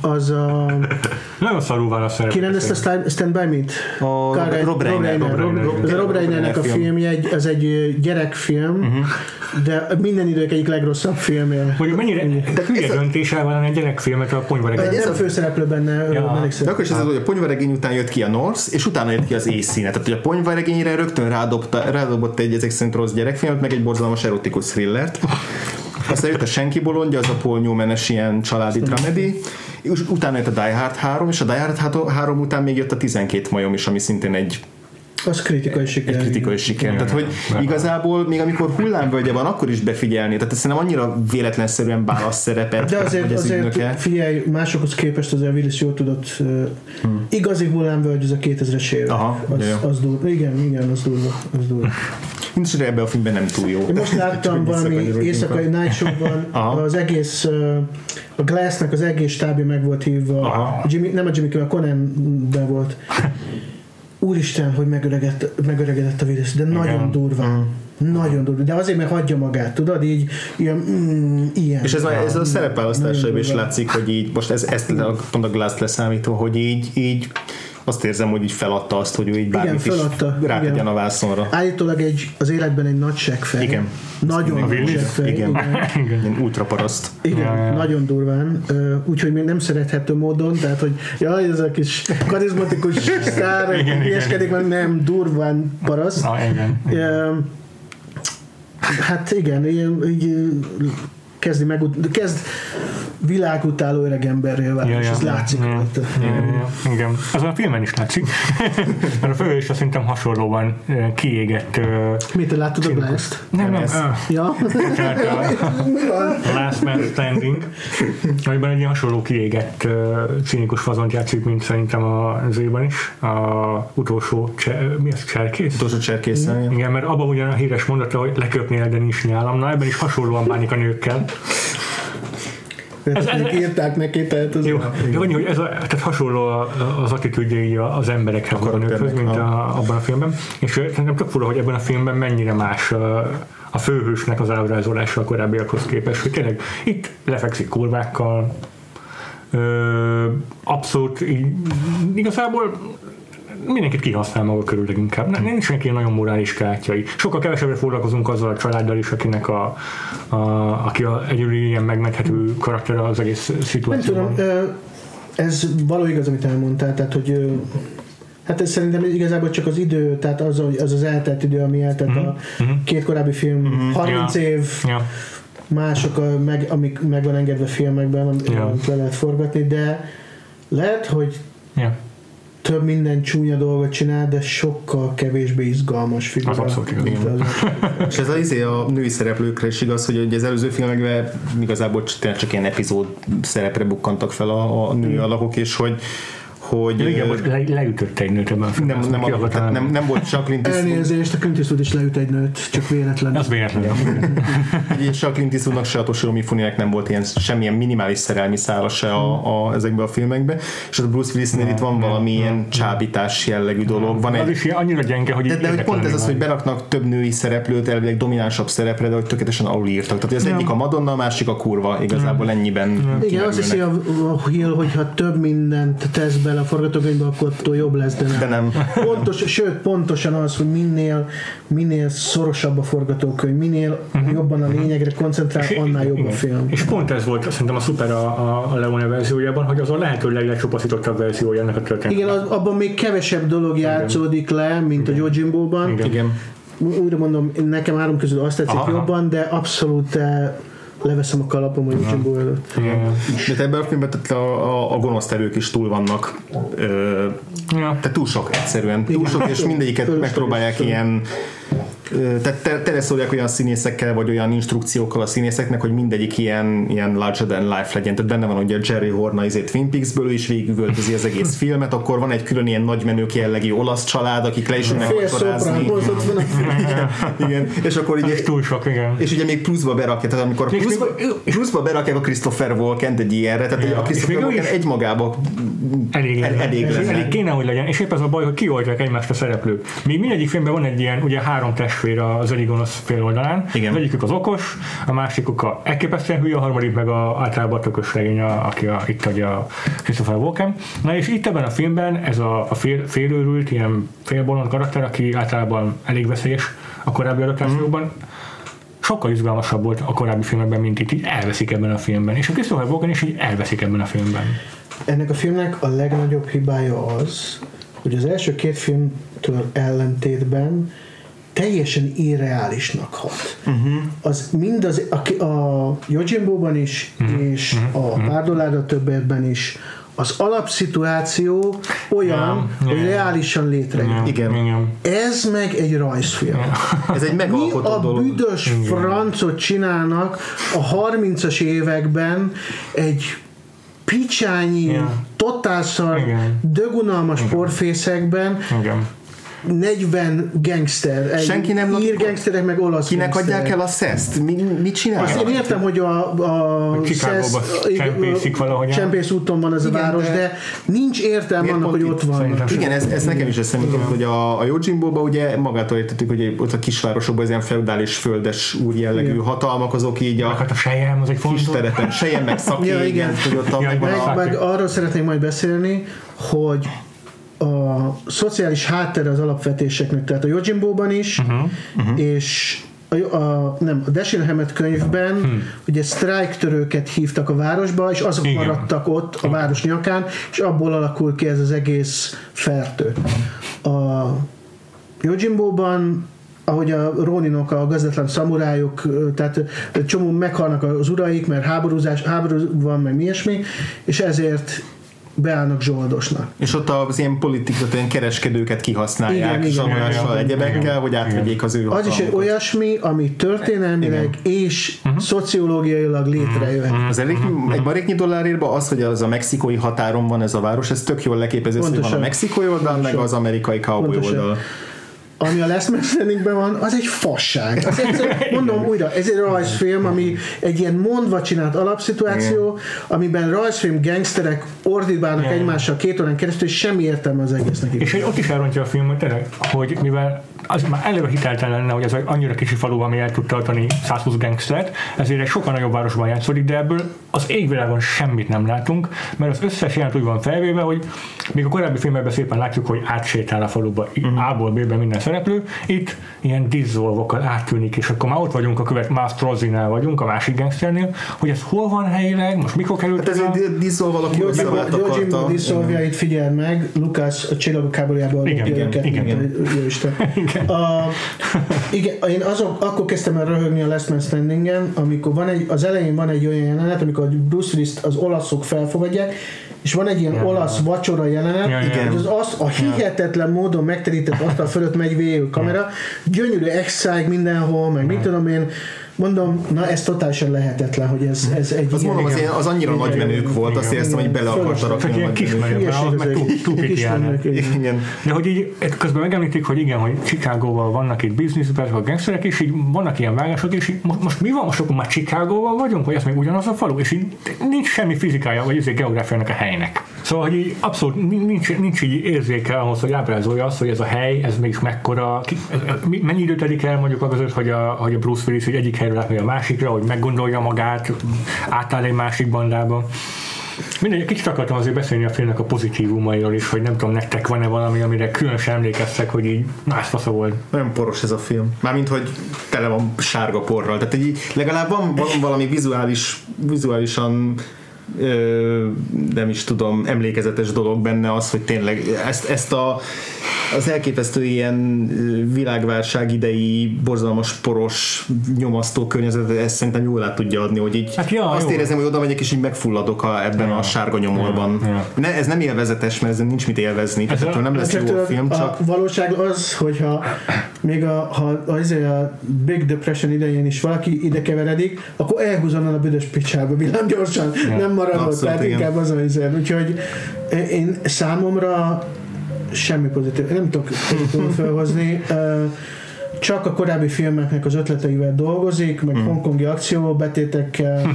S2: Nagyon szarul van a szerep.
S3: Ki rendezte Stand By Me-t?
S1: Rob
S3: Reinernek a filmje, ez egy gyerekfilm, de minden idők egyik legrosszabb filmje.
S2: Hogy mennyire hülye döntéssel van egy gyerekfilmet a Ponyvaregény.
S3: Nem főszereplő benne.
S1: De akkor is ez az, hogy a Ponyvaregény után jött ki a North, és utána jött ki az A-színe. Tehát, hogy a Ponyvaregényre rögtön rádobott egy ezek szerint rossz gyerekfilmet, meg egy borzalmas erotikus thrillert. Aztán jött a Senki bolondja, az a Paul Newman-es ilyen családi dramedy, és utána jött a Die Hard 3, és a Die Hard 3 után még jött a 12 majom is, ami szintén egy
S3: az kritikai siker.
S1: Egy kritikai siker. Tehát, hogy igazából még amikor hullámvölgye van, akkor is befigyelni. Tehát ezt nem annyira véletlenszerűen válasz szerepet.
S3: De azért figyelj, másokhoz képest azért Willis jól tudott. Igazi hullámvölgy az a 2000-es évek. Az durva. Igen, az durva.
S1: Mindesre ebben a filmben nem túl jó.
S3: Én most láttam valami éjszakai Night Show-ban, az egész a Glass-nek az egész stábja meg volt hívva. Nem a Jimmy Kimmel, a Conan-ben volt. Úristen, hogy megöregedett a Willis, de nagyon durva. Nagyon durva. De azért, mert hagyja magát, tudod, így ilyen.
S1: És ez a szerepválasztásában is látszik, hogy így, most ezt a Glass leszámítva, hogy így azt érzem, hogy így feladta azt, hogy ő így bármit is rátegyen a vászonra.
S3: Állítólag az életben egy nagy seggfej.
S1: Igen.
S3: Nagyon nagy seggfej.
S1: Igen. Ultraparaszt.
S3: Igen, nagyon durván. Úgyhogy még nem szerethető módon, tehát, hogy jaj, ez a kis karizmatikus sztár, ilyeskedik, mert nem durván paraszt. Hát igen, így kezd világutáló öreg emberrel válni, és ez látszik.
S2: Igen. Azon a filmen is látszik. Mert a főhős szerintem hasonlóan kiégett...
S3: Mit, láttad a Blast?
S2: Nem.
S3: Ja.
S2: A Last Man Standing, amiben egy hasonló kiégett cínikus fazont játszik, mint szerintem az évben is. A utolsó mi az, cserkész?
S1: Utolsó cserkész.
S2: Igen, mert abban ugyan a híres mondata, hogy leköpnél, de nincs nyálam. Na, ebben is hasonlóan bánik a nőkkel.
S3: Ez írták neki, tehát az...
S2: Jó, de annyi, hogy tehát hasonló az attitűdje az emberekhez, a nőkhöz, mint abban a filmben. És szerintem tök fura, hogy ebben a filmben mennyire más a főhősnek az ábrázolása a korábbiakhoz képest, hogy tényleg itt lefekszik kurvákkal, abszolút igazából mindenkit kihasznál maga körül leginkább. Nincsenek ilyen nagyon morális kártyai. Sokkal kevesebbre foglalkozunk azzal a családdal is, akinek aki egyedül ilyen megmenthető karakter az egész szituációban.
S3: Nem tudom, ez való igaz, amit elmondtál, tehát hogy hát ez szerintem igazából csak az idő, tehát az eltelt idő, ami eltelt a két korábbi film, 30 év, mások, amik meg van engedve filmekben, amit le lehet forgatni, de lehet, hogy több minden csúnya dolgot csinál, de sokkal kevésbé izgalmas figura.
S2: Az abszolút igaz.
S1: És ez a női szereplőkre is igaz, hogy az előző filmekben igazából csak ilyen epizód szerepre bukkantak fel a női alakok, és hogy
S2: igen, most leütött egy nőt ebben a filmben.
S1: Nem volt csak Clint Eastwood.
S3: Elnézést, a Clint Eastwood is leüt egy nőt, csak véletlen.
S2: Az véletlen.
S1: És se a Clint Eastwoodnak, se a Toshiro Mifunének nem volt ilyen semmilyen minimális szerelmi szála se ezekben a filmekben. És a Bruce Willisnél itt van valami ilyen csábítás jellegű dolog. Van
S2: az is annyira gyenge, hogy
S1: de hogy pont ez az, hogy beraknak több női szereplőt, elvileg dominánsabb szerepre, de hogy tökéletesen alulírtak. Tehát az egyik a Madonna, a másik a kurva. Igazából ennyiben.
S3: Igen, azt hiszi a Hill, hogyha több mindent tesz bele a forgatókönyvbe, akkor attól jobb lesz, de nem. Pontosan az, hogy minél szorosabb a forgatókönyv, minél jobban a lényegre koncentrál, annál jobb a film.
S2: És pont ez volt szerintem a szuper a Leone verziójában, hogy az a lehető legcsupaszítottabb verziója ennek a történetnek.
S3: Igen, abban még kevesebb dolog játszódik le, mint a Yojimbo-ban.
S1: Igen.
S3: Újra mondom, nekem három közül azt tetszik jobban, de abszolút leveszem a kalapom a Yojimbo előtt.
S1: De ebben a filmben a gonosztevők is túl vannak. Tehát túl sok egyszerűen. Túl sok, és mindegyiket megpróbálják ilyen tehát teleszólják olyan színészekkel, vagy olyan instrukciókkal a színészeknek, hogy mindegyik ilyen larger than life legyen. Tehát benne van ugye Jerry Horna Twin Peaksből, és végigüvöltözi az egész filmet, akkor van egy külön ilyen nagymenők jellegű olasz család, akik le is ülnek vacsorázni. Igen. És akkor ugye
S2: túl sok, igen.
S1: És ugye még pluszba berakják, tehát amikor pluszba berakják a Christopher Walken-t egy ilyenre, tehát a Christopher Walken egymagában elég lenne.
S2: Elég kéne, hogy legyen, és épp ez a baj, hogy kioltják egymást a szereplők. Még mindegyik filmben van egy ilyen, ugye 3 testvér az egyik gonosz fél oldalán. Az egyikük az okos, a másikuk a elképesztően hülye, a harmadik meg általában a tökös legény, aki itt adja a Christopher Walken. Na és itt ebben a filmben ez a félőrült, ilyen félbolond karakter, aki általában elég veszélyes a korábbi adaptációkban, sokkal izgalmasabb volt a korábbi filmekben, mint itt, így elveszik ebben a filmben. És a Christopher Walken is így elveszik ebben a filmben. Ennek
S3: a filmnek a legnagyobb hibája az, hogy az első 2 filmtől ellentétben teljesen irreálisnak hat. Az mindaz, a Yojimbo-ban is, és a Párdoláda többetben is az alapszituáció olyan, hogy reálisan létrejön.
S1: Igen.
S3: Ez meg egy rajzfilm.
S1: Ez egy megalkotott dolog.
S3: Mi a büdös francot csinálnak a 30-as években egy picsányi, totálszar, dögunalmas porfészekben, 40 gangster,
S1: senki nem
S3: ír gangsterek, meg olasz
S1: kinek
S3: gangsterek.
S1: adják el a szeszt? Mit csinálnak?
S3: Azt én értem, hogy a Csempész úton van ez a város, de nincs értelme annak, hogy ott van.
S1: Igen, ez nekem is eszembe jutott, hogy a Yojimbo-ban ugye magától értettük, hogy ott a kisvárosokban az ilyen feudális földes úr jellegű hatalmak, azok így a
S2: Sejem, az egy
S1: kis terepen, Sejem meg Szaké, hogy ott
S3: meg arról szeretnék majd beszélni, hogy a szociális háttere az alapvetéseknek, tehát a Yojimbo-ban is, és a Dashiell Hammett könyvben ugye sztrájktörőket hívtak a városba, és azok maradtak ott a város nyakán, és abból alakul ki ez az egész fertő. A Yojimbo-ban ahogy a Roninok, a gazdatlan szamurájok, tehát csomó meghalnak az uraik, mert háború van, meg mi ilyesmi, és ezért beállnak zsoldosnak.
S1: És ott az ilyen politikát, ilyen kereskedőket kihasználják zsarolással, egyebekkel, hogy átvegyék az ő
S3: hatalmukat. Az is egy olyasmi, ami történelmileg és szociológiailag létrejöhet.
S1: Az egy maréknyi dollárérban az, hogy az a mexikói határon van ez a város, ez tök jól leképező, hogy van a mexikói oldal, meg az amerikai cowboy oldal.
S3: Ami a Last Man Standingben van, az egy fasság. Mondom újra, ez egy rajzfilm, ami egy ilyen mondva csinált alapszituáció, amiben rajzfilm gangsterek ordítbálnak egymással 2 órán keresztül, és semmi értelme az egésznek.
S2: És ott is elrontja a film, hogy mivel az már eleve hiteltelen lenne, hogy ez egy annyira kicsi falu, ami el tud tartani 120 gangstert, ezért egy sokkal nagyobb városban játszódik, de ebből az égvilágon semmit nem látunk, mert az összes jelent úgy van felvéve, hogy még a korábbi filmekben szépen látjuk, hogy átsétál a faluba, A-ból B-ben minden szereplő, itt ilyen diszolvokkal áttűnik, és akkor már ott vagyunk a Master Rosinál vagyunk, a másik gangsternél, hogy ez hol van helyileg, most mikor került
S1: hát ez egy diszolv alakú
S3: Yojimbo diszolvjait figyel meg, Lucas a Csillagok háborújában igen, én akkor kezdtem el röhögni a Last Man Standingen, amikor az elején van egy olyan jelenet, amikor Bruce Willis-t az olaszok felfogadják, és van egy ilyen olasz vacsora jelenet, hogy az azt a hihetetlen módon megterített asztal fölött megy végül kamera, gyönyörű exáig mindenhol, meg mit tudom én, mondom, na ez totálisan lehetetlen, hogy ez egy
S1: az
S3: ilyen...
S1: Mondom, az annyira nagy menők volt, azt éreztem, hogy bele akarta rakni a
S2: nagy de hogy így közben megemlítik, hogy igen, hogy Chicagóval vannak itt bizniszben, a gangsterek, és így vannak ilyen vágások, és így most mi van? Most akkor már Chicagóval vagyunk, hogy ez még ugyanaz a falu, és így nincs semmi fizikája, vagy ezért geográfiának a helynek. Szóval, hogy így abszolút nincs így érzéke ahhoz, hogy ábrázolja azt, hogy ez a hely, ez mégis mekkora, mennyi időt telik el mondjuk azért, hogy a Bruce Willis egyik helyről átmegy a másikra, hogy meggondolja magát, átáll egy másik bandába. Mindegy, kicsit akartam azért beszélni a filmnek a pozitívumairól is, hogy nem tudom, nektek van-e valami, amire különösen emlékeztek, hogy így, na ez fasza volt.
S1: Nagyon poros ez a film. Mármint, hogy tele van sárga porral. Tehát így legalább van valami vizuálisan nem is tudom, emlékezetes dolog benne az, hogy tényleg az elképesztő ilyen világválság idei borzalmas, poros, nyomasztó környezetet, ezt szerintem jól át tudja adni, hogy így azt érezem, hogy oda megyek és így megfulladok ebben a sárga nyomorban. Ez nem élvezetes, mert ezen nincs mit élvezni, tehát nem lesz jó a film.
S3: A valóság az, hogyha még a Big Depression idején is valaki ide keveredik, akkor elhúzzanak a büdös picsába villám gyorsan, nem maradott, tehát inkább az úgyhogy én számomra semmi pozitív, nem tudok felhozni, csak a korábbi filmeknek az ötleteivel dolgozik, meg hongkongi akcióbetétekkel,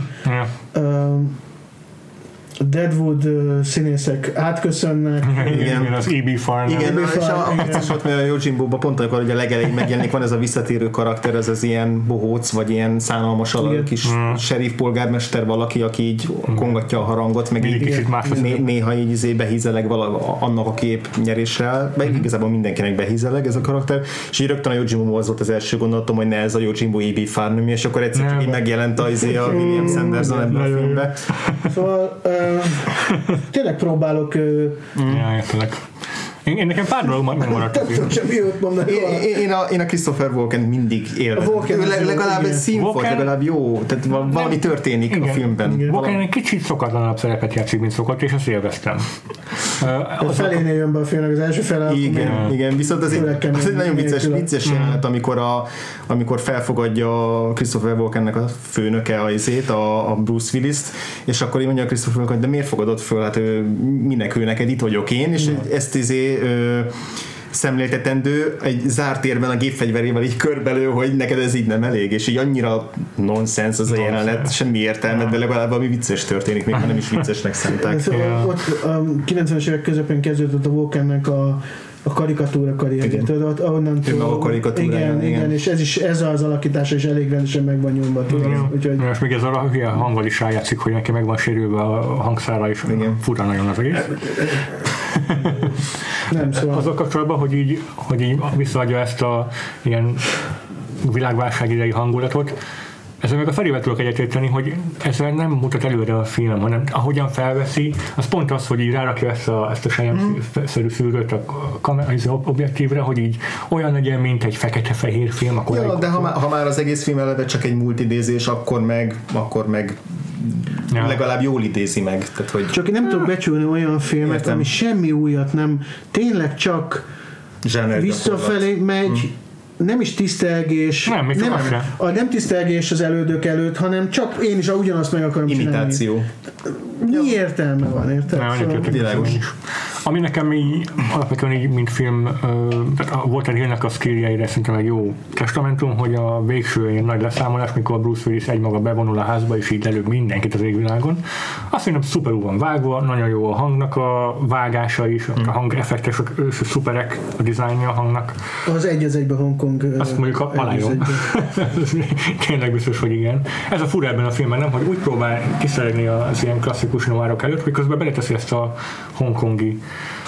S3: Deadwood színészek átköszönnek.
S2: Igen, az E.B. Farnham.
S1: Igen, és az volt, mert a Yojimbo-ban pont akkor, hogy a legelején megjelenik, van ez a visszatérő karakter, ez az ilyen bohóc, vagy ilyen szánalmas alak kis sheriff polgármester valaki, aki így kongatja a harangot, meg így néha így behízeleg annak a kép nyeréssel, meg igazából mindenkinek behízeleg ez a karakter, és így rögtön a Yojimbo az volt az első gondolatom, hogy ne ez a Yojimbo E.B. Farnham, és akkor egyszer csak így megjelent a William Sanderson ebben a filmben.
S3: Szóval tényleg próbálok...
S2: értelek. Én nekem pár dolog nem maradt.
S1: Én a Christopher Walken mindig élvezem. Legalább egy színfolt, legalább jó. Tehát valami történik a filmben.
S2: Walken egy kicsit szokatlanabb szerepet játszik, mint szokott, és azt élveztem.
S3: A felénél jön be a filmnek az első fele.
S1: Igen, viszont az egy nagyon vicces jelenet, amikor felfogadja Christopher Walkennek a főnöke a Bruce Willis-t, és akkor így mondja a Christopher Walken, de miért fogadott föl? Hát minek ő neked, itt vagyok én, és ezt szemléltetendő egy zárt térben a gépfegyverével így körbelő, hogy neked ez így nem elég, és így annyira nonsens az a jelenet, semmi értelme, de legalább valami vicces történik, még ha nem is viccesnek szánták.
S3: Ott a 90-es évek közepén kezdődött a Walkennek a karikatúra karrierje. Igen, és ez az alakítása is elég rendesen meg van nyomva.
S2: És még ez a hülye hanggal is rájátszik, hogy neki meg van sérülve a hangszára, és fura nagyon az egész.
S3: Nem, szóval.
S2: Azzal kapcsolatban, hogy így visszaadja ezt a ilyen világválság idei hangulatot, ezzel meg a Ferivel tudok egyetérteni, hogy ezzel nem mutat előre a film, hanem ahogyan felveszi, az pont az, hogy így rárakja ezt a selyemszerű szűrőt az objektívre, hogy így olyan legyen, mint egy fekete-fehér film. Akkor
S1: ja, de ha már az egész film eleve csak egy multidézés, akkor meg legalább jól idézi meg. Tehát, hogy
S3: csak én nem tudok becsülni olyan filmet,
S1: értem,
S3: ami semmi újat nem, tényleg csak visszafelé megy, nem is tisztelgés, nem tisztelgés az elődök előtt, hanem csak én is ugyanazt meg akarom
S1: imitáció.
S3: Csinálni. Mi értelme van, érted?
S1: Világos.
S2: Ami nekem így alapvetően így, mint film, Walter Hillnek a skilljeire szerintem egy jó testamentum, hogy a végső ilyen nagy leszámolás, mikor Bruce Willis egymaga bevonul a házba, és így lelőtt mindenkit az égvilágon. Azt szerintem szuperul van vágva, nagyon jó a hangnak a vágása is, a hangeffektesek szuperek, a dizájnja a hangnak.
S3: Az egy-egyben Hongkong.
S2: Azt mondjuk aláírom. Tényleg biztos, hogy igen. Ez a fura ebben a filmben, nem, hogy úgy próbál kiszeregni az ilyen klasszikus noárok előtt, hogy közben beleteszi ezt a hongkongi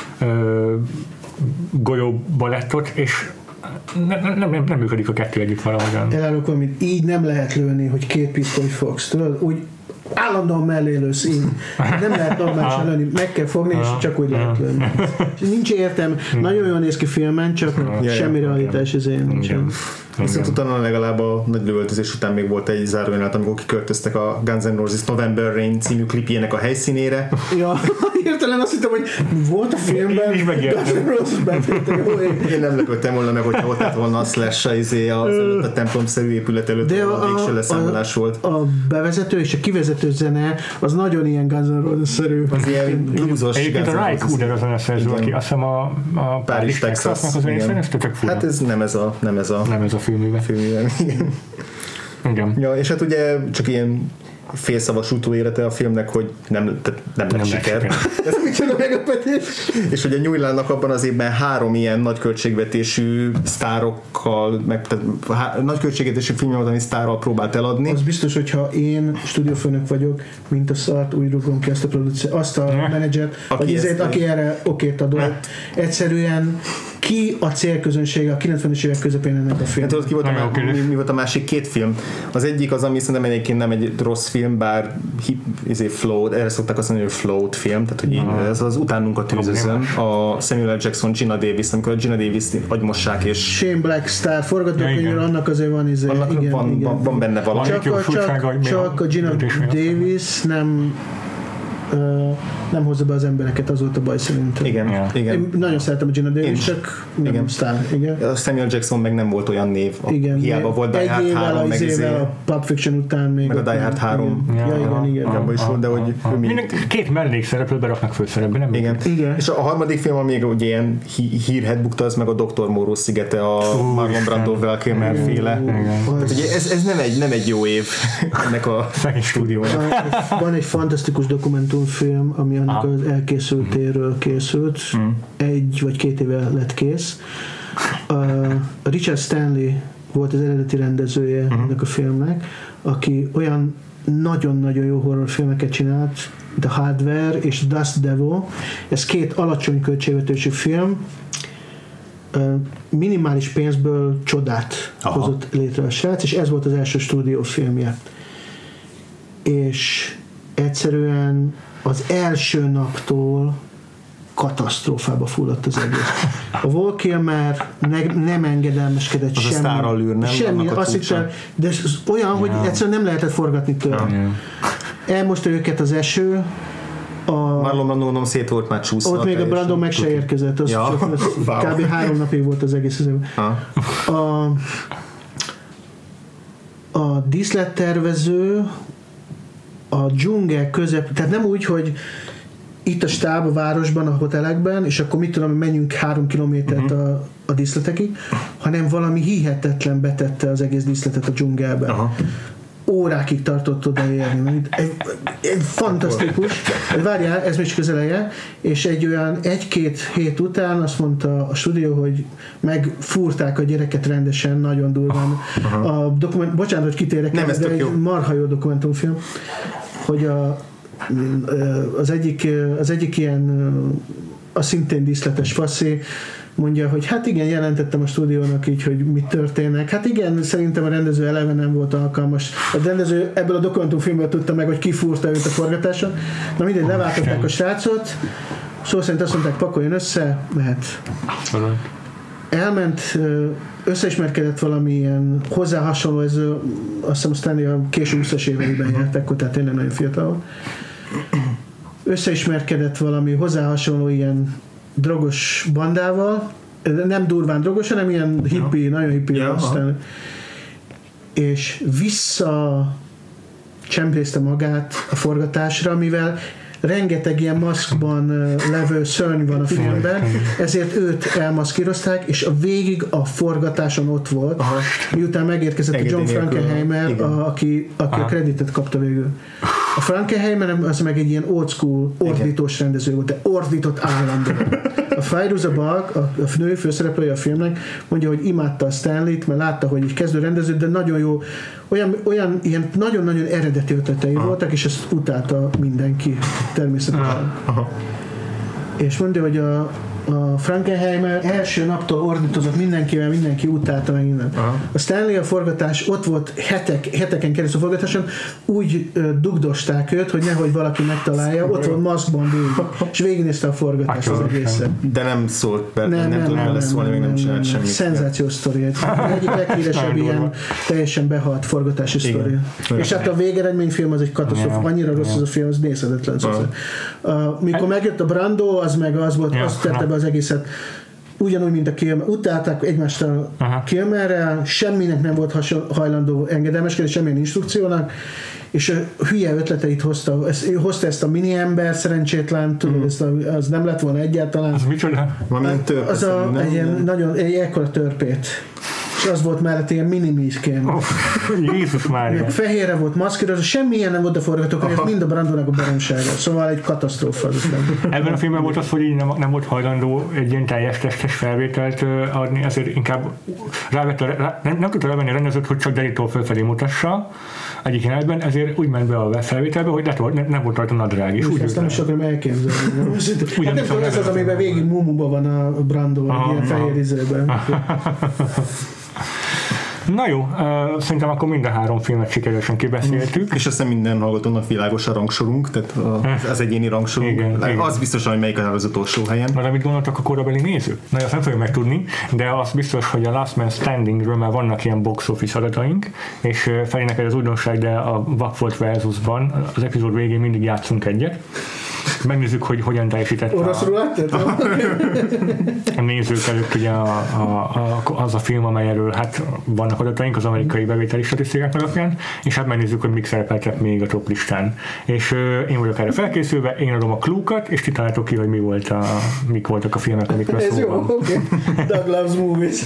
S2: golyóbalettot, és nem működik a kettő együtt valahogyan.
S3: Elárulok valamit, így nem lehet lőni, hogy két pisztolyt fogsz, tudod? Úgy állandóan mellé lősz, így. Nem lehet normálisan lőni, meg kell fogni, és csak úgy lehet lőni. És nincs értelme. Nagyon jól néz ki filmen, csak semmi realitás ezért nincsen.
S1: Viszont utána legalább a nagy lövöldözés után még volt egy zárójelenet, amikor kiköltöztek a Guns N' Roses November Rain című klipjének a helyszínére.
S3: Ja, hirtelen azt hittem, hogy volt a filmben Guns N' Roses befértek.
S1: Én nem lepődtem volna meg, hogyha ott lett volna a Slash a templomszerű épület előtt, de a végső leszámolás volt.
S3: A bevezető és a kivezető zene az nagyon ilyen Guns N' Roses-szerű.
S1: Az ilyen bluesos.
S2: Egyébként a Ry Cooder az a zeneszerző, aki azt hiszem a Paris, Texasnak az zeneszerző,
S1: hát ez nem ez a
S2: filmében. Igen.
S1: Ja, és hát ugye csak ilyen félszavas utóélete a filmnek, hogy nem lett siker.
S3: Ez micsoda meglepetés.
S1: És ugye Nyújlának abban az évben 3 ilyen nagyköltségvetésű sztárokkal, nagyköltségvetésű filmjemadani sztárral próbált eladni.
S3: Az biztos, hogyha én stúdiófőnök vagyok, mint a szart, úgy rúgom ki azt a menedzsert, aki erre okét adott. Egyszerűen ki a célközönsége a 90-es évek közepén ennek a filmnek?
S1: Mi volt a másik 2 film? Az egyik az, ami szerintem egyébként nem egy rossz film, bár float, erre szokták azt mondani, hogy float film, tehát hogy ez az Utánunk a tűzözön, a Samuel L. Jackson, Gina Davis, amikor a Gina Davis-t agymossák, és
S3: Shane Black Star forgatókönyvről, annak azért van
S1: van benne valami.
S3: Csak a Gina Davis nem hozza be az embereket, az volt a baj szerintem.
S1: Igen.
S3: Én nagyon szeretem a Gina Davis, csak nem sztár.
S1: A Samuel Jackson meg nem volt olyan név. Hiába volt Die Hard 3, meg
S3: a Pulp Fiction után még.
S1: Meg a Die Hard 3.
S3: Igen.
S1: Abban is volt, de hogy
S2: két mellékszereplőt beraknak főszerepbe, nem?
S1: Igen. És a harmadik film, ami ugye ilyen hírhet bukta, az meg a Dr. Moreau szigete, a Marlon Brando Val Kilmer féle. Tehát ugye ez nem egy jó év ennek a stúdiónak.
S3: Van egy fantasztikus dokumentumfilm, ami annak az elkészültéről készült. 1 vagy 2 éve lett kész. Richard Stanley volt az eredeti rendezője ennek a filmnek, aki olyan nagyon-nagyon jó horrorfilmeket csinált, The Hardware és Dust Devil. Ez 2 alacsony költségvetésű film, minimális pénzből csodát hozott létre a srác, és ez volt az első stúdiófilmje. És egyszerűen az első naptól katasztrófába fulladt az egész. A Val Kilmer nem engedelmeskedett
S1: semmi. Az a sztárallűr, nem?
S3: Semmi. Azt hittem, de ez olyan, hogy egyszerűen nem lehetett forgatni tőle. Elmosta őket az eső,
S1: Marlon Brando szét volt már csúszva.
S3: Ott még a Brando meg se érkezett. Az kb. 3 napig volt az egész. A díszlettervező a dzsungel közep, tehát nem úgy, hogy itt a stáb a városban, a hotelekben, és akkor mit tudom, menjünk 3 kilométert a díszletekig, hanem valami hihetetlen betette az egész díszletet a dzsungelbe. Órákig tartott odaérni. Egy fantasztikus. Várjál, ez még csak az eleje, és egy olyan 1-2 hét után azt mondta a stúdió, hogy megfúrták a gyereket rendesen, nagyon durván. Bocsánat, hogy kitérek, de egy marha jó dokumentumfilm, hogy az egyik ilyen a szintén díszletes faszi mondja, hogy hát igen, jelentettem a stúdiónak így, hogy mit történnek. Hát igen, szerintem a rendező eleve nem volt alkalmas. A rendező ebből a dokumentumfilmből tudta meg, hogy kifúrta őt a forgatáson. Na mindegy, leváltották a srácot, szó szerint azt mondták, pakoljon össze, mehet. Elment, összeismerkedett valamilyen hozzá hasonló, ez azt hiszem aztán a késő 20-as éveiben járt, akkor tehát tényleg nagyon fiatal. Összeismerkedett valami hozzá hasonló ilyen drogos bandával, nem durván drogos, hanem ilyen hippie, nagyon hippie, aztán, és vissza csempészte magát a forgatásra, mivel rengeteg ilyen maszkban levő szörny van a filmben, ezért őt elmaszkírozták, és végig a forgatáson ott volt, miután megérkezett a John Frankenheimer, aki a kreditet kapta végül. A Frankenheimer az meg egy ilyen old school ordítós rendező volt, de ordított állandóan. A Fairuza Balk, a női főszereplője a filmnek, mondja, hogy imádta a Stanley-t, mert látta, hogy egy kezdő rendező, de nagyon jó, olyan ilyen nagyon-nagyon eredeti ötletei voltak, és ezt utálta mindenki természetesen. És mondja, hogy a Frankenheimer első naptól ordítozott mindenkivel, mindenki utálta meg minden. A Stanley a forgatás, ott volt heteken keresztül a forgatáson, úgy dugdosták őt, hogy nehogy valaki megtalálja, ott volt maszkban végig, és végignézte a forgatást az egészet.
S1: De nem szólt, nem tudott beleszólni, még nem csinált semmit.
S3: Szenzációs sztori. Egyik leghíresebb ilyen teljesen behalt forgatási sztori. És hát a végeredményfilm az egy katasztrófa, annyira rossz az a film, az nézhetetlen. Mikor megjött a Brando, az meg az volt, azt tette be az egészet ugyanúgy, mint a Kilmer. Utálták egymást a Kilmerrel, semminek nem volt hajlandó engedelmeskedni, semmilyen instrukciónak, és a hülye ötleteit hozta ezt a mini ember szerencsétlen, tudod, az nem lett volna egyáltalán.
S2: Az micsoda?
S3: Az egy ekkora törpét. És az volt mellett ilyen mini-mízként.
S2: Jézus Mária.
S3: Fehérre volt maszkírozva, semmilyen nem volt a forgatókönyv, ez mind a Brandónak a baromsága. Szóval egy katasztrófa.
S2: Ebben a filmben volt az, hogy így nem volt hajlandó egy ilyen teljes testes felvételt adni, ezért inkább nem tudta rávenni a rendezőt, hogy csak Delitól fölfelé mutassa egyik jelenetben, ezért úgy ment be a felvételbe, hogy nem volt rajta nadrág. És úgy
S3: ezt nem is akarom elképzelni. Hát nem tudom, ez az, amiben végig mumuba van a Brandó, ilyen fehér izében.
S2: Na jó, szerintem akkor mind a három filmet sikeresen kibeszéltük.
S1: És aztán minden hallgatónak világos a rangsorunk, tehát az egyéni rangsorunk. Igen, az biztos, hogy melyik az utolsó helyen.
S2: Mert amit gondoltak a korabeli nézők? Na, azt nem fogjuk megtudni, de az biztos, hogy a Last Man Standingről már vannak ilyen box office adataink, és Ferinek ez az újdonság, de a Vakfolt versusban az epizód végén mindig játszunk egyet. Megnézzük, hogy hogyan teljesített a nézők előtt ugye az a film, amelyről hát vannak adataink az amerikai bevételi statisztikák alapján, és hát megnézzük, hogy mik szerepeltek még a top listán. És én vagyok erre felkészülve, én adom a clue-kat, és ti találtok ki, hogy mik voltak a filmek, amikről szó van. Ez jó,
S3: oké. Doug loves movies.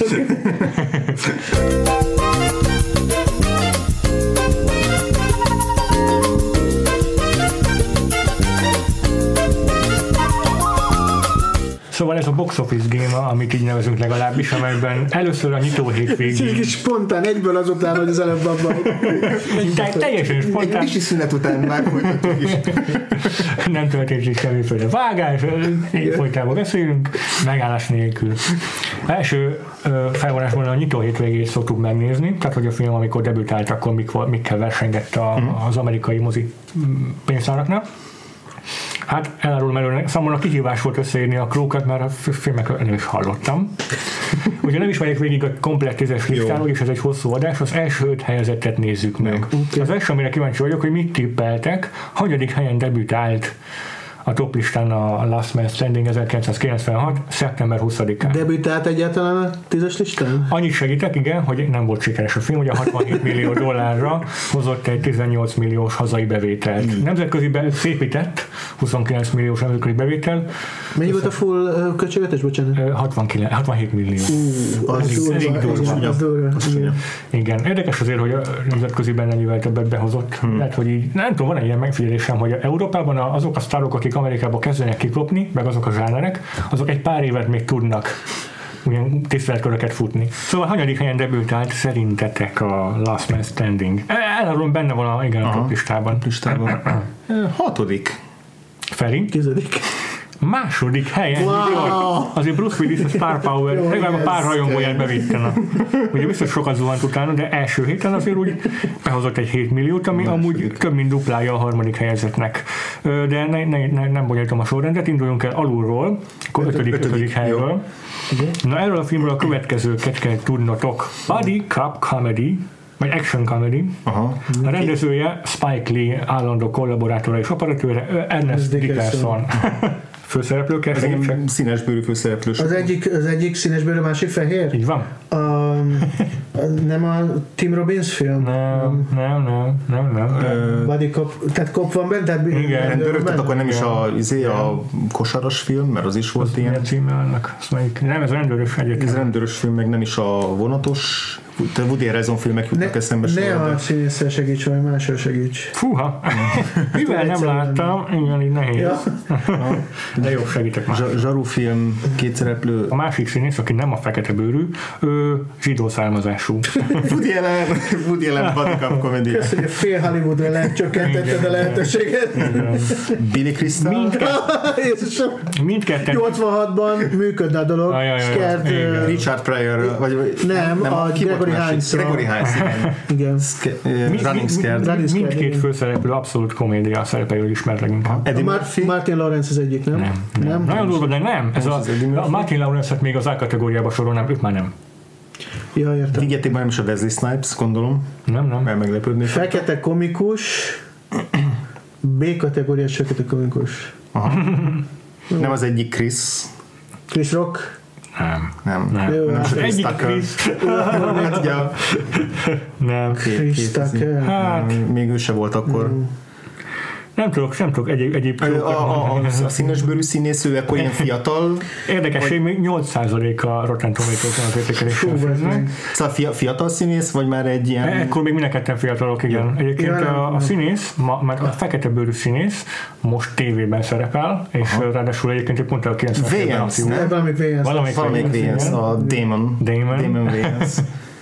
S2: Szóval ez a box office game, amit így nevezünk legalábbis, amelyben először a nyitó hétvégén.
S3: És spontán, egyből azután, hogy az előbb abban.
S2: Teljesen spontán.
S1: Egy kis szünet után már folytatjuk is.
S2: Nem történt semmiféle vágás, folytában beszélünk, megállás nélkül. Első felvonásban a nyitó hétvégét szoktuk megnézni, tehát hogy a film, amikor debütált, akkor mikkel versengett az amerikai mozi pénztáraknak. Hát elárulom előre, számomra kihívás volt összeírni a klókat, mert a filmekről ennél is hallottam. Ugye nem is megyek végig a komplett 10-es listáról, és ez egy hosszú adás, az első 5 helyezettet nézzük meg. Okay. Az első, amire kíváncsi vagyok, hogy mit tippeltek, hanyadik helyen debütált a top listán a Last Man Standing 1996. szeptember 20-án.
S3: Debütált egyáltalán a 10-es listán?
S2: Annyit segítek, igen, hogy nem volt sikeres a film, ugye $67 millió hozott egy 18 milliós hazai bevételt. Nemzetköziben szépített, 29 milliós nemzetközi bevétel.
S3: Mennyi volt a full költségvetés, bocsánat?
S2: 67 millió.
S3: Az durva.
S2: Igen, érdekes azért, hogy a nemzetköziben ennyivel többet behozott. Lehet, hogy így, nem tudom, van egy ilyen megfigyelésem, hogy Európában azok a sztárok, akik Amerikában kezdenek kiklopni, meg azok a zsánerek, azok egy pár évet még tudnak ugyan tiszteletköröket futni. Szóval hanyadik helyen debütált szerintetek a Last Man Standing? Elárulom, benne van a top listában.
S1: 6.
S2: Feri?
S3: 10.
S2: Második helyen.
S3: Wow.
S2: Azért Bruce Willis a Star Power, legalább a pár rajongóját bevittene. Ugye biztos sokat zuhant utána, de első héten azért úgy behozott egy 7 milliót, ami amúgy több mint duplája a harmadik helyezettnek. De nem bonyolítom a sorrendet, induljunk el alulról, akkor ötödik helyről. Na erről a filmről a következőket kell tudnotok. Buddy Cop Comedy, vagy Action Comedy.
S1: Aha.
S2: A rendezője Spike Lee állandó kollaborátora és operatőre Ernest Dickerson. Főszereplő kell segítsek?
S1: Színesbőrű főszereplő.
S3: Az egyik színesbőrű, a másik fehér?
S2: Így van.
S3: Nem a Tim Robbins film?
S2: Nem.
S3: Buddy Cop, tehát Cop van benne? Tehát
S2: igen.
S1: Rendőrök, tehát akkor nem is a kosaras film, mert az is volt ilyen.
S2: Milyen címe annak? Nem, ez a rendőrös egyetem.
S1: Ez rendőrös film, meg nem is a vonatos. Te Woody Harrelson filmek jutnak eszembe.
S3: Ne a színésszel segíts, vagy mással segíts.
S2: Fúha! Mivel nem láttam, igen, így nehéz. Ja. De jó, segítek már.
S1: Zsaru film, két szereplő.
S2: A másik színész, aki nem a fekete bőrű, ő zsidó származású.
S1: Woody Allen Buddy Cop Comedy.
S3: Ezt, hogy a fél Hollywoodra lecsökkentetted a lehetőséget.
S1: Billy Crystal.
S2: Mindketten.
S3: 86-ban működne a dolog.
S1: Richard Pryor.
S3: Nem, a Gregory Hines. Igen.
S1: Running Scared.
S2: Mindkét főszereplő abszolút komédia szerepeiről ismert leginkább.
S3: Martin Lawrence az egyik, nem?
S2: Nem. Nagyon durva, de nem. Ez a Martin Lawrence-et még az A kategóriába sorolnám, őt már nem.
S3: Ja, értem.
S1: Vigyétek már nem is a Wesley Snipes, gondolom.
S2: Nem.
S1: Mert meglepődni.
S3: Fekete komikus, B kategóriás fekete komikus.
S1: Aha. Nem az egyik Chris
S2: Nem.
S1: Rock? Nem.
S3: Jó,
S2: az egyik Chris.
S1: Nem.
S3: Chris Tucker.
S2: Hát.
S1: Még ő se volt akkor.
S2: Nem tudok egyéb
S1: a színesbőrű színész, ő akkor ilyen fiatal.
S2: Érdekesség, még 8% a Rotten Tomatoes-on az értékelésben.
S1: Szóval fiatal színész, vagy már egy ilyen...
S2: Ekkor még mindenketten fiatalok, igen. Egyébként a színész, mert a fekete bőrű színész most tévében szerepel, és ráadásul egyébként pont a 90-es
S1: akció.
S3: Valamelyik
S1: Vance, a Damon Wayans.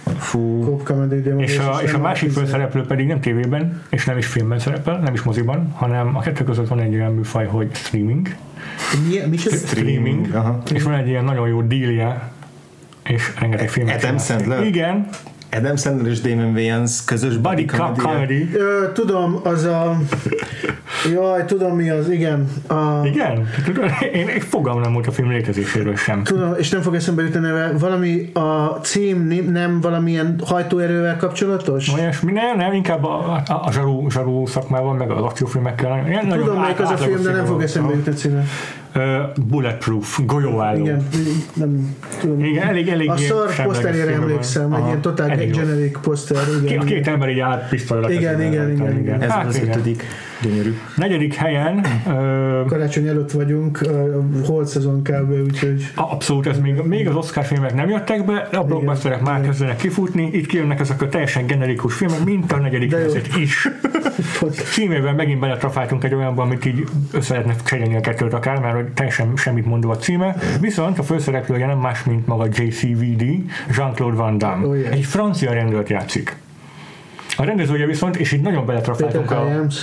S2: És a másik főszereplő pedig nem tévében, és nem is filmben szerepel, nem is moziban, hanem a kettő között van egy olyan műfaj, hogy streaming.
S3: Mi
S2: streaming. És van egy ilyen nagyon jó dílje, és rengeteg filmet.
S1: Adam Sandler?
S2: Igen.
S1: Adam Sandler és Damon Wayans közös
S2: Buddy Cop Comedy.
S3: Tudom, az a... Jaj, tudom mi az, igen.
S2: Igen? Én fogalmam nem volt a film létezéséről sem.
S3: Tudom, és nem fog eszembe jutni neve. Valami a cím nem valamilyen hajtóerővel kapcsolatos?
S2: Olyasmi, nem, inkább a zsaru szakmával, meg az akciófilmekkel.
S3: Tudom, melyik az a film, de nem fog eszembe jutni címe.
S2: Bulletproof, golyóálló.
S3: Igen, nem tudom.
S2: Igen, elég
S3: a szar poszterére emlékszem, egy ilyen totál generic poszter.
S2: A két ember így állt pisztolyra.
S3: Igen.
S1: Ez az ötödik. Gyönyörű.
S2: Negyedik helyen...
S3: Karácsony előtt vagyunk, holt szezon kb. Úgyhogy...
S2: Abszolút, ez még az Oscar filmek nem jöttek be, a blockbusterek már kezdenek kifutni, itt kijönnek ezek a teljesen generikus filmek, mint a negyedik helyzet is. Címében megint beletrafáltunk egy olyanban, amit így össze lehetne cserélni a kettőt akár, mert teljesen semmit mondó a címe. Viszont a főszereplője nem más, mint maga JCVD, Jean-Claude Van Damme. Egy francia rendőrt játszik. A rendezője viszont, és így nagyon beletrafáltunk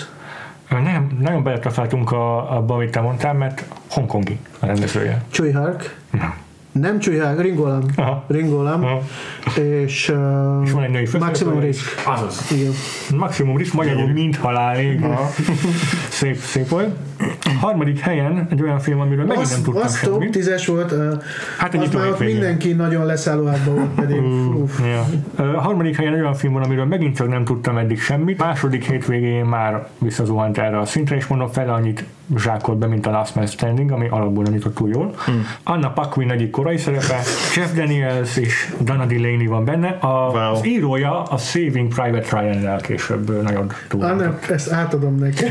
S2: nagyon beletrafáltunk abba, amit te mondtál, mert hongkongi a rendezője.
S3: Tsui Hark? Nem Tsui Hark, Ringo Lam. És
S2: van egy női
S3: Maximum Risk.
S2: Azaz. Igen. Maximum Risk, magyarul mind halálig. Szép volt. Harmadik helyen egy olyan film, amiről megint nem tudtam semmit.
S3: Az top 10-es volt,
S2: hát
S3: az már ott mindenki nagyon leszállóhátban volt pedig.
S2: A harmadik helyen olyan film van, amiről megint csak nem tudtam eddig semmit. Második hétvégén már visszazuhant erre a szintre, és mondom fel annyit zsákolt be, mint a Last Man Standing, ami alapból nem jutott túl jól. Anna Paquin egyik korai szerepe, Jeff Daniels és Dana Delaney van benne. Az írója a Saving Private Ryan-nel később nagyon túl.
S3: Anna, ezt átadom neked.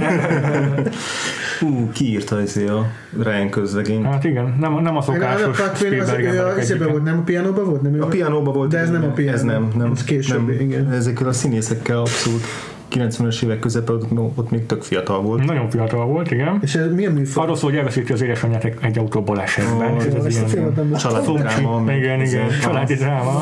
S1: Ki írta a Ryan közlegény?
S2: Hát igen, nem a szokásos
S3: Spielberg volt, nem a pianóban volt? Nem
S1: a pianóban volt.
S3: De ez nem a pianó.
S1: Ez nem.
S3: Ez később, igen.
S1: Ezekkel a színészekkel abszolút 90-es évek közepén ott még tök fiatal volt.
S2: Nagyon fiatal volt, igen.
S3: És ez milyen műfaj?
S2: Arról szól, hogy elveszíti az édesanyját egy autóból esetben.
S3: Ezt a filmet nem
S1: családi dráma.
S2: Igen, családi dráma.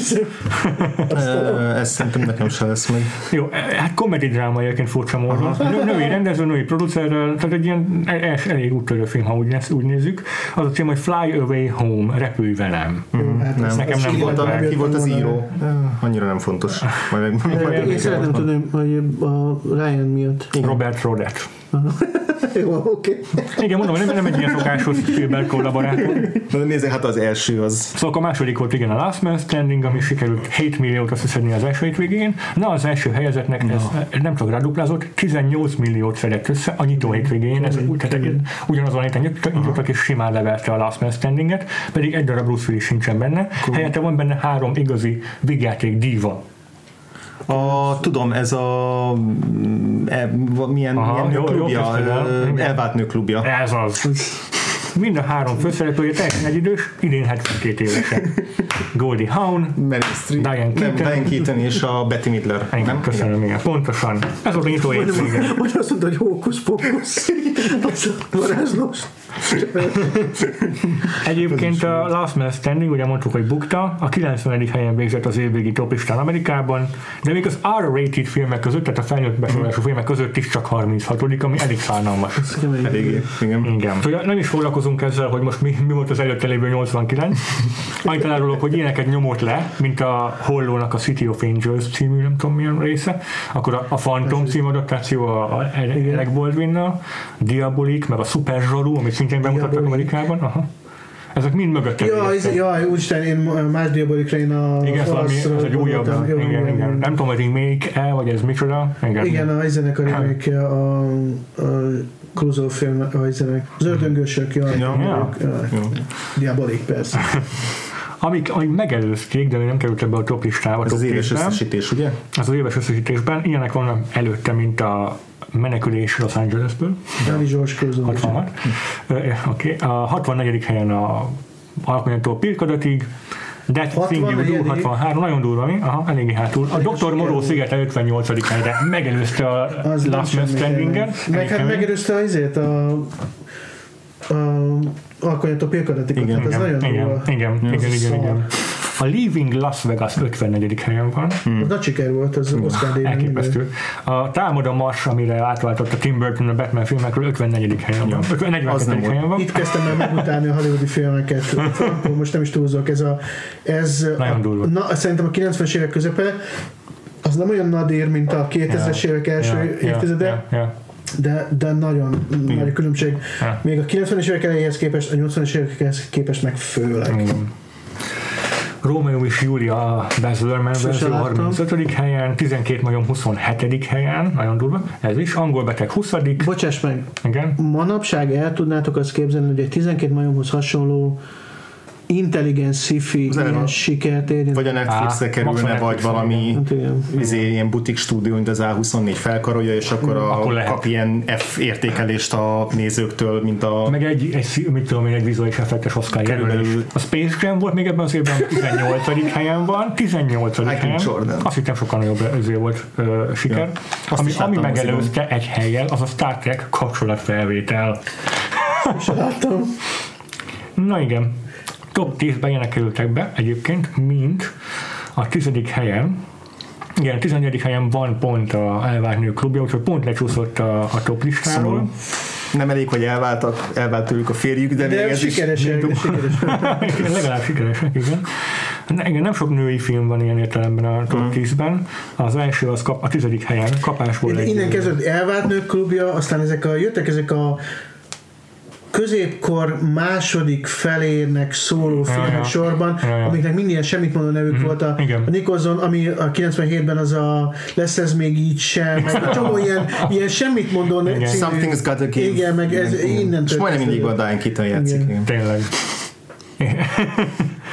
S1: Ez szerintem nekem se lesz meg.
S2: Jó, hát komedi dráma egyébként furcsa módon. Női rendező, női producerrel, tehát egy ilyen elég úttörő film, ha úgy nézzük. Az a cím, hogy Fly Away Home, repülj velem. Nekem nem volt.
S1: Ki volt az író? Annyira nem fontos.
S3: Én szeretném tudni, hogy a Ryan miatt.
S2: Robert Rodet.
S3: Jó, oké.
S2: Igen, mondom, nem egy ilyen szokásos Spielberg kollaborátor.
S1: De nézzük, hát az első az...
S2: Szóval a második volt igen a Last Man Standing, ami sikerült 7 milliót összeszedni az első hétvégén. Na, az első helyezetnek ez nem csak ráduplázott, 18 milliót szedett össze a nyitó hétvégén. Ez ugyanazon a héten nyitottak és simán levelte a Last Man Standinget, pedig egy darab Bruce Willis sincsen benne. Helyette van benne 3 igazi vígjáték díva.
S1: Tudom, ez a milyen nőklubja? Elvált nőklubja.
S2: Ez az. Mind a 3 főszereplője teljesen egyidős, idén 72 évesen. Goldie Hawn, Diane
S1: Keaton és a Bette Midler.
S2: Igen, köszönöm, igen. Pontosan. Ez volt a nyitó hétvége.
S3: Hogy azt mondta, hogy hókusz-pókusz. Varázslós.
S2: Egyébként a Last Man Standing, ugye mondtuk, hogy bukta, a 90. helyen végzett az évvégi toplistán Amerikában, de még az R-rated filmek között, tehát a felnőtt besorolású filmek között is csak 36., ami elég szánalmas.
S1: Eléggé, igen.
S2: Szóval nem is foglalkozunk ezzel, hogy most mi volt az előtte lévő 89. Annyit elárulok, hogy ilyeneket nyomott le, mint a Hollónak a City of Angels című, nem tudom milyen része, akkor a Phantom című adaptáció a Alec Baldwinnal, Diabolik, meg a Super Zsaru, amit szintén bemutattak Amerikában. Aha. Ezek mind mögöttem.
S3: Jaj, úgyisten, én más Diabolikra én a...
S2: Igen, ez egy újabb. Igen. Nem tudom, hogy remake-e, vagy ez micsoda.
S3: Igen, a Izenek a remake a Clouseau film, az ördöngősök, Diabolik, persze.
S2: Amik megelőzték, de nem került ebbe a top listába.
S1: Ez az éves összesítés, ugye?
S2: Ez az éves összesítésben. Ilyenek vannak előtte, mint a Menekülés Los Angelesből.
S3: Danny George Clouseau.
S2: 66. Oké. A 64. helyen a Alkonyatól Pirkadatig, That Thing You Do 63, nagyon durva, mi? Aha, eléggé hátul. A Dr. Moreau szigete 58. helyre megelőzte a Last Man Standing-et.
S3: Hát megelőzte azért a Alkonyatól Pirkadatig.
S2: Igen. A Leaving Las Vegas 54. helyen van.
S3: Az nagy siker volt, az Oscar-díj.
S2: Elképesztő. A Támad a Mars, amire átváltott a Tim Burton a Batman filmekről 54. helyen van. 42. helyen van.
S3: Itt kezdtem el megutálni a hollywoodi filmeket. Frankó, most nem is túlzok. Ez
S2: nagyon durva.
S3: Szerintem a 90-es évek közepe az nem olyan nadír, mint a 2000-es évek első évtizede. De nagyon nagy a különbség. Még a 90-es évek elejéhez képest, a 80-es évekhez képest meg főleg.
S2: Rómeó és Júlia a Baz Luhrmann verzió 35. helyen, 12 majom 27. helyen, nagyon durva, ez is, Angol beteg 20.
S3: Bocsáss meg,
S2: igen?
S3: Manapság el tudnátok azt képzelni, hogy egy 12 majomhoz hasonló intelligens sci-fi ilyen sikert érjen.
S1: Vagy a Netflixre kerülne, vagy valami ilyen butik stúdió, mint az A24 felkarolja, és akkor kap ilyen F értékelést a nézőktől, mint a...
S2: Meg egy vizuális effektes Oscar jelölés. A Space Jam volt még ebben az évben 18. helyen van, 18. helyen. Azt hittem sokkal nagyobb ezért volt siker. Ja. Ami megelőzte egy helyen, az a Star Trek kapcsolatfelvétel.
S3: Láttam.
S2: Na igen. Top 10-ben ilyenek kerültek be egyébként, mint a 10. helyen. Igen, a 11. helyen van pont a Elvált Nők klubja, úgyhogy pont lecsúszott a top listáról.
S1: Nem elég, hogy elvált tőlük a férjük, de még ez
S3: sikeresek.
S2: Legalább sikeresek, igen. Nem sok női film van ilyen értelemben a top 10-ben. Az első az a 10. helyen kapásból.
S3: Innen kezdődött Elvált Nők klubja, aztán jöttek ezek a középkor második felének szóló filmek sorban, amiknek minden semmit mondó nevük volt. A Nicholson, ami a 97-ben az a Lesz ez még így sem, meg csomó ilyen semmit mondó című.
S1: Something's gotta give.
S3: Igen, meg ez innentől.
S1: És majdnem mindig a Diane Keaton játszik.
S2: Tényleg.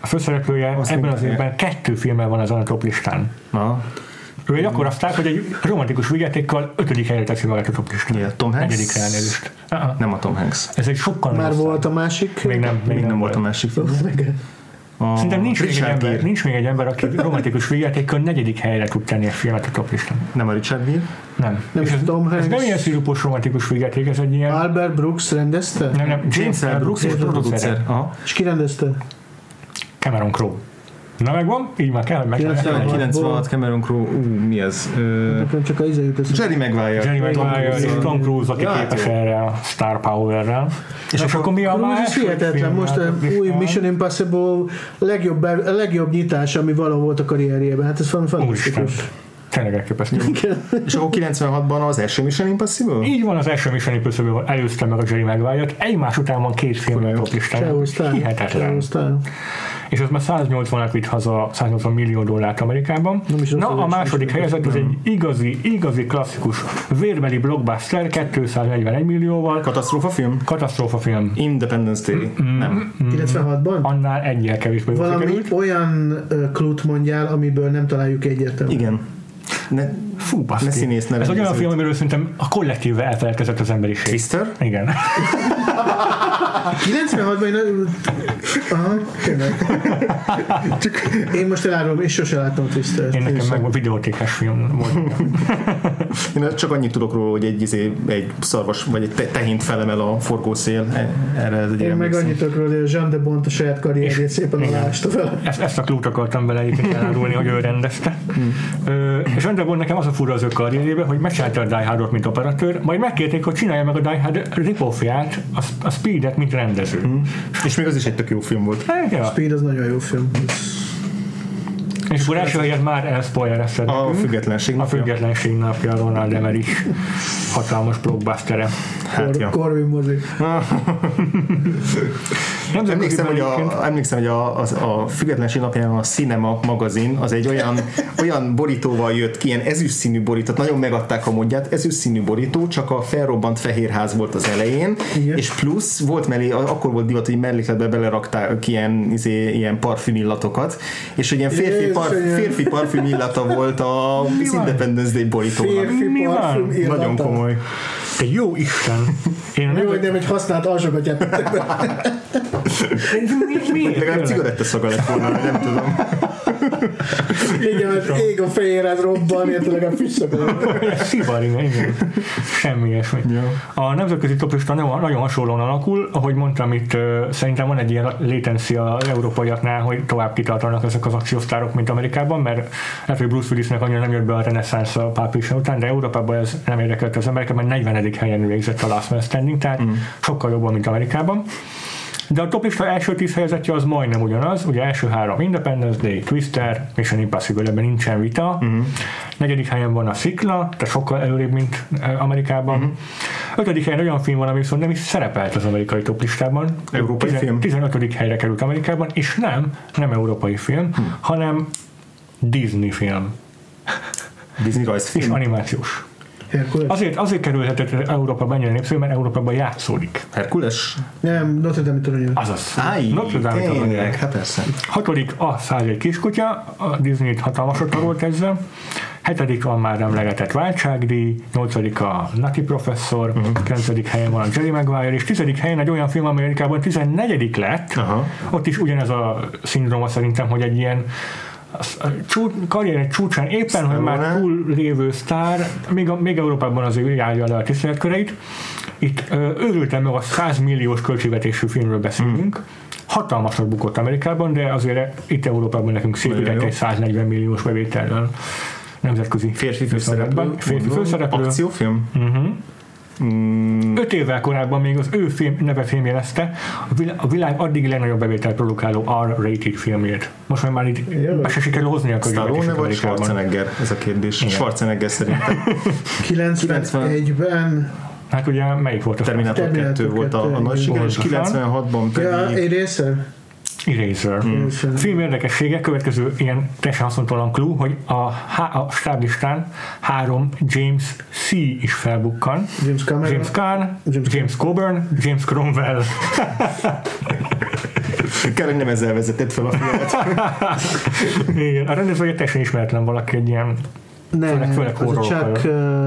S2: a főszereplője ebben az évben 2 filmmel van ezen a top listán.
S1: Aha.
S2: Ő egy akkora sztár, hogy egy romantikus vigyátékkal 5. helyre teszi magát a top listán.
S1: Yeah, Tom Hanks?
S2: 4. elnézést.
S1: Nem a Tom Hanks.
S2: Ez egy sokkal
S3: Már
S2: nagyobb
S3: volt
S2: szám.
S3: a másik?
S2: Még nem
S1: volt a másik film.
S2: Szerintem nincs még egy ember, aki romantikus vigyátékkal 4. helyre tud tenni egy filmet a top listán.
S1: Nem a Richard Gere?
S2: Nem.
S3: Nem is Tom Hanks.
S2: Ez nem ilyen szirupos romantikus vigyáték, ez egy ilyen...
S3: Albert Brooks rendezte?
S2: Nem. James L. Brooks és producer.
S1: Aha.
S3: És ki rendezte?
S2: Cameron Crowe. Na megvan? Így már kell, meg
S1: 96 Cameron Crowe, mi ez?
S3: Nekem csak a izé jut eszembe.
S1: Jerry Maguire.
S2: Jerry Maguire és Tom Cruise, aki képes erre a star power-rel. És akkor mi a
S3: Cruise
S2: más?
S3: is hihetetlen. Most a új Mission Impossible a legjobb nyitás, ami valaha volt a karrierjében. Hát ez fantasztikus.
S2: Tényleg elképesztő.
S1: És akkor 96-ban az első Mission Impossible?
S2: Így van, az első Mission Impossible előzte meg a Jerry Maguire-t. Egymás után van 2 film a top listán. Hihetetlen. És az már 180-at vitt haza, 180 millió dollárt Amerikában. Na, a második helyezett az egy igazi klasszikus vérbeli blockbuster 241 millióval. Katasztrófa film.
S1: Independence Day. Nem.
S3: 96-ban?
S2: Annál egyel kevésbé
S3: valami olyan klút mondjál, amiből nem találjuk egyértelműen.
S1: Igen.
S2: Fú, baszki.
S1: Ne színész, ne
S2: ez olyan film, amiről szerintem a kollektíve elfelelkezett az emberiség.
S1: Twister?
S2: Igen.
S3: 96-ban én... Aha, tényleg. Én most elárulom, és sose láttam a Twister-t.
S2: Én nekem meg a videótékás film volt.
S1: Én csak annyit tudok róla, hogy egy szarvas, vagy egy tehént felemel a forgószél.
S3: Én meg annyit tudok róla, hogy a Jean de Bont a saját karrierjét szépen aláásta vele.
S2: Ezt a klút akartam vele elárulni, hogy ő rendezte. És Jean de Bont nekem az a fura az ő karrierjében, hogy megcsinálta a Die Hardot, mint operatőr, majd megkérték, hogy csinálja meg a Die Hard rip-offját, a Speedet, mint rendező.
S1: És még az is egy tök jó film volt.
S2: Ja.
S3: Speed az nagyon jó film.
S2: És akkor első helyet már elspoilerezted nekünk.
S1: A Függetlenség napja.
S2: A Függetlenség napja, Ronald Emmerich hatalmas blockbustere.
S1: Hát, ja.
S3: Corvin mozi.
S1: Emlékszem, hogy a Függetlenség napján a Cinema magazin az egy olyan borítóval jött ki, ilyen ezüstszínű borító, nagyon megadták a módját, ezüstszínű borító, csak a felrobbant fehérház volt az elején, igen. És plusz volt mellé, akkor volt divat, hogy mellékletbe belerakták ilyen parfümillatokat, és hogy ilyen férfi parfümillata volt a Independence Day borítónak.
S3: Férfi parfümillata.
S1: Nagyon komoly.
S2: Te jó Isten!
S3: Jó, hogy nem egy használt alsógatját tettek be.
S1: Legalább cigaretta szaga lett volna, nem tudom.
S3: Igen, mert ég a fehérház robban, illetve legalább fisszaga.
S2: Szivar, igen. Semmi ilyesmi. Ja. A nemzetközi toplista nagyon hasonlóan alakul, ahogy mondtam, itt szerintem van egy ilyen latencia az európaiaknál, hogy tovább kitartanak ezek az akciósztárok, mint Amerikában, mert lehet, hogy Bruce Willisnek annyira nem jött be a reneszánsz a Pulp Fiction után, de Európában ez nem érdekelt az Amerikában, 40. helyen végzett a Last Man Standing, tehát sokkal jobban, mint Amerikában. De a toplista első 10 helyezettje az majdnem ugyanaz, ugye első 3 Independence Day, Twister, Mission Impossible, ebben nincsen vita. 4. helyen van a Szikla, tehát sokkal előrébb, mint Amerikában. 5. helyen olyan film van, ami viszont nem is szerepelt az amerikai toplistában.
S1: Európai film?
S2: 15. helyre került Amerikában, és nem európai film, hanem Disney film.
S1: Disney rajzfilm?
S2: És animációs. Azért kerülhetett Európában ennyire népszerű, mert Európában játszódik.
S1: Herkules?
S3: Nem, Notre Dame toronyja.
S2: Azaz.
S1: Notre Dame toronyja. Hát persze.
S2: 6. a 101 kiskutya, a Disney-t hatalmasot tarolt ezzel. 7. van már emlegetett váltságdíj, 8. a Nutty Professor, 9. helyen van a Jerry Maguire, és 10. helyen egy olyan film, Amerikában 14. lett. Ott is ugyanez a szindróma szerintem, hogy egy ilyen karrier csúcsán éppen, hogy már túl lévő sztár, még Európában azért járja le a tiszteletköreit. Itt őrültem meg, a 100 milliós költségvetésű filmről beszélünk. Hatalmasat bukott Amerikában, de azért itt Európában nekünk szépített egy 140 milliós bevétellel nemzetközi
S1: férfi főszereplő. Akciófilm?
S2: 5 évvel korábban még az ő neve filmjelezte a világ addig legnagyobb bevételt produkáló R-rated filmjét. Most már itt be se sikerül hozni a költségvetését
S1: Stallone vagy Schwarzenegger? Ez a kérdés. Igen. Schwarzenegger szerintem.
S3: 91-ben
S2: hát ugye melyik volt a
S1: Terminator 2 volt a nagy siker, és 96-ban pedig...
S2: Eraser. Film érdekessége, következő ilyen teljesen haszontalan clue, hogy a stáblistán 3 James C. is felbukkan.
S3: James Caan,
S2: James Coburn, James Cromwell.
S1: Kell, hogy nem ezzel vezetett fel a filmet.
S2: Igen, a rendezője teljesen ismeretlen valaki, egy ilyen főleg
S3: csak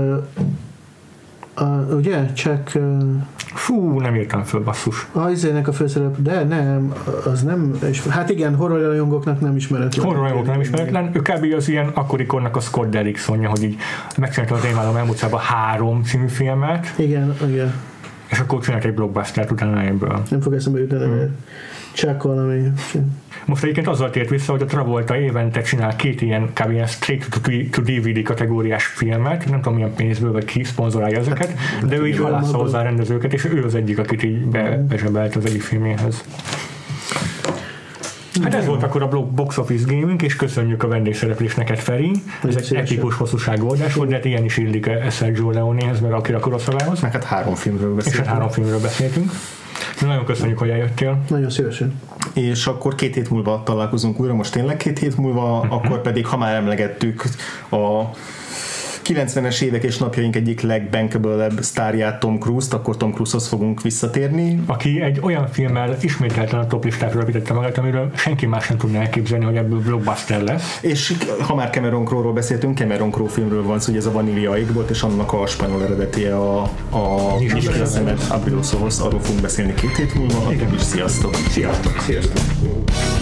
S3: ugye? Csak
S2: fú, nem írtam föl, basszus.
S3: Izének a főszerep, de nem, az nem, hát igen, horrorrajongóknak nem ismeretlen.
S2: Horrorrajongóknak nem ismeretlen, ő kb. Az ilyen akkorikornak a Scott Derricksonja, hogy így megcsinálta az Én elmúltában 3 című filmet.
S3: Igen.
S2: És akkor csinált egy blockbustert utána ebből.
S3: Nem fog eszembe jutni, csak valami.
S2: Most egyébként azzal tért vissza, hogy a Travolta évente csinál 2 ilyen kb. Ilyen straight to DVD kategóriás filmet, nem tudom milyen pénzből vagy ki szponzorálja ezeket, de ő így halásza hozzá a rendezőket, és ő az egyik, akit így bezsebelt az egyik filmjéhez. Hát ez volt akkor a Box Office Gaming, és köszönjük a vendégszereplést neked, Feri. Ez egy epikus hosszúságú oldás volt, de hát ilyen is illik Sergio Leonehez, meg Akira Kurosavához.
S1: Meg hát 3 filmről beszéltünk.
S2: És 3 filmről beszéltünk. Nagyon köszönjük, hogy eljöttél.
S3: Nagyon szívesen.
S1: És akkor 2 hét múlva találkozunk újra, most tényleg 2 hét múlva, akkor pedig, ha már emlegettük a 90-es évek és napjaink egyik legbankable-ebb sztárját, Tom Cruise-t, akkor Tom Cruise-hoz fogunk visszatérni.
S2: Aki egy olyan filmmel ismételten a top listákra rövidítette magát, amiről senki más nem tudná elképzelni, hogy ebből blockbuster lesz.
S1: És ha már Cameron Crowe-ról beszéltünk, Cameron Crowe filmről van szó, hogy ez a Vanilla Egg volt, és annak a spanyol eredetie a Nyisd a szemed Abrilosohoz, arról fogunk beszélni 2 hét múlva, addig is sziasztok!
S2: Sziasztok!